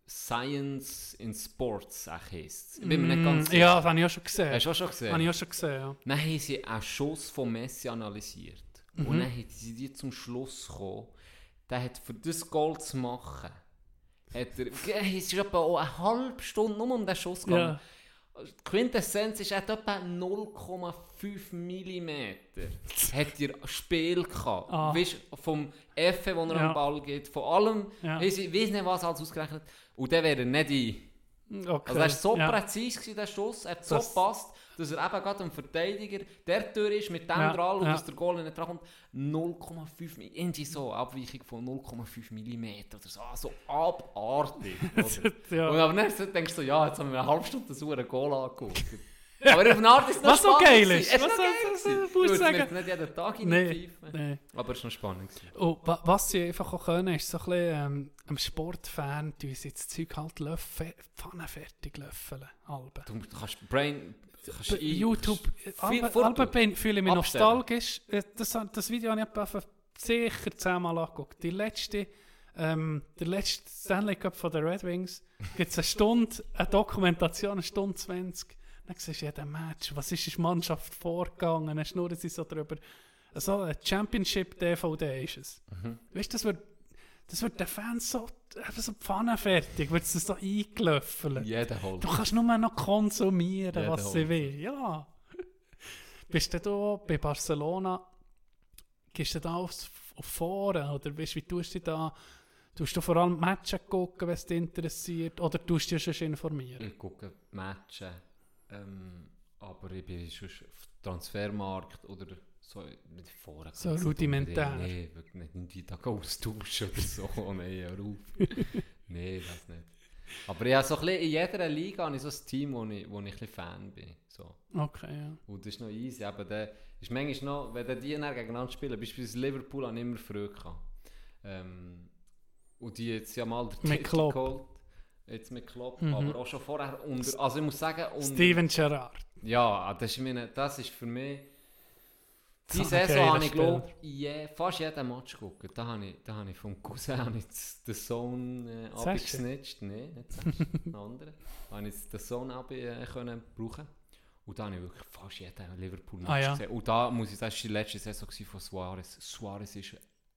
Science in Sports äh, heisst. Ich bin mir nicht ganz Mm, ja, das habe ich auch schon gesehen. Hast du auch schon gesehen? Habe ich auch schon gesehen, ja. Dann haben sie einen Schuss von Messi analysiert. Mhm. Und dann haben sie die zum Schluss gekommen, der hat für das Goal zu machen, hat er, es ist etwa auch eine halbe Stunde nur um den Schuss gegangen. Ja. Die Quintessenz ist etwa null Komma fünf Millimeter. Hat ihr Spiel gehabt. Ah. Weißt du, vom F, wo er Ja. am Ball geht, von allem, Ja. ich weiß nicht, was alles ausgerechnet. Und der wäre nicht ein. Okay. Also er war so ja. präzise, gewesen, der Schuss, er hat so Das- gepasst, dass er eben gerade am Verteidiger der Tür ist, mit dem Ja, dran und ja. dass der Goal nicht dran kommt. null Komma fünf Millimeter, irgendwie so, Abweichung von null Komma fünf Millimeter oder so, ah, so abartig. Oder? Ja. Und aber dann denkst du so, ja, jetzt haben wir eine halbe Stunde so einen Goal angeguckt. Aber auf eine Art ist es noch Was so spannend geil gewesen. ist. Es ist Was noch so- geil so- so- gewesen. muss Du ich würdest mir sagen. jetzt nicht jeden Tag Nee, reinpfeifen. nee. Aber es war noch spannend gewesen. Und wa- was sie einfach auch können, ist so ein bisschen, ähm, am Sportfan, tun sie das Zeug halt löffeln, pfannenfertig löffeln, Alben. Du kannst Brain... du kannst Bei ein- YouTube, viel Alben, Foto. Alben bin- fühle ich mich Abstellen. nostalgisch. Äh, Das, das Video habe ich etwa sicher zehnmal angeguckt. Die letzte, ähm, der letzte Stanley Cup von den Red Wings gibt es eine Stunde, eine Dokumentation, eine Stunde zwanzig. Dann siehst du jeden Match. Was ist die Mannschaft vorgegangen? Dann schnurren sie so drüber. So ein Championship-D V D ist es. Mhm. Weißt du, das wird, das wird den Fans so, einfach so pfannenfertig, wird es so eingelöffelt. Jeder holt. Du kannst nur noch konsumieren, Jeder was sie holt. will. Ja. Bist du da bei Barcelona, gehst du da aufs, auf Foren oder weißt, wie tust du da? Tust du vor allem Matches gucken, wenn es dich interessiert, oder tust du dich schon informieren? Ich gucke Matches, ähm, aber ich bin schon auf Transfermarkt oder so nicht vorher. So rudimentär. Nein, wirklich nicht in die Tage austauschen oder so. Nein, hör auf. Nein, das nicht. Aber ich habe so ein bisschen, in jeder Liga habe ich so ein Team, wo ich, wo ich ein bisschen Fan bin. So. Okay, ja. Und das ist noch easy. Aber der ist manchmal noch, wenn die dann gegeneinander spielen, beispielsweise Liverpool habe ich immer früh gehabt. Ähm, und die jetzt ja mal der Mit Titel Klopp. geholt. Jetzt mit Klopp, Mhm. aber auch schon vorher unter, also ich muss sagen, unter, Steven Gerrard. ja, das ist, meine, das ist für mich, die So ein Saison geiler habe ich glaube je, fast jeden Match geguckt, da habe ich, da habe ich vom Cousin habe ich den Zone äh, Sagst du? abgesnitcht, nein, nicht sagst du, einen anderen, da habe ich den Zone ab, äh, können brauchen und da habe ich wirklich fast jeden Liverpool-Match Ah, ja. gesehen und da muss ich sagen, das war die letzte Saison von Suarez, Suarez ist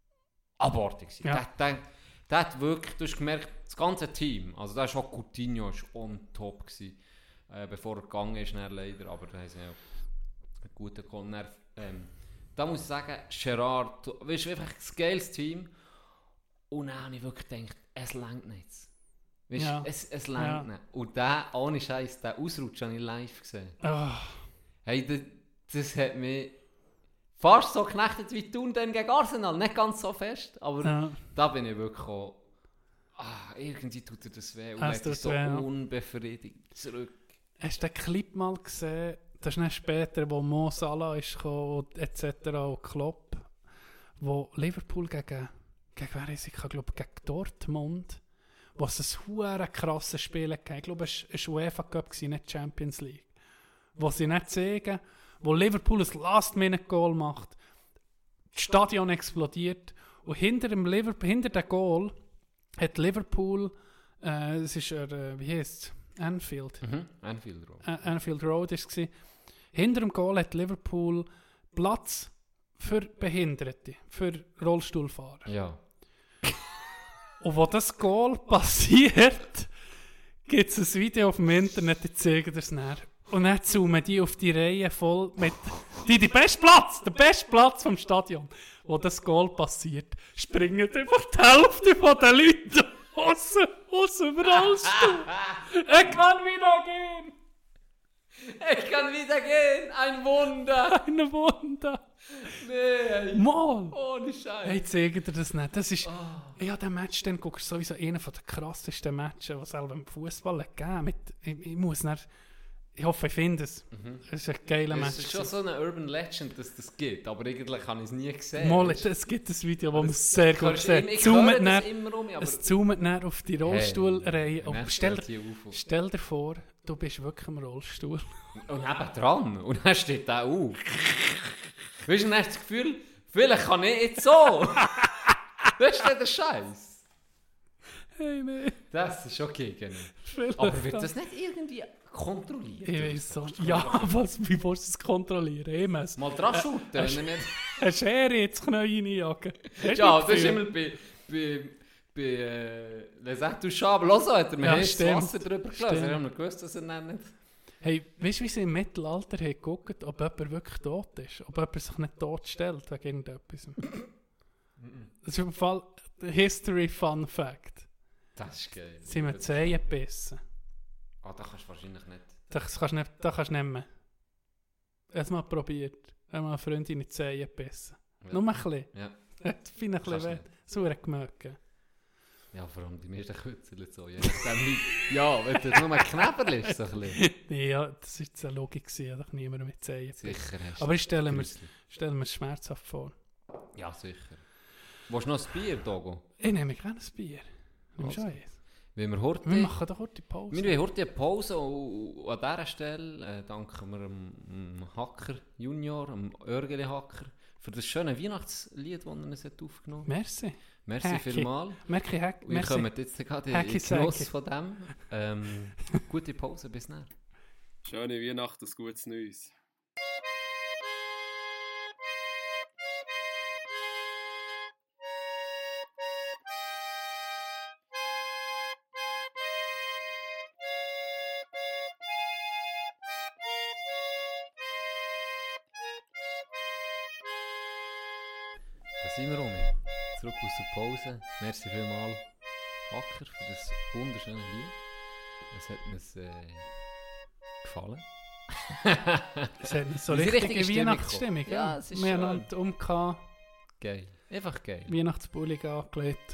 abartig gewesen. Ja. Der, der, der hat wirklich, du hast gemerkt, das ganze Team, also da ist auch Coutinho ist on top gewesen, äh, bevor er gegangen ist, dann leider, aber da haben sie ja einen guten Goal. Ähm, da muss ich sagen, Gerrard, du bist einfach ein geiles Team und dann habe ich wirklich gedacht, es reicht nicht. Weißt, Ja. es, es reicht Ja. nicht. Und der, ohne Scheiß, der Ausrutsch habe ich live gesehen. Oh, Hey, das, das hat mich fast so geknechtet wie Thun dann gegen Arsenal. Nicht ganz so fest, aber ja. da bin ich wirklich auch, ah, irgendwie tut er das weh und Es legt tut dich so weh, ja. unbefriedigt zurück. Hast du den Clip mal gesehen? Das ist dann später, wo Mo Salah ist gekommen, et cetera und Klopp, wo Liverpool gegen, gegen wer ist ich glaube gegen Dortmund, wo es ein hure krasses Spiel gab. Ich glaube, es war UEFA Cup, nicht Champions League. Wo sie nicht sagen, wo Liverpool ein Last-Minute-Goal macht, das Stadion explodiert und hinter dem, Liverpool, hinter dem Goal hat Liverpool, äh, es ist, äh, wie heisst es? Anfield. Mhm. Anfield Road. An- Anfield Road war es. Hinter dem Goal hat Liverpool Platz für Behinderte, für Rollstuhlfahrer. Ja. Und wo das Goal passiert, gibt es ein Video auf dem Internet, die zeigen das näher. Und dann zoomen die auf die Reihe voll mit die, die beste Platz, der beste Platz vom Stadion. Wo das Goal passiert, springen einfach die Hälfte von den Leuten raus, raus über den Rollstuhl. Er kann wieder gehen. Ich kann wieder gehen, ein Wunder. Eine Wunder. Nee, Mal. ohne Scheiß. Hey, zeige dir das nicht. Das ist... Oh. Ja, der Match, dann guckst du sowieso einen der krassesten Matches, die es selber im Fußball gegeben hat. Ich, ich muss nicht... Ich hoffe, ich finde es. Mhm. Das ist ein geiler Match. Es ist schon so eine Urban Legend, dass das gibt, aber eigentlich habe ich es nie gesehen. Mal, es gibt ein Video, das man sehr gut sieht. Ich zoomet höre das immer um, aber... Es zoomet näher auf die Rollstuhlreihe. Hey, oh, stell, stell dir vor, du bist wirklich im Rollstuhl. Und eben dran. Und dann steht der auf. Weißt du, dann hast du das Gefühl, vielleicht kann ich jetzt so. Das ist der Scheiß. Hey, nein. Das ist okay, genau. Aber wird das nicht irgendwie kontrolliert? Ich weiß so. Ja, was, wie willst du es kontrollieren? Ich muss. Mal dran shooten, wenn er nicht... Eine Schere ins Knie reinjagen. Ja, das ist immer bei... bei bei äh, Les Intouchables. Los, hat er mir Ja, das stimmt. Wasser drüber gelassen. Ich habe noch gewusst, dass er ihn nicht... Hey, weißt du, wie sie im Mittelalter haben geguckt, ob jemand wirklich tot ist? Ob jemand sich nicht tot stellt wegen irgendetwas? Das ist auf jeden Fall History Fun Fact. Das ist geil. Sie haben mir die Zehen gebissen. Ah, da kannst du wahrscheinlich nicht. Das kannst du nicht, das kannst du nicht mehr. Ich habe es mal probiert. Ich habe mal eine Freundin in die Zehen gebissen. Ja. Nur ein bisschen. Ja. Das finde ich ein bisschen weh. So ein Gemögen. Ja, vor allem die meisten Kützel so. Je nachdem, wie, ja, wenn du nur ein Knäberl ist, so ein bisschen. Ja, das war jetzt eine Logik, gewesen, dass niemand mit Zehen gebissen. Sicher hast Aber ich stelle mir Grüßli. stelle mir es schmerzhaft vor. Ja, sicher. Willst du noch ein Bier, Dogo? Ich nehme gerne ein Bier. Nimm Also. schon eins. Wenn wir heute... Wir machen doch heute die Pause. Wir wollen heute eine Pause und an dieser Stelle äh, danken wir dem, dem Hacker Junior, dem Örgeli Hacker, für das schöne Weihnachtslied, das er uns hat aufgenommen hat. Merci. Merci Hacki. vielmals. Merci, Hack. Wir Merci. kommen jetzt gerade in Hacki, den Genuss Sacki. von dem. Ähm, gute Pause, bis dann. Schöne Weihnachten, ein gutes Neues. Da sind wir rum. Zurück aus der Pause. Merci vielmals, Hacker, für das wunderschöne Lied. Es hat mir äh, gefallen. Es hat nicht so Wir sind richtige richtig in Weihnachtsstimmung. Stimmung gekommen. Ja, es ist Wir schön. haben uns umgehauen, Geil. Einfach geil. Weihnachtsbullig angelegt.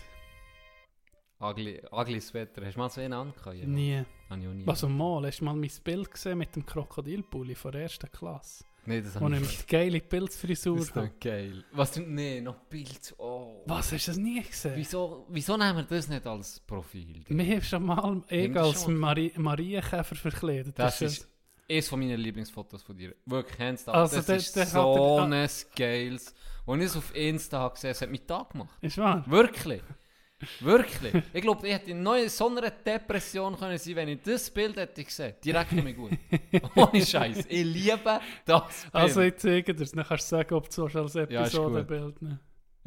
Ugly, ugly Sweater. Hast du mal so einen angehabt? Ja. Nie. Habe ich auch nie. Was um mal, hast du mal mein Bild gesehen mit dem Krokodilpulli von der ersten Klasse? Nee, das Wo habe ich ich mit nicht. geile Pilzfrisur Das ist habe. doch geil. Was du... Nee, noch Bild. Oh. Was, hast du das nie gesehen? Wieso, wieso nehmen wir das nicht als Profil? Wir haben schon mal ich das als schon mal- Mari Marienkäfer verkleidet. Das schon- ist eines von meinen Lieblingsfotos von dir. Wirklich, hands down. Also, das der- ist der so hat er- ein geiles. Als ich es auf Insta habe gesehen, es hat mich Tag gemacht. Ist wahr? Wirklich. Wirklich. Ich glaube, ich hätte in neue so einer Depression können sein, wenn ich das Bild hätte gesehen. Direkt nicht mehr gut. Ohne Scheiß. Ich liebe das Bild. Also ich zeige dir es, dann kannst du sagen, ob du so als Ja, ist Episodenbild nimmst.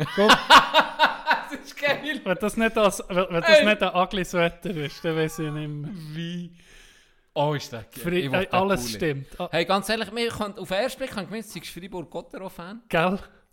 das ist geil. Wenn das nicht, als, wenn, wenn das Ey. nicht ein ugly Sweater ist, dann weiß ich nicht mehr. Wie? Oh, ist das geil. Für, Ich will äh, den alles Pulli. stimmt. Ah, Hey, ganz ehrlich, wir können, auf den ersten Blick habe ich gemeint, du bist Fribourg-Gottero-Fan. gell?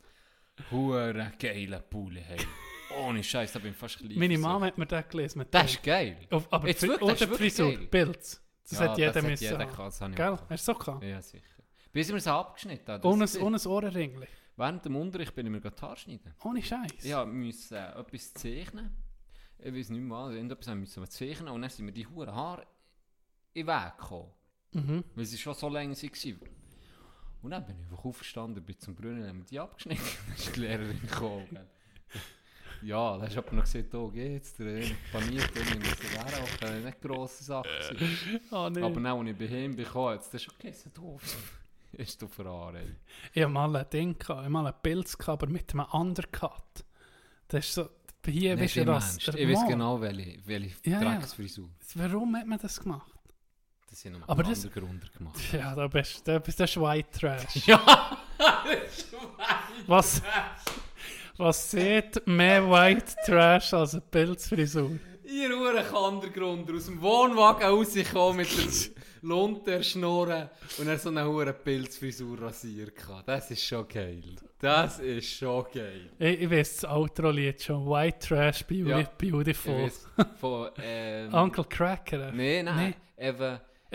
Hure geiler Pulli, hey. Ohne Scheiß, da bin ich fast gleich. Meine Mama hat mir das gelesen. Mit Das dem. ist geil. Auf, aber Jetzt Fri- wirklich, das oder ist wirklich Frisur, geil. Pilz. Das Ja, hat jeder das hat müssen jeder haben. gehabt, das habe ich Gell? auch gehabt. Hast du so gehabt? Ja, sicher. Bis wir es abgeschnitten haben. Ohne, das- ohne ein Ohrenringli. Während dem Unterricht bin ich mir gerade die Haare schneiden. Ohne Scheiß. Ja, wir mussten äh, etwas zeichnen. Ich weiß nicht mehr, irgendetwas haben wir zeichnen und dann sind mir die Huren Haare in den Weg gekommen. Mhm. Weil sie schon so lange waren. Und dann bin ich einfach aufgestanden, bin zum Brunnen und haben wir die abgeschnitten. Dann ist die Lehrerin gekommen. gell. Ja, da hast du aber noch gesagt, oh geht's, der paniert irgendwie. Das wäre auch keine nicht grosse Sache gewesen. Ah, nee. Aber dann, als ich bei ihm bekam, jetzt, das ist okay, so doof. Ist du verraten, ey. Ich hatte mal ein Ding, gehabt, ich hatte mal einen Pilz, gehabt, aber mit einem Undercut. Das ist so, hier Nicht weißt du im das. Ernst. der Ich weiß Mann. genau, welche, welche Ja, ja. Drecksfrisur. Warum hat man das gemacht? Das sind noch Aber aber das- Undergrund gemacht. Ja, da bist du bist das White Trash. Ja! Was, was sieht mehr White Trash als eine Pilzfrisur? Ihr Uhren Undergrund aus dem Wohnwagen rausgekommen mit der Lunte schnurren und er so eine hure Pilzfrisur rasiert hatte. Das ist schon geil. Das ist schon geil. Ich, ich weiß das Outro-Lied schon. White Trash, Beauty, Ja. Beautiful. Ich weiss, von, ähm, Uncle Cracker. Nein, nein. Nee. Eben,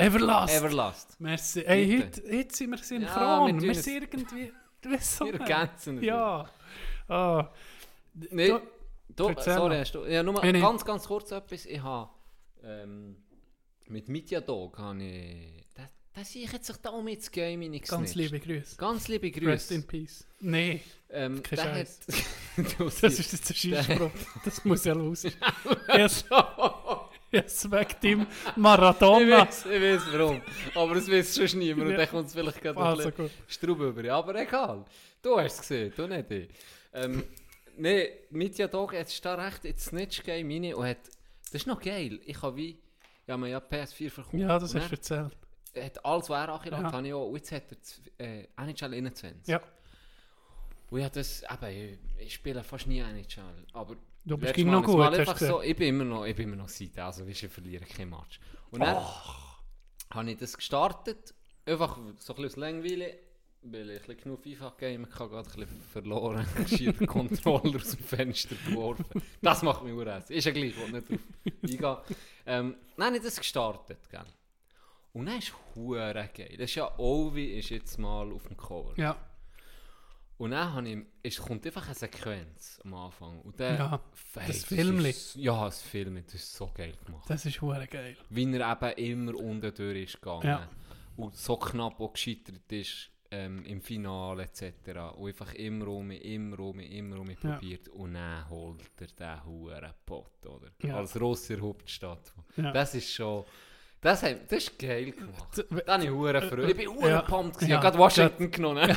Everlast. Everlast. Merci. Ey, Bitte. heute, heute sind wir synchron. Ja, wir wir tun sind irgendwie... Du weißt so Wir nicht. ergänzen es. Ja. Ah. Nee, Du- du, erzähl sorry, noch. hast du... Ja, nur mal Nee, nee. ganz, ganz kurz etwas. Ich habe... Ähm, mit Mitya Dog habe ich... Da, da sehe ich jetzt sich da um ins Game nicht Ganz liebe Grüße. Ganz liebe Rest in Grüße. Peace. Nee, Ähm, Kein der Scheiß. hat... Du das ist jetzt ein Scheißspruch. Das muss ja los. Jetzt, jetzt weg dem Ich Maradona. weiß, ich weiß warum. Aber das weiß schon niemand und Ja. dann kommt es vielleicht gerade ein Also bisschen gut. Straub über. Aber egal. Du hast es gesehen, du nicht ich. Ähm, Nein, Mitya Dog, jetzt ist da recht ins Snitch-Game rein und hat... Das ist noch geil. Ich habe wie... Ja, man ja P S vier verkauft. Ja, das Und hast du erzählt. er hat alles, was er angelangt Ja. habe ich auch. Und jetzt hat er z- äh, N H L einundzwanzig. Ja. Und ich, das, eben, ich, ich spiele fast nie N H L. Aber Du bist letztes ging Mal noch ist gut, mal hast einfach du so, ich bin immer noch, ich bin immer noch Seite, also weißt, ich verliere kein Match. Und dann habe ich das gestartet, einfach so ein bisschen aus Langweile, weil ich ein bisschen genug FIFA-Game hatte, gerade ein bisschen verloren, schier den Controller aus dem Fenster geworfen. Das macht mich urass. Ist ja gleich, ich will nicht drauf eingehen. Ähm, dann habe ich das gestartet, gell. Und dann ist es hure geil. Das ist ja Ovi ist jetzt mal auf dem Cover. Ja. Und dann habe ich, es kommt einfach eine Sequenz am Anfang. Und dann, Ja, hey, das Filmli. ist- Ja, das Film, das ist so geil gemacht. Das ist hure geil. Wie er eben immer unten durch ist gegangen. Ja. Und so knapp auch gescheitert ist ähm, im Finale et cetera. Und einfach immer um, immer um, immer um Ja. probiert. Und dann holt er den huren Pott, oder? Ja. Als Russer Hauptstadt. Ja. Das ist schon... Das, hat, das ist geil gemacht. D- w- Da habe ich hure Freude. Ich bin hure Ja. pumped gewesen. Ja. Ich habe gerade Washington genommen.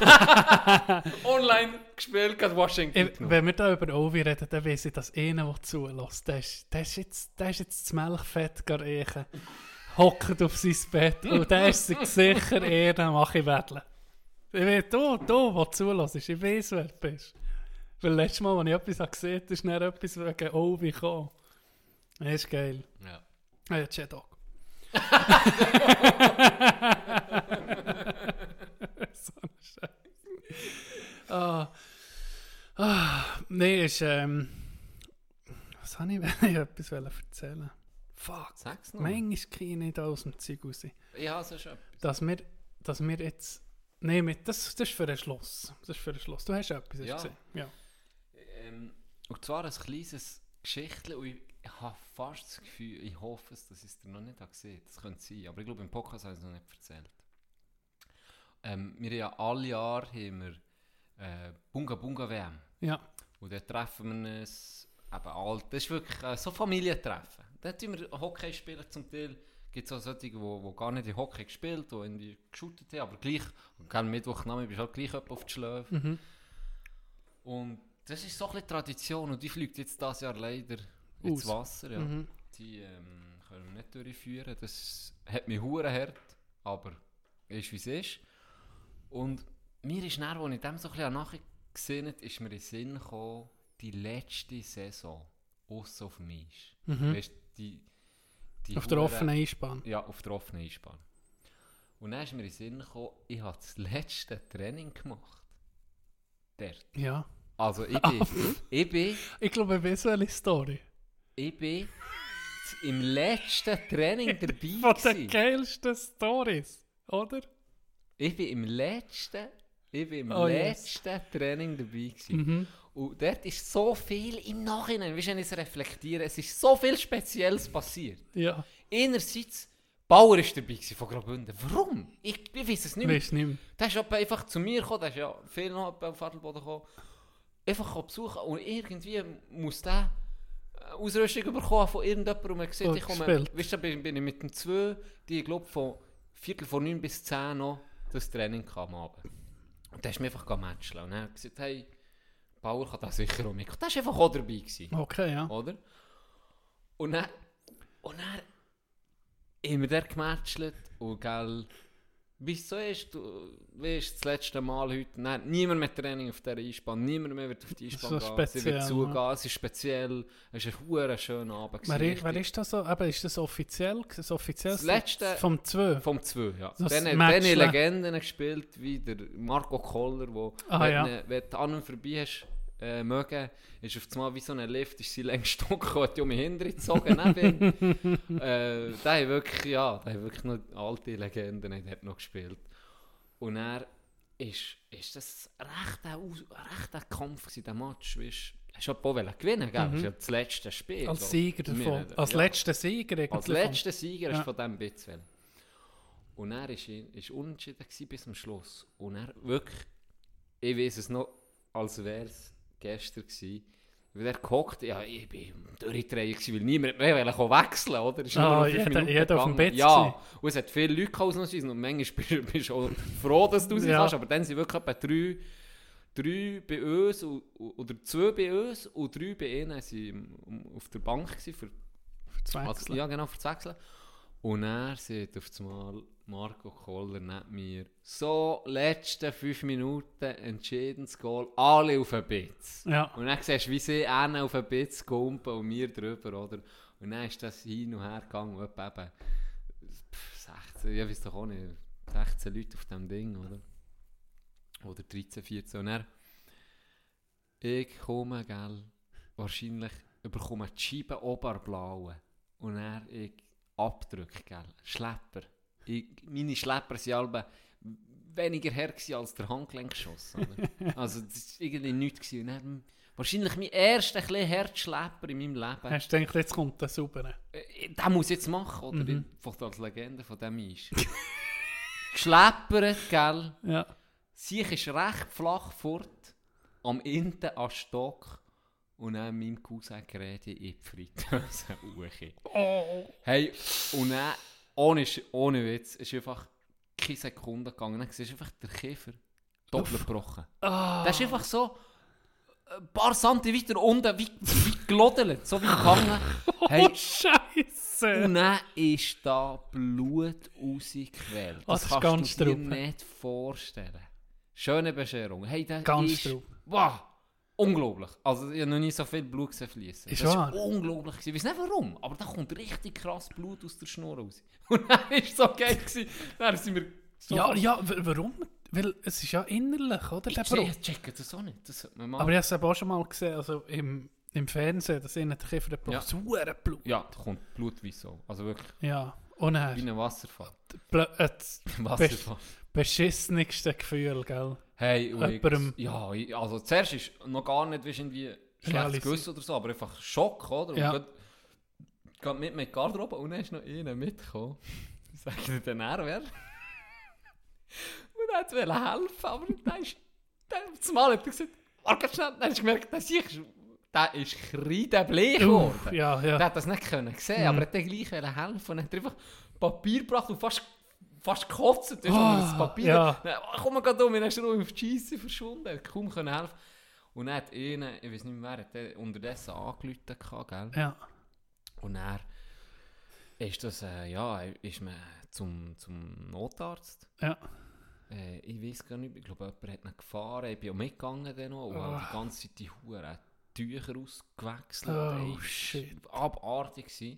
Online gespielt, gerade Washington Ich, genommen. wenn wir da über Ovi reden, dann weiss ich, dass einer, der zulässt, der ist, der ist jetzt, der ist jetzt das Melchfett gereichen, hockt auf sein Bett und der ist sich sicher eher, dann mache ich Wedeln. Ich weiß, du, du, der zulässt, ich weiss, wer du bist. Weil letztes Mal, als ich etwas habe gesehen habe, ist dann etwas wegen Ovi gekommen. Das ist geil. Ja. Ah ja, J-Dog. So ein Scheiß. Ah. Ah. Nee, ist, ähm... Was habe ich, wenn ich etwas erzählen? Fuck. Sag's noch. Manchmal kriege ich nicht aus dem Zeug raus. Ich habe so schon etwas. Dass wir, dass wir jetzt... Nee, mit, das, das ist für den Schluss. Das ist für den Schluss. Du hast etwas hast Ja. gesehen. Ja. Ähm, und zwar ein kleines Geschichtchen und ich habe fast das Gefühl, ich hoffe es, dass ich es dir noch nicht habe gesehen. Das könnte sein, aber ich glaube im Podcast habe ich es noch nicht erzählt. Ähm, wir haben ja alle Jahre haben wir, äh, Bunga Bunga W M. Ja. Und dann treffen wir uns eben alt. Das ist wirklich äh, so Familientreffen. Dann tun wir Hockey spielen zum Teil. Es gibt auch solche, die, die gar nicht in Hockey gespielt haben, die irgendwie geshootet haben, aber gleich, am Mittwochnachmittag bist du halt gleich jemand auf die Schläfe. Mhm. Und das ist so ein bisschen Tradition und die fliegt jetzt dieses Jahr leider ins Aus. Wasser. Ja. Mhm. Die ähm, können wir nicht durchführen. Das hat mich hure hart, aber ist wie es ist. Und mir ist dann, als ich dem so ein bisschen nachher gesehen habe, ist mir in den Sinn gekommen, die letzte Saison aussen auf dem Eis. Mhm. Weißt, die, die Auf der hure- offenen Einspann. Ja, auf der offenen Einspann. Und dann ist mir in den Sinn gekommen, ich habe das letzte Training gemacht. Dort. Ja. Also ich bin, ich bin, Ich glaube, ich weiß welche Story. ich bin im letzten Training dabei Von den gewesen. geilsten Stories, oder? Ich bin im letzten, ich bin im Oh, yes. letzten Training dabei gewesen. Mhm. Und dort ist so viel im Nachhinein, wie wenn ich es reflektiere, es ist so viel Spezielles passiert. Ja, Einerseits, Bauer war dabei gewesen von Graubünden. Warum? Ich, ich weiß es nicht mehr. weißt du nicht mehr. Der ist etwa einfach zu mir gekommen, der ist ja viel noch auf Adelboden gekommen. Einfach besuchen und irgendwie muss der äh, Ausrüstung bekommen von irgendjemandem und man sieht, Und ich komme, gespielt. weißt du, bin, bin ich mit dem zwei, die ich glaube von Viertel vor neun bis zehn noch das Training kam am Abend. Und der ist mir einfach gematcht und er hat gesagt, hey, Bauer kann da sicher auch mitkommen. Der war einfach auch dabei gewesen, Okay, ja. oder? Und dann, und dann haben wir dort gematcht und gell, wie es so ist, du weißt, das letzte Mal heute, nein, niemand mehr Training auf dieser Einspann, niemand mehr wird auf die Einspann So gehen, sie speziell, wird ja. zugehen, es ist speziell, es ist ein verdammt schöner Abend Wer, gewesen, ist, wer richtig. ist das so? Eben, ist das offiziell? Das offiziell Das letzte- vom zwei? Vom zwei, ja. Das Dann Match, hat ne? Legenden gespielt, wie der Marco Koller, wo, Ah, wenn, ja. ne- wenn du an und vorbei hast, äh, mögen, ist auf einmal wie so ein Lift, ist sie längst gekommen, hat um mich hintergezogen, neben ihm. äh, der hat wirklich, ja, der hat wirklich noch alte Legenden, der hat noch gespielt. Und er ist, ist das recht ein, recht ein Kampf gewesen, der Match, weißt, hast du auch gewinnen, gell? Mhm. Das ist ja das letzte Spiel. Als so. Sieger davon, als ja. letzter Sieger eigentlich. Als letzter Sieger ja. ist von diesem Bitz. Und er war unentschieden bis zum Schluss. Und er wirklich, ich weiß es noch, als wäre es gestern gewesen, weil er gehockt, ja, ich bin durchgedreht, weil niemand mehr wechseln wollte, oder? Ist ah, jeder, jeder auf dem Bett. Ja, und es hat viele Leute ausnahmsweise und manchmal bist du auch froh, dass du sie ja. kannst, aber dann sind wirklich etwa drei, drei bei uns, oder zwei bei uns und drei bei ihnen waren auf der Bank gewesen, für, für das Wechseln. Ja, genau, für das Wechseln. Und er sieht auf einmal Marco Koller neben mir, so letzte fünf Minuten entscheidendes Goal, alle auf den Bitz. Ja. Und dann siehst du, wie sie einen auf den Bitz kumpen und wir drüber, oder? Und dann ist das hin und her gegangen, und eben sechzehn, ich weiß doch auch nicht, sechzehn Leute auf diesem Ding, oder? Oder dreizehn, vierzehn. Und dann, ich komme, gell, wahrscheinlich überkomme die Scheibe oberblaue. Und dann, ich Abdrücke, gell, Schlepper. Ich, meine Schlepper waren alle weniger her als der Handgelenkschuss. Also das war irgendwie nichts. Und dann, wahrscheinlich mein erster ein Herzschlepper in meinem Leben. Hast du gedacht, jetzt kommt der Saubere? Äh, den muss ich jetzt machen, oder? Mhm. Ich als Legende von dem ist. Geschleppert, gell? Ja. Sie ist recht flach fort, am Ende an Stock. Und dann meinem Cousin geredet in die Fritteuse Uche. Oh. Hey, und dann, ohne, ohne Witz, ist einfach keine Sekunde gegangen. Dann siehst du einfach den Kiefer doppelt gebrochen. Oh. Der ist einfach so ein paar Zentimeter unten, wie, wie gelodelt, so wie gegangen. Hey, oh, Scheiße! Und dann ist da Blut rausgequält. Das, oh, das kannst ganz du dir drauf. nicht vorstellen. Schöne Bescherung. Hey, das ganz ist... drauf. Wow! Unglaublich. Also ich habe noch nie so viel Blut gesehen fließen. Ist das wahr? war unglaublich. Ich weiß nicht warum, aber da kommt richtig krass Blut aus der Schnur raus. Und dann war es so geil. Dann sind wir so... Ja, ja, w- warum? Weil es ist ja innerlich, oder? Ich Der check, Bruch. ich checke das auch nicht. Das sollte man mal... Aber ich habe es eben auch schon mal gesehen, also im, im Fernsehen, dass ihnen der Kiefer Ja. so ein Blut. Ja, da kommt Blut wie so. Also wirklich Ja, und dann, wie ein Wasserfall. Bl- äh, das Wasserfall. beschissenigste Gefühl, gell? Hey, und ich, Jemandem- ja, ich- also zuerst ist noch gar nicht weißt, irgendwie schlechtes Realisiert. Gewissen oder so, aber einfach Schock, oder? Ja. Und geht mit mit Garderobe und dann ist noch einer mitgekommen. Sag ich dir dann er, wer? Und er wollte helfen, aber dann ist, dann, zumal hat er gesagt, warte schnell, dann hast du gemerkt, dass ich, der ist kreidebleich geworden. Uff, ja, ja. Der hat das nicht können sehen, Mhm. aber er hat dann gleich helfen und hat einfach Papier gebracht und fast, fast gekotzt. Du hast Oh, das Papier. ja. Dann, oh, komm mal gerade um, dann ist er auf die Scheisse verschwunden. Er hat kaum können helfen. Und dann hat einer, ich weiß nicht mehr wer, hat der unterdessen angerufen, gell? Ja. Und er ist das, äh, ja, ist man zum, zum Notarzt. Ja. Äh, ich weiß gar nicht, ich glaube, jemand hat ihn gefahren. Ich bin auch mitgegangen dann noch und Oh. habe die ganze Zeit die Huren Tücher ausgewechselt. Oh, Ey, shit. Abartig gewesen.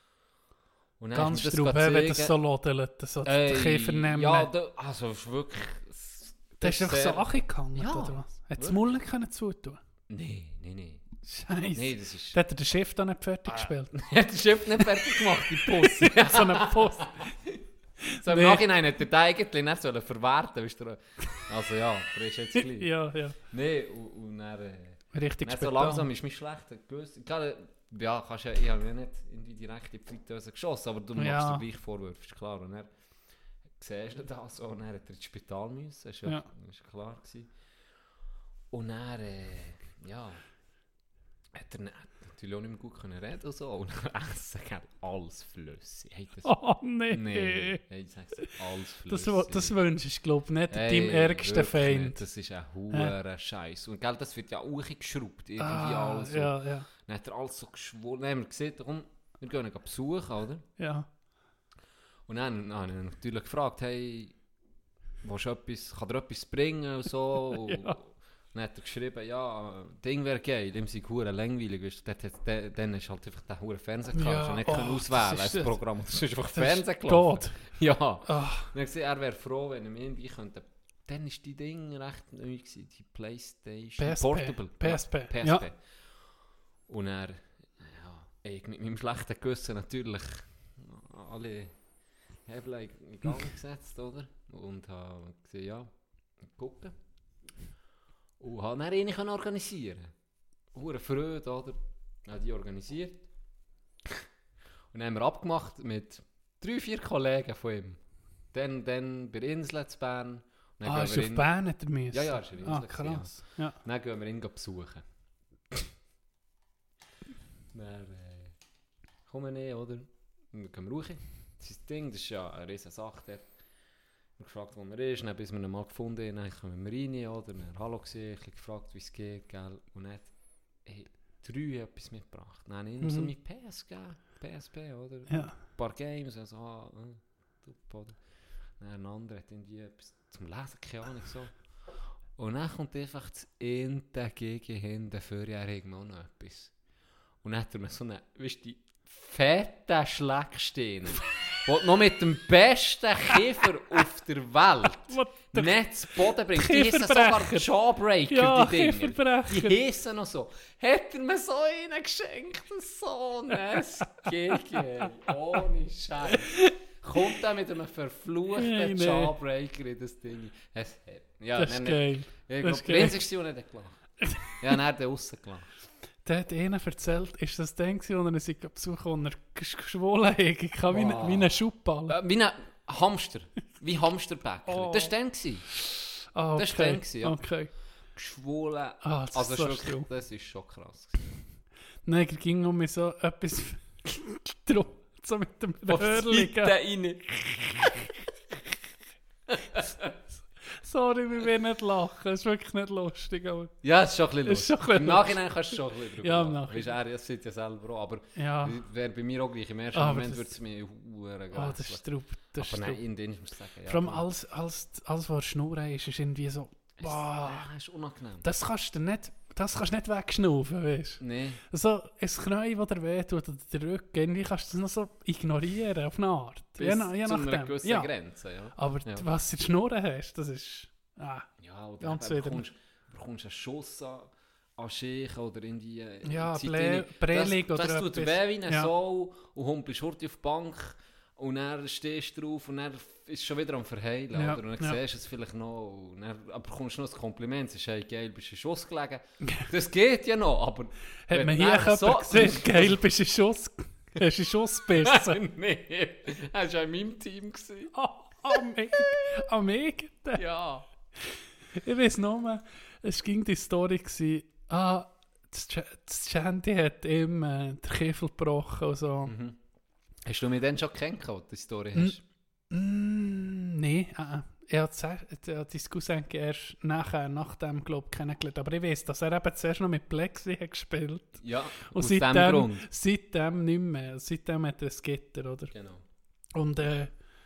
Und dann Ganz ist drauf, mir das wenn zeigen. das so lodelt, so Ey, den Kiefer nehmen. Ja, da, also es ist wirklich... es- der das ist einfach sehr- so angegangen, Ja, oder was? Hat das wirklich. Mull nicht können zutun? Nein, nein, nein. Scheiße. Nein, das ist... Da hat er den Chef da nicht fertig Ah. gespielt. hat der Chef nicht fertig gemacht, die Pusse. So einen Post. So im Nee. Nachhinein hat er den eigentlich nicht sollen verwerten, weißt du. Also ja, der ist jetzt gleich. ja, ja. Nein, und, und dann... Äh, Richtig Nicht so Spital. langsam ist mir schlecht gewusst. Klar, ja, kannst ja, ich habe ja nicht irgendwie direkt in die Fritteuse geschossen, aber du machst Ja. dir gleich Vorwürfe, ist klar. Und dann siehst du das so, und dann hat er ins Spital müssen, ist ja, Ja. ist klar gewesen. Und dann, äh, ja, hat er nicht, natürlich auch nicht mehr gut können reden und so, und dann essen, gell, alles flüssig. Hey, das, Oh nee. nee, hey, ich sag's dir, alles Das, flüssig. wo- das wünschst du, glaube ich, nicht Hey, deinem ärgsten wirklich Feind. nicht. Das ist ein hoher Scheiß. Und gell, das wird ja auch geschraubt, irgendwie Ah, alles. so. ja, ja, Dann hat er alles so geschwollen. Dann haben wir gesehen, komm, wir gehen ihn besuchen, oder? ja. Und dann, dann habe ich ihn natürlich gefragt, hey, willst du etwas, kann er etwas bringen und so? Und Ja. dann hat er geschrieben, ja, Ding wäre geil, dem sei hure langweilig. Weißt, du, dort hat, der, dann ist halt einfach der hure Fernseher gehabt, Ja, ja, nicht oh, können das auswählen ist als das- Programm. Das ist einfach Das Fernsehen ist gelaufen. tot. Ja. Ah, Und dann gesagt, er wäre froh, wenn er mir irgendwie könnte dann war die Ding recht neu gewesen, die Playstation P S P. Portable. P S P. Ja, P S P. Ja. Und er, ja, ich mit meinem schlechten Gewissen natürlich alle Hebel in Gang gesetzt, oder? Und habe gesehen, ja, gucken. Und habe dann eine organisieren. Hure Freude, oder? Habe die organisiert. Und dann haben wir abgemacht mit drei, vier Kollegen von ihm. Dann, dann bei Insel zu Bern. Und dann Ah, gehen ist wir auf in- Bern nicht müssen? Ja, ja, ist in Insel Ah, gewesen, krass. Ja. Dann gehen wir ihn besuchen. Dann äh, kommen wir nicht, oder? Und dann gehen wir raus. Das ist das Ding, das ist ja eine riesen Sache dort. Wir haben gefragt, wo er ist, dann, bis wir ihn mal gefunden haben, dann kommen wir rein, oder? Dann Hallo gesehen, ein bisschen gefragt, wie es geht, gell? Und dann hat hey, drei etwas mitgebracht. Dann habe ich ihm so Mhm. mit P S gegeben, P S P, oder? Ja. Ein paar Games, also, ah, äh, top, oder? Dann ein anderer hat irgendwie etwas zum Lesen, keine Ahnung, so. Und dann kommt einfach das in dagegen hin, der Vorjährige auch noch etwas. Und dann hat er mir so eine, weißt du, die fette Schlecksteine, die du noch mit dem besten Kiefer auf der Welt Was der- nicht zu Boden bringt. Die heissen Kieferbrecher. sogar Jawbreaker, Ja, die Dinger. Kieferbrecher. Die heissen noch so. Hat er mir so einen geschenkt, so ein Gigi, ohne Scheiß. Kommt er mit einem verfluchten Hey, nee. Jawbreaker in das Ding. Es, ja, Das ist nein, geil. Ich Das glaube, ist der geil. einzigste, der nicht gelacht. Ja, dann hat er rausgelacht. Der hat ihnen erzählt, ist das Ding gewesen, wo er sie besucht und er gesch- geschwollen hat. Ich kann wie, Wow. ein- wie ein Schubball. Äh, wie ein Hamster. Wie Hamsterbäcker. Oh. Das war dann. Gewesen. Ah, das ist okay. dann gewesen, ja. Okay. Geschwollen. Ah, das Also ist so das ist schlimm. wirklich, das ist schon krass. gewesen. Nein, er ging um mir so etwas drum, so mit dem Auf die Röhrchen. Seite rein. Sorry, wir werden nicht lachen. Das ist wirklich nicht lustig. Aber Ja, es ist schon ein bisschen Es ist lustig. schon ein bisschen Im Nachhinein kannst du schon ein bisschen drüber Ja, im lachen. Nachhinein. Weisst du, er das sieht ja selber auch. Aber ja, wäre bei mir auch gleich. Im ersten Aber Moment das- würde es mir verdammt oh, das ist traurig. Das ist Aber nein, traurig. in denen muss ich sagen. Ja, Vor allem aber- als, als, als was Schnurren ist, ist irgendwie so, Es- boah, Ja, ist unangenehm. das kannst du nicht, das kannst du nicht wegschnaufen, weißt du. Nein. So, ein Knie, das dir wehtut oder der Rücken, irgendwie kannst du das noch so ignorieren, auf eine Art. Bis Je, nach- je zu einer nachdem. gewissen Ja. Grenze, ja. Aber Ja. was du in die Schnurren hast, das ist, ah, Ja, oder Ganz eben wieder. bekommst, bekommst einen Schuss an, an Schächen oder in die äh, Ja, Zeit Blä- rein. Prälig das, oder das tut etwas. weh wie eine Ja. Sau und humpelst hurtig auf die Bank und dann stehst du drauf und dann ist es schon wieder am Verheilen. Ja, Oder? Und dann ja. siehst du es vielleicht noch. Und dann, aber bekommst du noch ein Kompliment, es ist hey, geil, bist du in Schuss gelegen. Das geht ja noch, aber... hat wenn man du hier dann jemanden gesehen, geil, bist du in Schuss, hast du in Schuss gebissen. Nein, er war ja in meinem Team. Gewesen. Ah, am Eg- am eigenen. Ja. Ich weiß nur, es ging die Story gsi, ah, das Ch- das Chandy hat ihm äh, den Kiffel gebrochen und so. Mhm. Hast du mich dann schon kennengelernt, die Story Mm. hast? Mm, Nein, äh, ich habe dein Cousin erst nachher, nach dem, glaube ich, kennengelernt. Aber ich weiß, dass er eben zuerst noch mit Plexi hat gespielt. Ja, Und aus dem seitdem, Grund. seitdem nicht mehr. Seitdem hat er ein Gitter, oder? Genau. Und äh,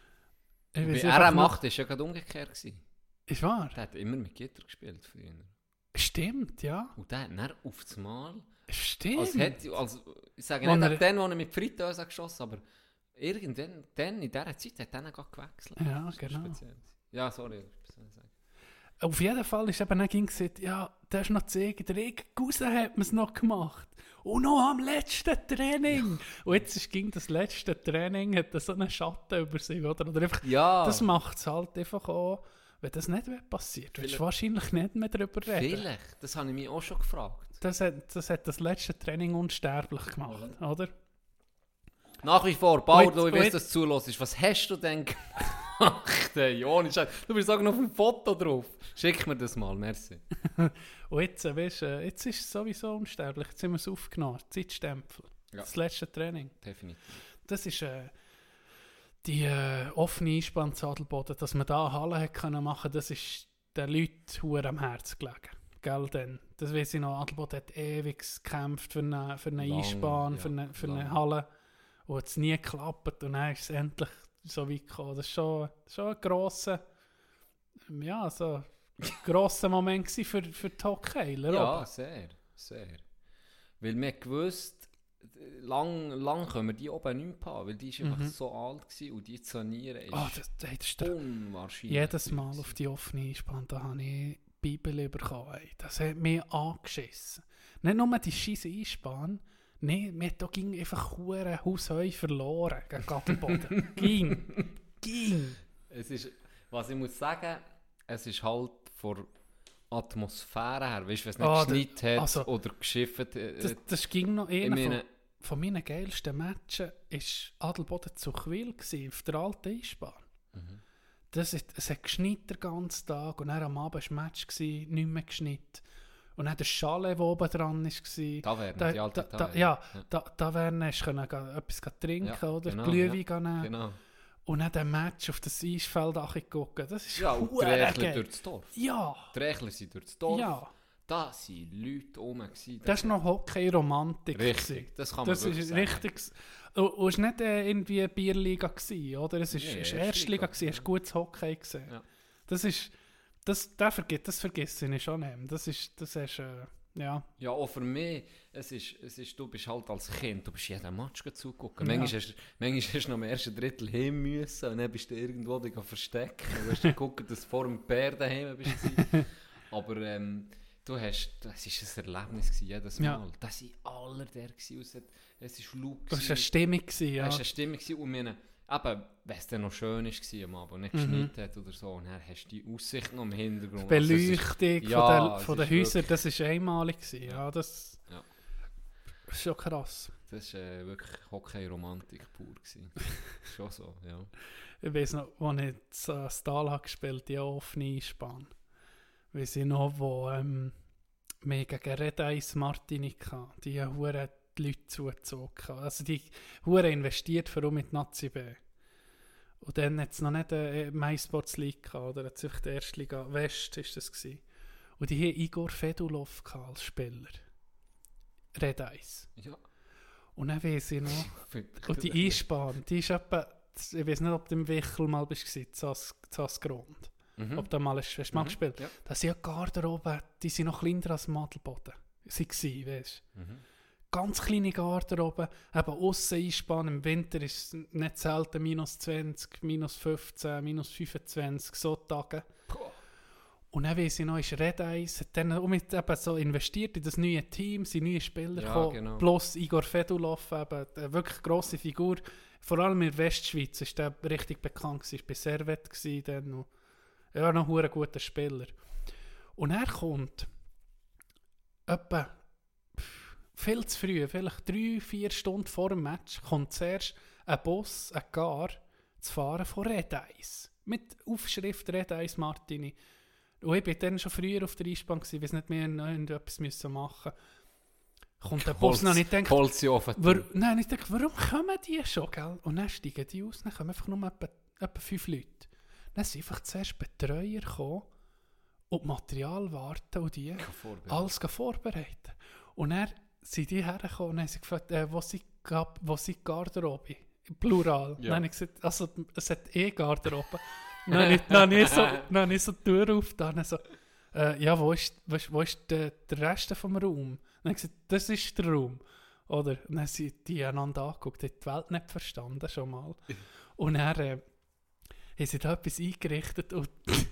ich Wie weiss er einfach noch- macht, war ja gerade umgekehrt. Gewesen. Ist wahr? Der hat immer mit Gitter gespielt früher. Stimmt, ja. Und der hat dann auf das Mal, Stimmt. als hätte, als, ich sage Wann nicht, er- er dann, wo er mit Fritteuse geschossen aber irgendwann, dann, in dieser Zeit, hat er dann gerade gewechselt. Ja, Das ist genau. speziell. Ja, sorry. was soll ich sagen? Auf jeden Fall ist eben dann gesagt, ja, der ist noch zu zeigen, der Cousin hat es noch gemacht. Und noch am letzten Training. Und jetzt ist, ging das letzte Training, hat er so einen Schatten über sich, oder? Oder einfach, Ja, das macht es halt einfach auch, wenn das nicht mehr passiert, willst du wahrscheinlich nicht mehr darüber reden. vielleicht. Das habe ich mich auch schon gefragt. Das hat, das hat das letzte Training unsterblich gemacht, oder? Nach wie vor, Paul, Und- du, ich und- weiß, dass du zulässt. Was hast du denn gemacht? Ey, ohne Scheiß. Du bist sagen auf dem Foto drauf. Schick mir das mal, merci. Und jetzt, äh, weißt, äh, jetzt ist es sowieso unsterblich, jetzt haben wir es aufgenommen, Zeitstempel, Ja. das letzte Training. Definitiv. Das ist äh, die äh, offene Einspann Zadelboden, dass man da Halle hat können machen, das ist den Leuten hure am Herzen gelegen. Gell, denn, das weiss ich noch, Adelboden hat ewig gekämpft für eine, für eine Lang, Einspann, ja, für eine, für lang. eine Halle. Und es nie geklappt und dann ist es endlich so weit gekommen. Das war schon, schon ein grosser, ja, so grosser Moment gewesen für, für die Hockheiler. Ja, oben. sehr, sehr. Weil wir gewusst, lang, lang können wir die oben nicht mehr haben, weil die war Mhm. einfach so alt gewesen und die zu sanieren ist Ah, das, das ist der, unwahrscheinlich. jedes Mal gewesen. auf die offene Einspann, da habe ich die Bibel bekommen. Ey. Das hat mich angeschissen. Nicht nur die scheisse Einspann, nein, mir hat da ging einfach hure Hausheu verloren gegen Gadelboden. ging, ging. Es ist, was ich muss sagen, es ist halt von Atmosphäre her, weißt du, wenn es nicht Ah, geschneit hat also, oder geschifft äh, Das, das ging noch ich einer von, meine, von meinen geilsten Matchen war Adelboden zu Quil gewesen, auf der alten Einspann. Mhm. Das ist, es hat geschneit den ganzen Tag und dann am Abend war ein Match, gewesen, nicht mehr geschneit. Und dann der Chalet, der oben dran war. da wären Da, die alte da, da, Tage. ja, da, da wären hast du können ga- etwas ga trinken Ja, oder genau, Glühwein ja, nehmen. Genau. Und dann den Match auf das Eisfeld gucken. Das ist Ja, und die hure Rächler geil. durch das Dorf. Ja, Die Rächler sind durch das Dorf. ja. Da waren Leute rum. gewesen. Das war noch Hockey-Romantik. Richtig, das kann man Das wirklich ist sagen. richtig. Und und es war nicht äh, irgendwie eine Bierliga, gewesen, oder? Es war Nee, nee, Erstliga. Erstliga, gewesen, hast gutes Hockey gesehen. Ja. Das ist, das, das, vergisst, das vergesse ich schon nicht. Das ist, das ist, äh, ja. Ja, auch für mich, es ist, es ist, du bist halt als Kind, du bist jeden Match zugucken. Ja. Manchmal, hast, manchmal hast du noch im ersten Drittel hin müssen und dann bist du irgendwo dich verstecken. Du hast geguckt, dass du vor dem Bär daheim bist. Aber ähm, du hast, das war ein Erlebnis gewesen, jedes Mal. Ja. Das waren alle der gewesen, es, hat, es war laut. Das war eine Stimmung, gewesen, ja. Es war eine Stimmung gewesen, und meine, eben, wenn es dann noch schön war am Abend und nicht Mhm. geschneit hat oder so, und dann hast du die Aussicht noch im Hintergrund. Die Also es ist- Beleuchtung ja, von, der, es von den ist Häusern, das war einmalig. Gewesen. Ja, das Ja. ist schon krass. Das war äh, wirklich Hockey-Romantik pur. gewesen. Schon so, ja. Ich weiß noch, als ich das Stal habe gespielt, die offene Einspann. Weiss ich noch, wo ähm, wir gegen Red Ice Martinique hatten. Die haben hure die Leute zugezogen. Also die hure investiert, für mit Nazi B. Und dann hat es noch nicht eine MySports League gehabt, oder hat es einfach die erste Liga West ist das gewesen. Und die haben Igor Fedulov gehabt als Spieler. Red Ice. Ja. Und dann weiss ich noch, und die Einspann, die ist etwa, ich weiß nicht, ob du im Wichel mal bist, Zasgrund. Mhm. Ob du mal hast, hast du mal Mhm. gespielt. Ja. Da sind ja Garderoben, die sind noch kleiner als Madelboden. Sie waren, weißt du. Mhm. Ganz kleine Garderoben, eben aussen Einspann, im Winter ist es nicht selten minus zwanzig, minus fünfzehn, minus fünfundzwanzig, so Tage. Und dann weiss ich noch, ist Red Ice, hat dann auch mit eben so investiert in das neue Team, sind neue Spieler Ja, gekommen, genau. plus Igor Fedulov, eben, eine wirklich grosse Figur. Vor allem in der Westschweiz ist der richtig bekannt gewesen, war bei Servet gewesen, dann noch. Ja, noch ein guter Spieler. Und er kommt etwa pff, viel zu früh, vielleicht drei, vier Stunden vor dem Match, kommt zuerst ein Bus, ein Gar, zu fahren von Red Ice. Mit Aufschrift Red Ice Martini. Und ich war dann schon früher auf der Eisbahn, ich weiß nicht mehr, irgendetwas müssen machen. Kommt der Bus noch nicht, denkt, Holz sie offen. War, nein, ich denke, warum kommen die schon, gell? Und dann steigen die aus, dann kommen einfach nur etwa, etwa fünf Leute. Dann sind einfach zuerst Betreuer gekommen und Material warten und die alles vorbereiten. Und dann sind die hergekommen und haben sie gefragt, äh, wo sind Gab- wo sind die Garderobe? Plural. Ja. Dann habe ich gesagt, also es hat eh Garderobe. Dann habe ich, dann habe ich so, dann habe ich so die Tür aufgetan. So, äh, ja, wo ist, wo ist, wo ist der, der Rest vom Raum? Dann habe ich gesagt, das ist der Raum. Oder? Und dann haben sie die einander angeguckt, die die Welt nicht verstanden schon mal. Und dann äh, haben sie da etwas eingerichtet und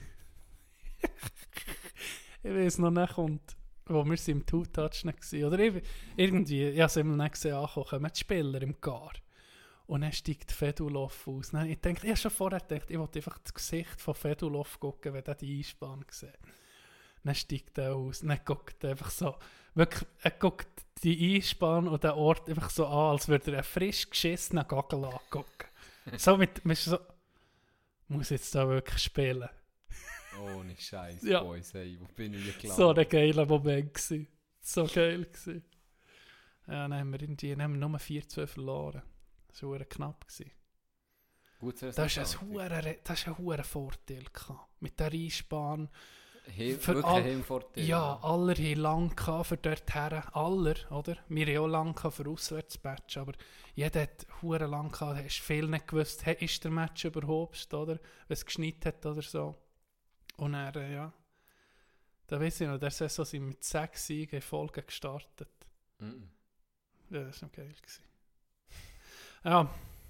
ich weiß noch nicht, kommt, wo wir sind im Two-Touch nicht waren. Oder ich, irgendwie, ich habe es immer nicht gesehen ankommen, kommen die Spieler im Gar. Und dann steigt Fedulov aus. Dann, ich denke, ich habe schon vorher gedacht, ich wollte einfach das Gesicht von Fedulov gucken, wenn er die Einspann sieht. Dann steigt er aus. Dann guckt er einfach so, wirklich, er guckt die Einspann und den Ort einfach so an, als würde er einen frisch geschissenen Gagel angucken. So mit, mit so, muss ich jetzt da wirklich spielen? Ohne Scheiß, Ja. Boys, hey, wo bin ich gelandet? So ein geiler Moment gewesen. So geil gewesen. Ja, dann haben wir irgendwie dann haben wir nur vier zu zwei verloren. Das war verdammt knapp gewesen. Gutes Das Resultat. ist ein hure- das ist ein hoher Vorteil gehabt. Mit der Einspann. He- für Wirklich all- ein Heimvorteil. Ja, alle haben lang gehabt für dort her. Aller, oder? Wir haben auch lang gehabt für Auswärtsmatch, aber jeder hat hure lang gehabt. Du hast viel nicht gewusst, hey, ist der Match überhaupt, oder? Wenn es geschneit hat oder so. Und er, äh, ja. Da weiss ich noch, der Saison sind mit sechs Siegen in Folge gestartet. Mhm. Ja, das war noch geil. Gewesen. Ja.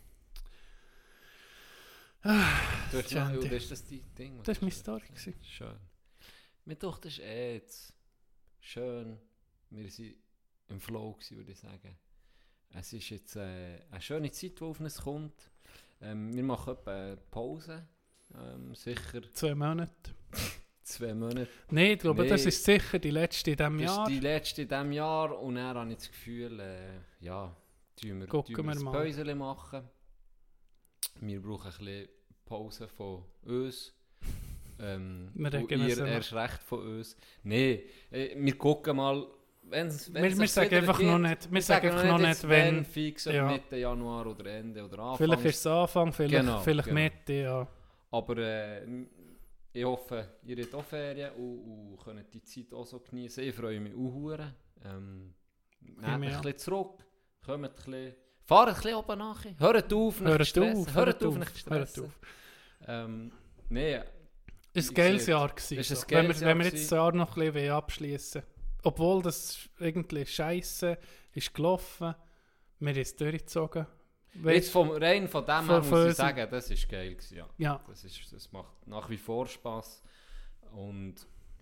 Ah, Du hast noch, oh, das ist das die Ding. was das war du meine hast Story. erzählt. Gewesen. Schön. Mir doch, das ist eh jetzt schön. Wir waren im Flow, gewesen, würde ich sagen. Es ist jetzt äh, eine schöne Zeit, die auf uns kommt. Ähm, wir machen etwa eine Pause. Ähm, sicher Zwei Monate. zwei Monate. Nein, ich glaube, Nee. das ist sicher die letzte in diesem Das Jahr. ist die letzte in diesem Jahr. Und dann habe ich das Gefühl, äh, ja, tun wir, Gucken tun wir wir ein mal. Päuschen machen. Wir brauchen ein bisschen Pause von uns. Ähm, Wir und regen uns ihr immer. erst recht von uns. Nein, äh, wir gucken mal, wenn's, Wir, wenn's wir sich sagen wieder einfach gibt. noch nicht, wir sagen einfach noch jetzt, nicht, wenn. fix, ja. Mitte Januar oder Ende oder Anfang. Vielleicht ist es Anfang, vielleicht, Genau, vielleicht genau. Mitte, ja. Aber äh, ich hoffe, ihr habt auch Ferien und, und könnt die Zeit auch so genießen. Ich freue mich auch hure. Ähm, nehmt mich ein auch. bisschen zurück, kommt ein bisschen, fahrt ein bisschen oben nach. Hört auf, nicht Hört zu stressen. auf, Hört auf, nicht zu hört stressen. auf. Ähm, nee, Es war ein Ich geiles sehe- Jahr. Gewesen, es ist so. ein Wenn wir, geiles wenn wir Jahr jetzt das Jahr noch ein bisschen abschließen obwohl das irgendwie scheiße ist gelaufen, wir haben es durchgezogen. jetzt Weißt, vom, rein von dem von- her von muss ich uns- sagen, das ist geil gewesen, ja. ja, Das, ist, das macht nach wie vor Spass. Und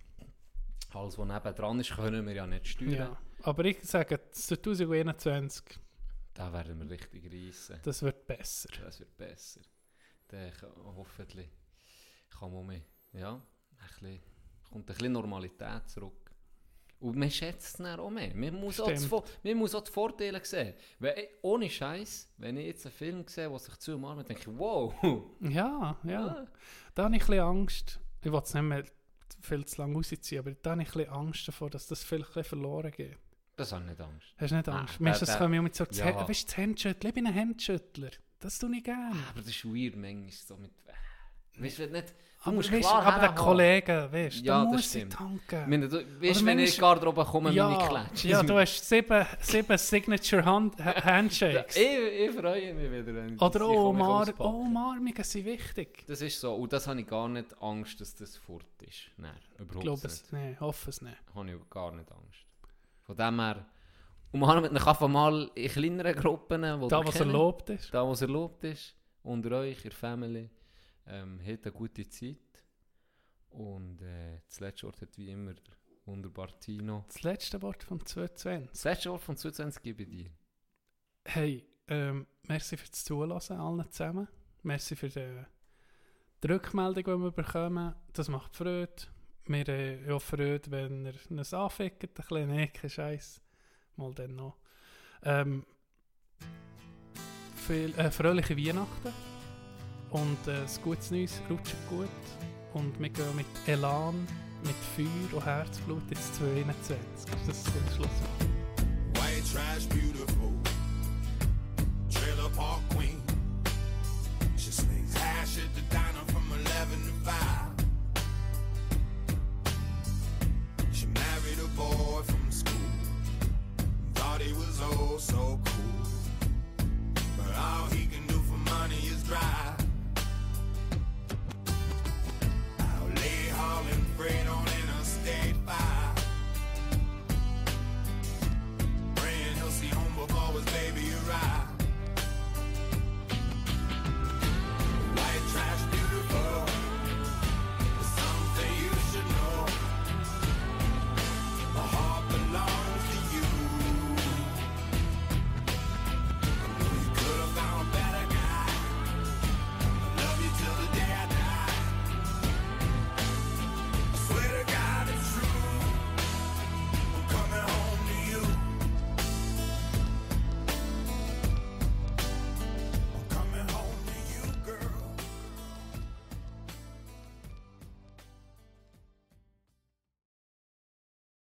alles, was nebendran ist, können wir ja nicht steuern. ja. Aber ich sage, zwanzig einundzwanzig, Da werden wir richtig reissen. das wird besser. Das wird besser. Dann kann- hoffentlich kann man mehr, ja, ein bisschen, kommt ein bisschen Normalität zurück. Und man schätzt es dann auch mehr. Man muss, auch, das, Stimmt. Vo- man muss auch die Vorteile sehen. Weil, ey, ohne Scheiß, wenn ich jetzt einen Film sehe, der sich zu umarmt, denke ich, wow. Ja, ja. Ah. Da habe ich ein bisschen Angst. Ich will es nicht mehr viel zu lange rausziehen, aber da habe ich ein bisschen Angst davor, dass das vielleicht ein bisschen verloren geht. Das habe ich nicht Angst. Hast du nicht Nein, Angst? Mensch, der- das der- kann mich auch mit so... ja. Ja. Weißt du, das Handschütteln? Ich bin ein Handschüttler. Das tue ich gerne. Aber das ist weird manchmal so mit... Weißt du, nicht... Du Aber, musst weißt, klar aber der herhaben. Kollege, weißt du, Ja, da das muss ich stimmt. tanken. Ich meine, du, weißt, Oder wenn ich in manchmal- die Garderobe komme, ja, meine Klatsch. ja, du hast sieben, sieben Signature Hand Ha- Handshakes. ich, ich freue mich wieder, wenn ich Oder das- ich oh, komme mich Omar, auspacken. oh, Umarmungen sind wichtig. Das ist so. Und das habe ich gar nicht Angst, dass das fort ist. Nein, Ich überhaupt glaube nicht. es nicht, hoffe es nicht. Habe ich gar nicht Angst. Von dem her, umarmt euch einfach mal in kleineren Gruppen, wo Da, ihr was kennt. erlaubt ist. Da, was erlaubt ist. Unter euch, ihr Family. Ähm, habt eine gute Zeit. Und äh, das letzte Wort hat wie immer der wunderbare Tino. Das letzte Wort von zweihundertzwanzig. Das letzte Wort von zweihundertzwanzig gebe ich dir. Hey, ähm, merci fürs Zuhören, allen zusammen. Merci für die, die Rückmeldung, die wir bekommen. Das macht Freude. Wir haben ja Freude, wenn ihr uns anfickt, ein bisschen, nee, kein Scheiß. Mal dann noch. Ähm, viel, äh, fröhliche Weihnachten und äh, ein gutes Neues, rutscht gut. Und wir gehen mit Elan, mit Feuer und Herzblut ins zweihunderteinundzwanzig. Das ist das Schlusswort. White trash beautiful.